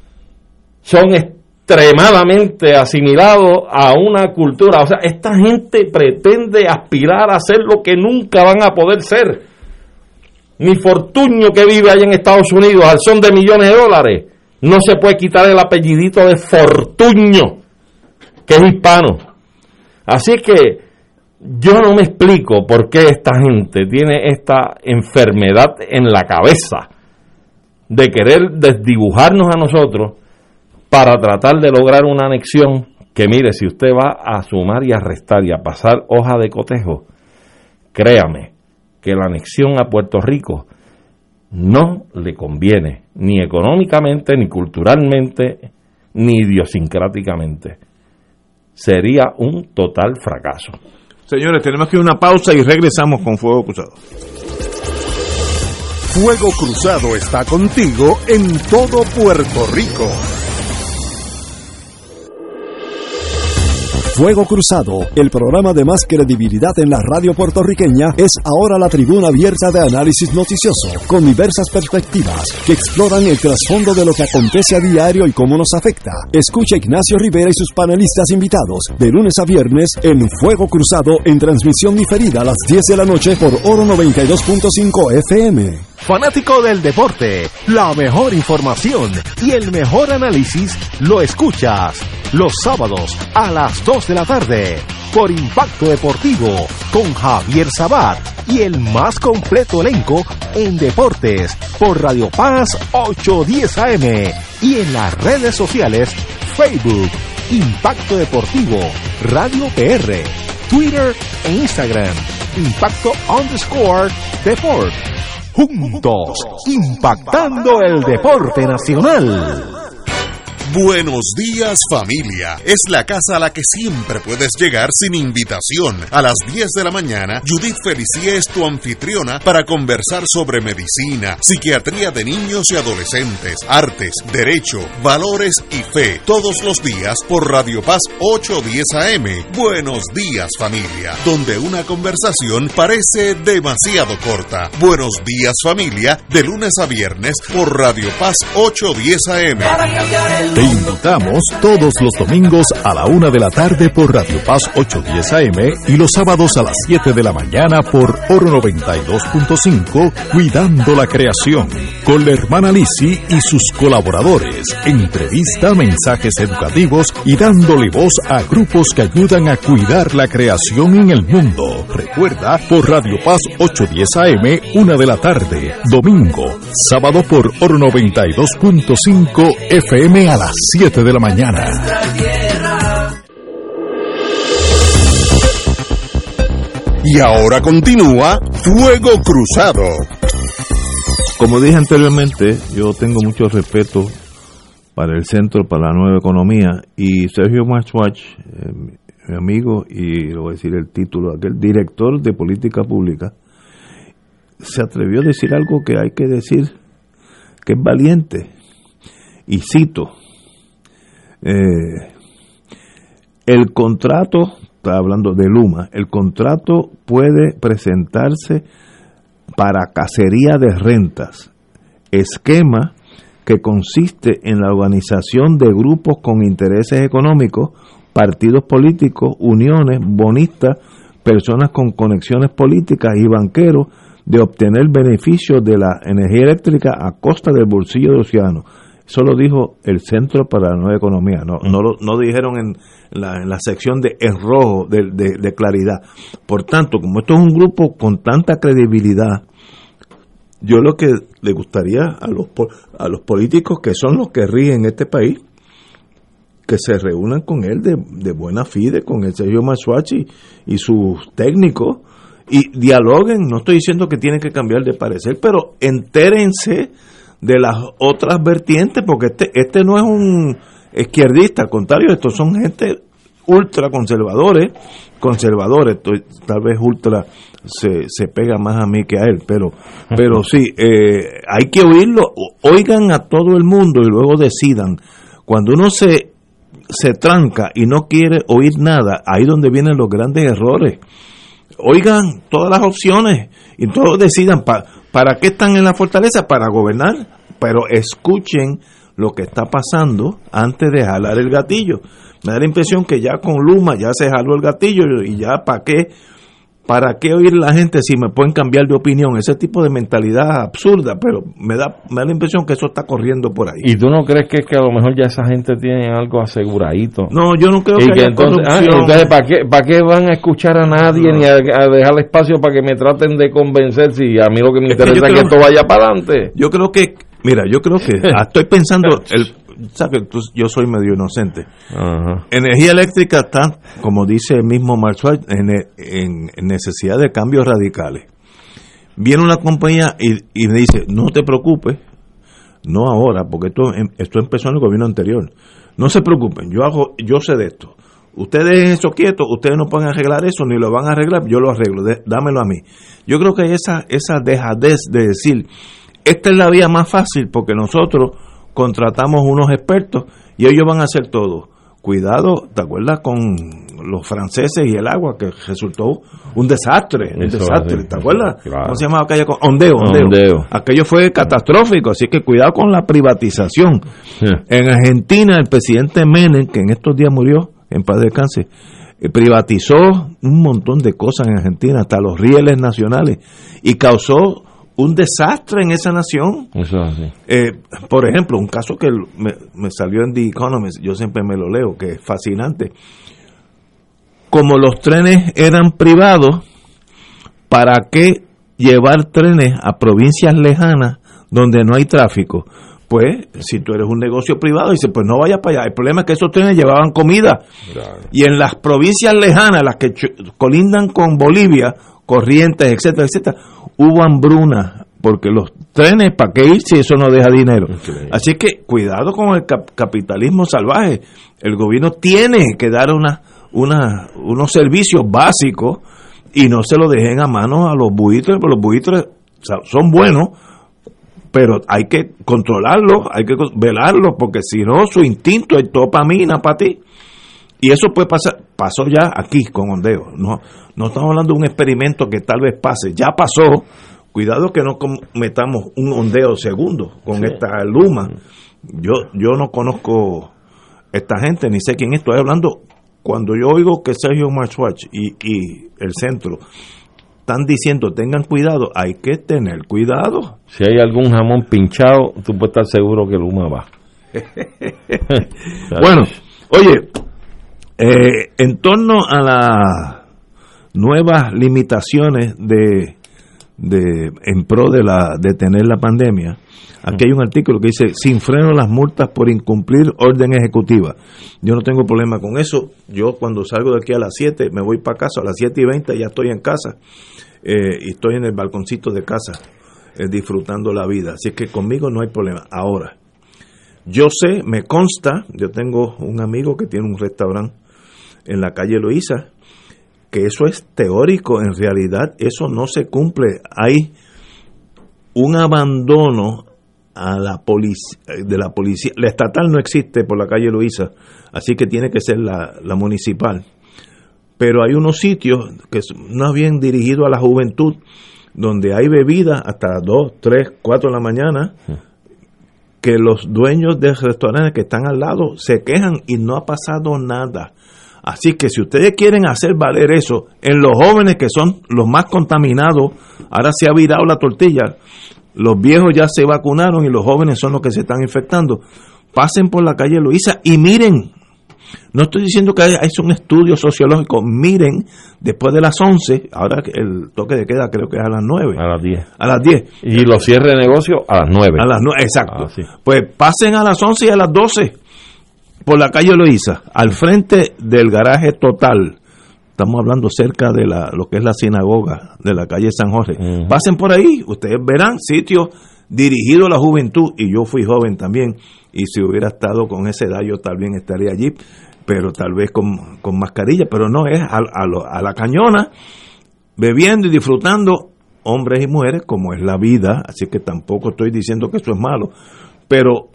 Speaker 5: Son extremadamente asimilados a una cultura. O sea, esta gente pretende aspirar a ser lo que nunca van a poder ser. Ni Fortuño, que vive allá en Estados Unidos al son de millones de dólares, no se puede quitar el apellidito de Fortuño, que es hispano. Así que yo no me explico por qué esta gente tiene esta enfermedad en la cabeza de querer desdibujarnos a nosotros para tratar de lograr una anexión que, mire, si usted va a sumar y a restar y a pasar hoja de cotejo, créame que la anexión a Puerto Rico no le conviene, ni económicamente, ni culturalmente, ni idiosincráticamente. Sería un total fracaso.
Speaker 3: Señores, tenemos que ir a una pausa y regresamos con Fuego Cruzado.
Speaker 2: Fuego Cruzado está contigo en todo Puerto Rico.
Speaker 10: Fuego Cruzado, el programa de más credibilidad en la radio puertorriqueña, es ahora la tribuna abierta de análisis noticioso, con diversas perspectivas que exploran el trasfondo de lo que acontece a diario y cómo nos afecta. Escucha Ignacio Rivera y sus panelistas invitados de lunes a viernes en Fuego Cruzado, en transmisión diferida a las 10 de la noche por Oro 92.5 FM.
Speaker 7: Fanático del deporte, la mejor información y el mejor análisis lo escuchas los sábados a las 2 de la tarde por Impacto Deportivo con Javier Sabat y el más completo elenco en deportes por Radio Paz 810 AM y en las redes sociales Facebook, Impacto Deportivo, Radio PR, Twitter e Instagram, Impacto_Deport. Juntos, impactando el deporte nacional.
Speaker 2: Buenos días, familia. Es la casa a la que siempre puedes llegar sin invitación. A las 10 de la mañana, Judith Felicie es tu anfitriona para conversar sobre medicina, psiquiatría de niños y adolescentes, artes, derecho, valores y fe. Todos los días por Radio Paz 810 AM. Buenos días, familia. Donde una conversación parece demasiado corta. Buenos días, familia. De lunes a viernes por Radio Paz 810 AM.
Speaker 8: Te invitamos todos los domingos a la 1 de la tarde por Radio Paz 810 AM y los sábados a las 7 de la mañana por Oro 92.5, Cuidando la Creación, con la hermana Lisi y sus colaboradores. Entrevista, mensajes educativos y dándole voz a grupos que ayudan a cuidar la creación en el mundo. Recuerda, por Radio Paz 810 AM, 1 de la tarde, domingo, sábado por Oro 92.5 FM a las 7 de la mañana.
Speaker 2: Y ahora continúa Fuego Cruzado.
Speaker 3: Como dije anteriormente, yo tengo mucho respeto para el Centro para la Nueva Economía, y Sergio Marswatch, mi amigo, y le voy a decir el título, aquel director de política pública, se atrevió a decir algo que hay que decir, que es valiente, y cito: el contrato, está hablando de Luma, el contrato puede presentarse para cacería de rentas, esquema que consiste en la organización de grupos con intereses económicos, partidos políticos, uniones, bonistas, personas con conexiones políticas y banqueros, de obtener beneficios de la energía eléctrica a costa del bolsillo de los ciudadanos. Eso lo dijo el Centro para la Nueva Economía, no dijeron en la sección de en rojo de claridad. Por tanto, como esto es un grupo con tanta credibilidad, yo lo que le gustaría a los políticos que son los que rigen este país, que se reúnan con él de buena fide, con el Sergio Marswatch y sus técnicos, y dialoguen. No estoy diciendo que tienen que cambiar de parecer, pero entérense de las otras vertientes, porque este no es un izquierdista, al contrario, estos son gente ultra conservadores, tal vez ultra se pega más a mí que a él, pero sí, hay que oírlo, oigan a todo el mundo y luego decidan. Cuando uno se tranca y no quiere oír nada, ahí es donde vienen los grandes errores. Oigan todas las opciones y todos decidan para qué están en la fortaleza, para gobernar, pero escuchen lo que está pasando antes de jalar el gatillo. Me da la impresión que ya con Luma ya se jaló el gatillo y ya ¿para qué oír la gente si me pueden cambiar de opinión? Ese tipo de mentalidad absurda, pero me da la impresión que eso está corriendo por ahí.
Speaker 5: ¿Y tú no crees que a lo mejor ya esa gente tiene algo aseguradito?
Speaker 3: No, yo no creo que haya
Speaker 5: entonces, ¿para qué van a escuchar a nadie ni a dejar espacio para que me traten de convencer si a mí lo que me interesa es que esto vaya para adelante?
Speaker 3: Yo creo que estoy pensando, ¿sabes? Yo soy medio inocente.
Speaker 5: Ajá.
Speaker 3: Energía eléctrica está, como dice el mismo Marswatch, en necesidad de cambios radicales. Viene una compañía y me dice, no te preocupes, no ahora, porque esto empezó en el gobierno anterior. No se preocupen, yo sé de esto. Ustedes dejen eso quieto, ustedes no pueden arreglar eso, ni lo van a arreglar, yo lo arreglo, dámelo a mí. Yo creo que esa dejadez de decir, esta es la vía más fácil porque nosotros contratamos unos expertos y ellos van a hacer todo. Cuidado, ¿te acuerdas con los franceses y el agua que resultó un desastre? ¿Te acuerdas?
Speaker 5: Claro.
Speaker 3: ¿Cómo se llamaba aquella cosa? Ondeo. Aquello fue catastrófico, así que cuidado con la privatización.
Speaker 5: Sí.
Speaker 3: En Argentina, el presidente Menem, que en estos días murió, en paz descanse, privatizó un montón de cosas en Argentina, hasta los rieles nacionales, y causó un desastre en esa nación.
Speaker 5: Eso es así.
Speaker 3: Por ejemplo, un caso que me salió en The Economist, yo siempre me lo leo, que es fascinante. Como los trenes eran privados, ¿para qué llevar trenes a provincias lejanas donde no hay tráfico? Pues, si tú eres un negocio privado, dices, pues no vayas para allá. El problema es que esos trenes llevaban comida.
Speaker 5: Claro.
Speaker 3: Y en las provincias lejanas, las que colindan con Bolivia, Corrientes, etcétera, etcétera, hubo hambruna, porque los trenes, ¿para qué ir si eso no deja dinero? Okay. Así que cuidado con el capitalismo salvaje. El gobierno tiene que dar unos servicios básicos y no se lo dejen a manos a los buitres, porque los buitres son buenos, pero hay que controlarlos, hay que velarlos, porque si no, su instinto es todo para mí, nada para ti. Y eso puede pasar, pasó ya aquí con Ondeo. No estamos hablando de un experimento que tal vez pase, ya pasó. Cuidado que no cometamos un Ondeo segundo con esta Luma. Yo no conozco esta gente, ni sé quién es, estoy hablando, cuando yo oigo que Sergio Marchuach y el centro están diciendo tengan cuidado, hay que tener cuidado.
Speaker 5: Si hay algún jamón pinchado, tú puedes estar seguro que Luma va.
Speaker 3: Bueno, oye, en torno a las nuevas limitaciones en pro de detener la pandemia, aquí hay un artículo que dice: sin freno las multas por incumplir orden ejecutiva. Yo no tengo problema con eso. Yo cuando salgo de aquí a las 7 me voy para casa, a las 7:20 ya estoy en casa, y estoy en el balconcito de casa disfrutando la vida, así que conmigo no hay problema. Ahora, yo sé, me consta, yo tengo un amigo que tiene un restaurante en la calle Loíza, que eso es teórico, en realidad eso no se cumple. Hay un abandono a la de la policía. La estatal no existe por la calle Loíza, así que tiene que ser la municipal. Pero hay unos sitios que no bien dirigidos a la juventud, donde hay bebidas hasta 2, 3, 4 de la mañana, que los dueños de restaurantes que están al lado se quejan y no ha pasado nada. Así que si ustedes quieren hacer valer eso en los jóvenes, que son los más contaminados, ahora se ha virado la tortilla, los viejos ya se vacunaron y los jóvenes son los que se están infectando, pasen por la calle Loíza y miren. No estoy diciendo que es un estudio sociológico, miren, después de las 11, ahora el toque de queda creo que es a las 9.
Speaker 5: A las 10.
Speaker 3: A las 10.
Speaker 5: Y los cierres de negocio a las 9.
Speaker 3: A las 9, exacto.
Speaker 5: Sí.
Speaker 3: Pues pasen a las 11 y a las 12 por la calle Loíza, al frente del garaje Total. Estamos hablando cerca de lo que es la sinagoga de la calle San Jorge. Pasen por ahí, ustedes verán sitios dirigidos a la juventud, y yo fui joven también, y si hubiera estado con esa edad yo también estaría allí, pero tal vez con mascarilla, pero no, es a la cañona, bebiendo y disfrutando, hombres y mujeres, como es la vida, así que tampoco estoy diciendo que eso es malo, pero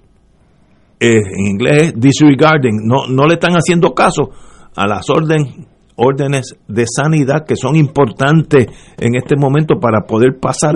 Speaker 3: en inglés es disregarding, no le están haciendo caso a las órdenes de sanidad que son importantes en este momento para poder pasar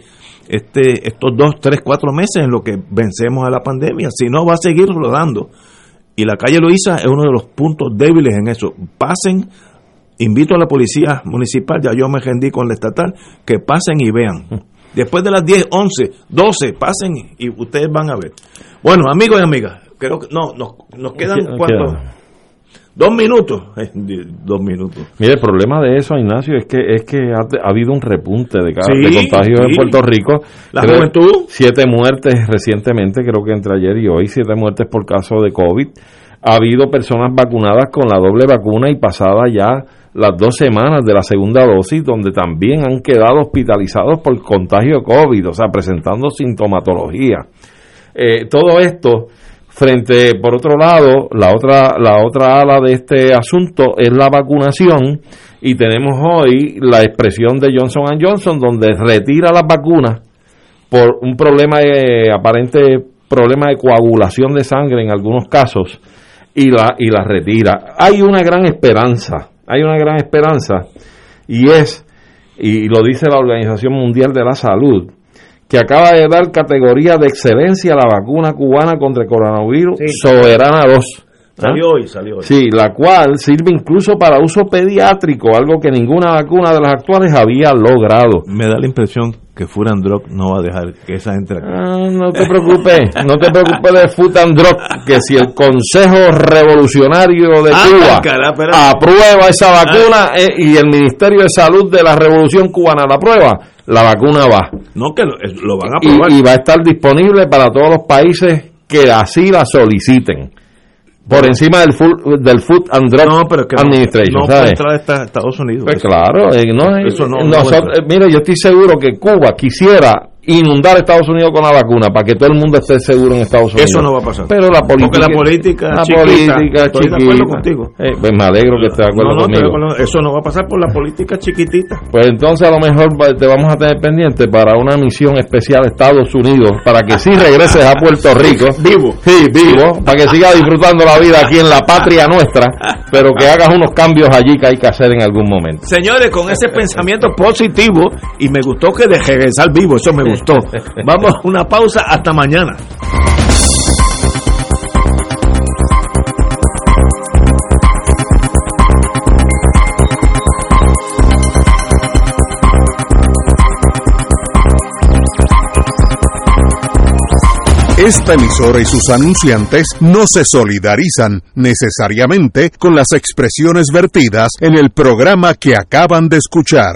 Speaker 3: estos 2, 3, 4 meses en lo que vencemos a la pandemia. Si no, va a seguir rodando. Y la calle Loíza es uno de los puntos débiles en eso. Pasen, invito a la policía municipal, ya yo me rendí con la estatal, que pasen y vean. Después de las 10, 11, 12, pasen y ustedes van a ver. Bueno, amigos y amigas, creo que nos quedan ¿cuántos? 2 minutos. 2 minutos.
Speaker 5: Mire, el problema de eso, Ignacio, es que ha habido un repunte de contagios en Puerto Rico.
Speaker 3: La juventud.
Speaker 5: 7 muertes recientemente, creo que entre ayer y hoy, 7 muertes por caso de COVID. Ha habido personas vacunadas con la doble vacuna y pasadas ya las 2 semanas de la segunda dosis, donde también han quedado hospitalizados por contagio de COVID, o sea, presentando sintomatología. Todo esto frente, por otro lado, la otra ala de este asunto es la vacunación, y tenemos hoy la expresión de Johnson & Johnson, donde retira las vacunas por un aparente problema de coagulación de sangre en algunos casos, y la retira. Hay una gran esperanza, y lo dice la Organización Mundial de la Salud, que acaba de dar categoría de excelencia a la vacuna cubana contra el coronavirus, Soberana 2.
Speaker 3: Salió hoy.
Speaker 5: Sí, la cual sirve incluso para uso pediátrico, algo que ninguna vacuna de las actuales había logrado.
Speaker 3: Me da la impresión que Food and Drug no va a dejar que esa entre aquí.
Speaker 5: No te preocupes de Food and Drug, que si el Consejo Revolucionario de Cuba aprueba esa vacuna y el Ministerio de Salud de la Revolución Cubana la aprueba, la vacuna va.
Speaker 3: No, que lo van a aprobar.
Speaker 5: Y va a estar disponible para todos los países que así la soliciten. Por encima del Food and Drug Administration.
Speaker 3: No puede entrar a Estados Unidos.
Speaker 5: Pues claro, mira, yo estoy seguro que Cuba quisiera inundar Estados Unidos con la vacuna para que todo el mundo esté seguro en Estados Unidos.
Speaker 3: Eso no va a pasar.
Speaker 5: Pero la política chiquita.
Speaker 3: Estoy de acuerdo contigo.
Speaker 5: Pues me alegro que esté de acuerdo conmigo.
Speaker 3: Eso no va a pasar por la política chiquitita.
Speaker 5: Pues entonces a lo mejor te vamos a tener pendiente para una misión especial a Estados Unidos, para que sí regreses a Puerto Rico.
Speaker 3: Vivo.
Speaker 5: Sí, vivo, para que sigas disfrutando la vida aquí en la patria nuestra, pero que hagas unos cambios allí que hay que hacer en algún momento.
Speaker 3: Señores, con ese pensamiento positivo, y me gustó que de regresar vivo, eso me gustó. Vamos a una pausa, hasta mañana.
Speaker 2: Esta emisora y sus anunciantes no se solidarizan necesariamente con las expresiones vertidas en el programa que acaban de escuchar.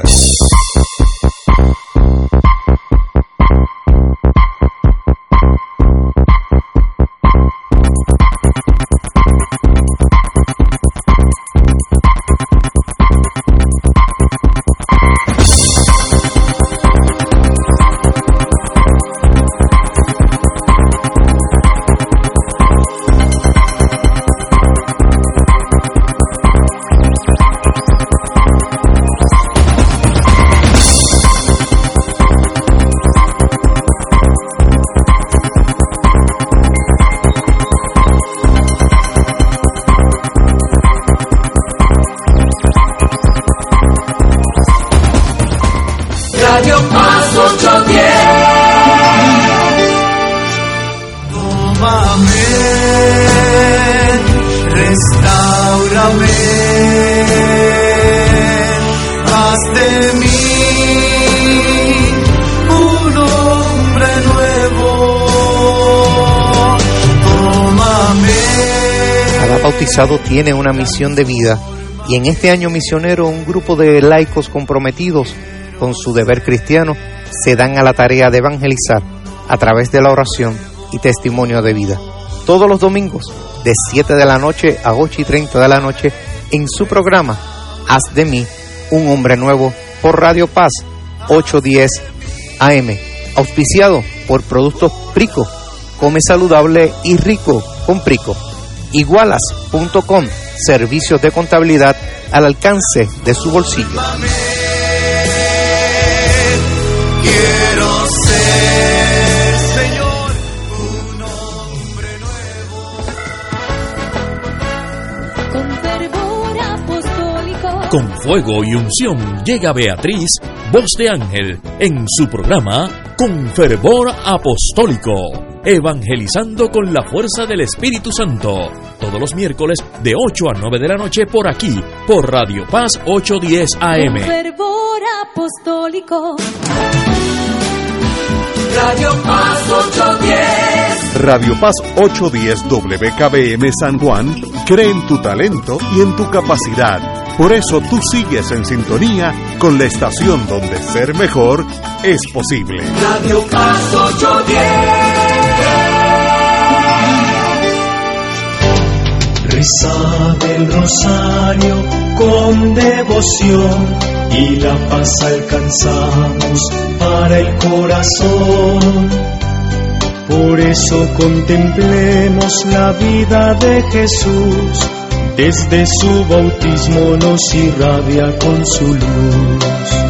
Speaker 18: Radio Paz 810. Tómame, restáurame, haz de mí un hombre nuevo. Tómame.
Speaker 20: Cada bautizado tiene una misión de vida y en este año misionero un grupo de laicos comprometidos con su deber cristiano se dan a la tarea de evangelizar a través de la oración y testimonio de vida. Todos los domingos de 7 de la noche a 8:30 de la noche en su programa Haz de mí un hombre nuevo por Radio Paz 810 AM, auspiciado por Productos Prico. Come saludable y rico con Prico. Igualas.com, servicios de contabilidad al alcance de su bolsillo.
Speaker 18: Quiero ser, Señor, un hombre nuevo.
Speaker 21: Con fervor apostólico.
Speaker 6: Con fuego y unción llega Beatriz, voz de ángel, en su programa Con Fervor Apostólico, evangelizando con la fuerza del Espíritu Santo, todos los miércoles de 8 a 9 de la noche por aquí, por Radio Paz 810 AM.
Speaker 21: Con fervor apostólico.
Speaker 18: Radio Paz 810.
Speaker 2: Radio Paz 810 WKBM San Juan cree en tu talento y en tu capacidad. Por eso tú sigues en sintonía con la estación donde ser mejor es posible.
Speaker 18: Radio Paz 810.
Speaker 22: Rezad el rosario con devoción y la paz alcanzamos para el corazón. Por eso contemplemos la vida de Jesús, desde su bautismo nos irradia con su luz.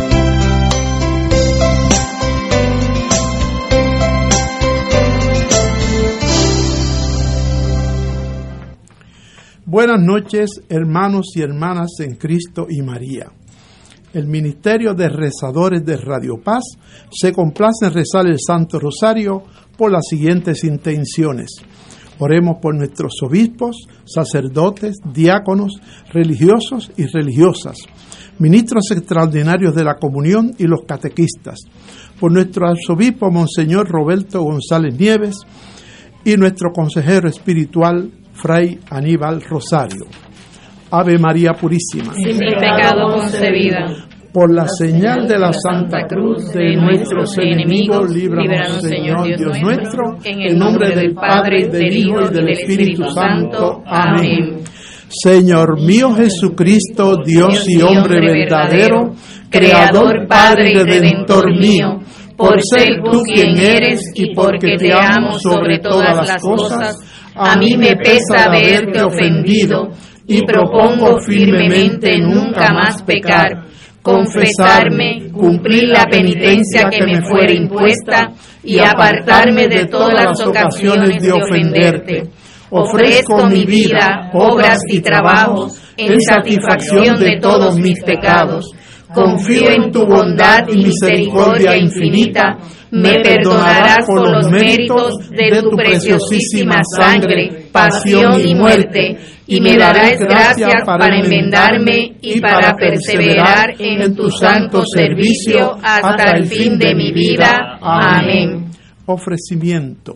Speaker 23: Buenas noches, hermanos y hermanas en Cristo y María. El Ministerio de Rezadores de Radio Paz se complace en rezar el Santo Rosario por las siguientes intenciones. Oremos por nuestros obispos, sacerdotes, diáconos, religiosos y religiosas, ministros extraordinarios de la comunión y los catequistas, por nuestro arzobispo Monseñor Roberto González Nieves y nuestro consejero espiritual Fray Aníbal Rosario. Ave María Purísima,
Speaker 16: sin pecado concebida.
Speaker 23: Por la señal de la Santa Cruz de nuestros enemigos, líbranos, Señor Dios nuestro, en el nombre del Padre, del Hijo y del Espíritu Santo. Amén. Señor mío Jesucristo, Dios y hombre verdadero, Creador, Padre y Redentor mío, por ser tú quien eres y porque te amo sobre todas las cosas, a mí me pesa haberte ofendido y propongo firmemente nunca más pecar, confesarme, cumplir la penitencia que me fuera impuesta y apartarme de todas las ocasiones de ofenderte. Ofrezco mi vida, obras y trabajos en satisfacción de todos mis pecados. Confío en tu bondad y misericordia infinita, me perdonarás por los méritos de tu preciosísima sangre, pasión y muerte, y me darás gracias para enmendarme y para perseverar en tu santo servicio hasta el fin de mi vida. Amén. Ofrecimiento.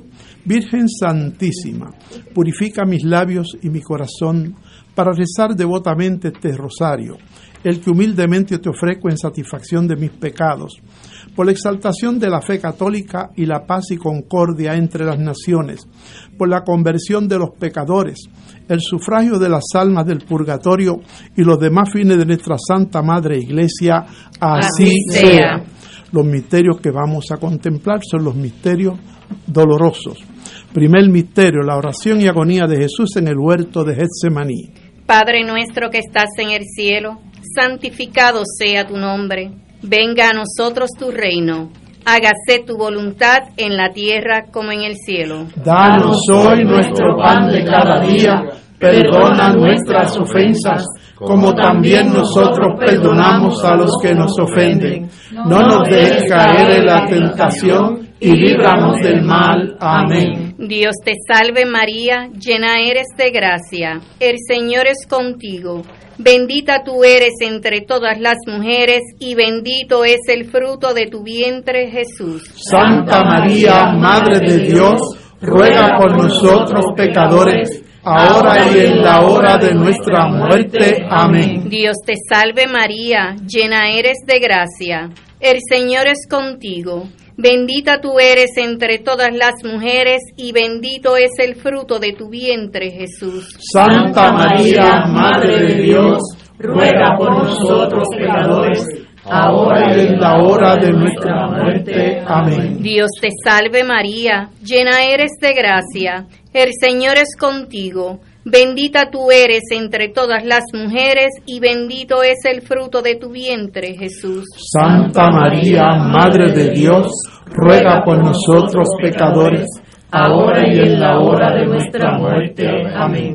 Speaker 23: Virgen Santísima, purifica mis labios y mi corazón para rezar devotamente este rosario, el que humildemente te ofrezco en satisfacción de mis pecados, por la exaltación de la fe católica y la paz y concordia entre las naciones, por la conversión de los pecadores, el sufragio de las almas del purgatorio y los demás fines de nuestra Santa Madre Iglesia, así sea. Los misterios que vamos a contemplar son los misterios dolorosos. Primer misterio, la oración y agonía de Jesús en el huerto de Getsemaní.
Speaker 1: Padre nuestro que estás en el cielo, santificado sea tu nombre. Venga a nosotros tu reino. Hágase tu voluntad en la tierra como en el cielo.
Speaker 23: Danos hoy nuestro pan de cada día. Perdona nuestras ofensas, como también nosotros perdonamos a los que nos ofenden. No nos dejes caer en la tentación y líbranos del mal. Amén.
Speaker 1: Dios te salve María, llena eres de gracia. El Señor es contigo. Bendita tú eres entre todas las mujeres y bendito es el fruto de tu vientre, Jesús.
Speaker 23: Santa María, Madre de Dios, ruega por nosotros pecadores, ahora y en la hora de nuestra muerte. Amén.
Speaker 1: Dios te salve María, llena eres de gracia. El Señor es contigo. Bendita tú eres entre todas las mujeres y bendito es el fruto de tu vientre, Jesús.
Speaker 23: Santa María, Madre de Dios, ruega por nosotros pecadores, ahora y en la hora de nuestra muerte. Amén.
Speaker 1: Dios te salve María, llena eres de gracia. El Señor es contigo. Bendita tú eres entre todas las mujeres y bendito es el fruto de tu vientre, Jesús.
Speaker 23: Santa María, Madre de Dios, ruega por nosotros pecadores, ahora y en la hora de nuestra muerte. Amén.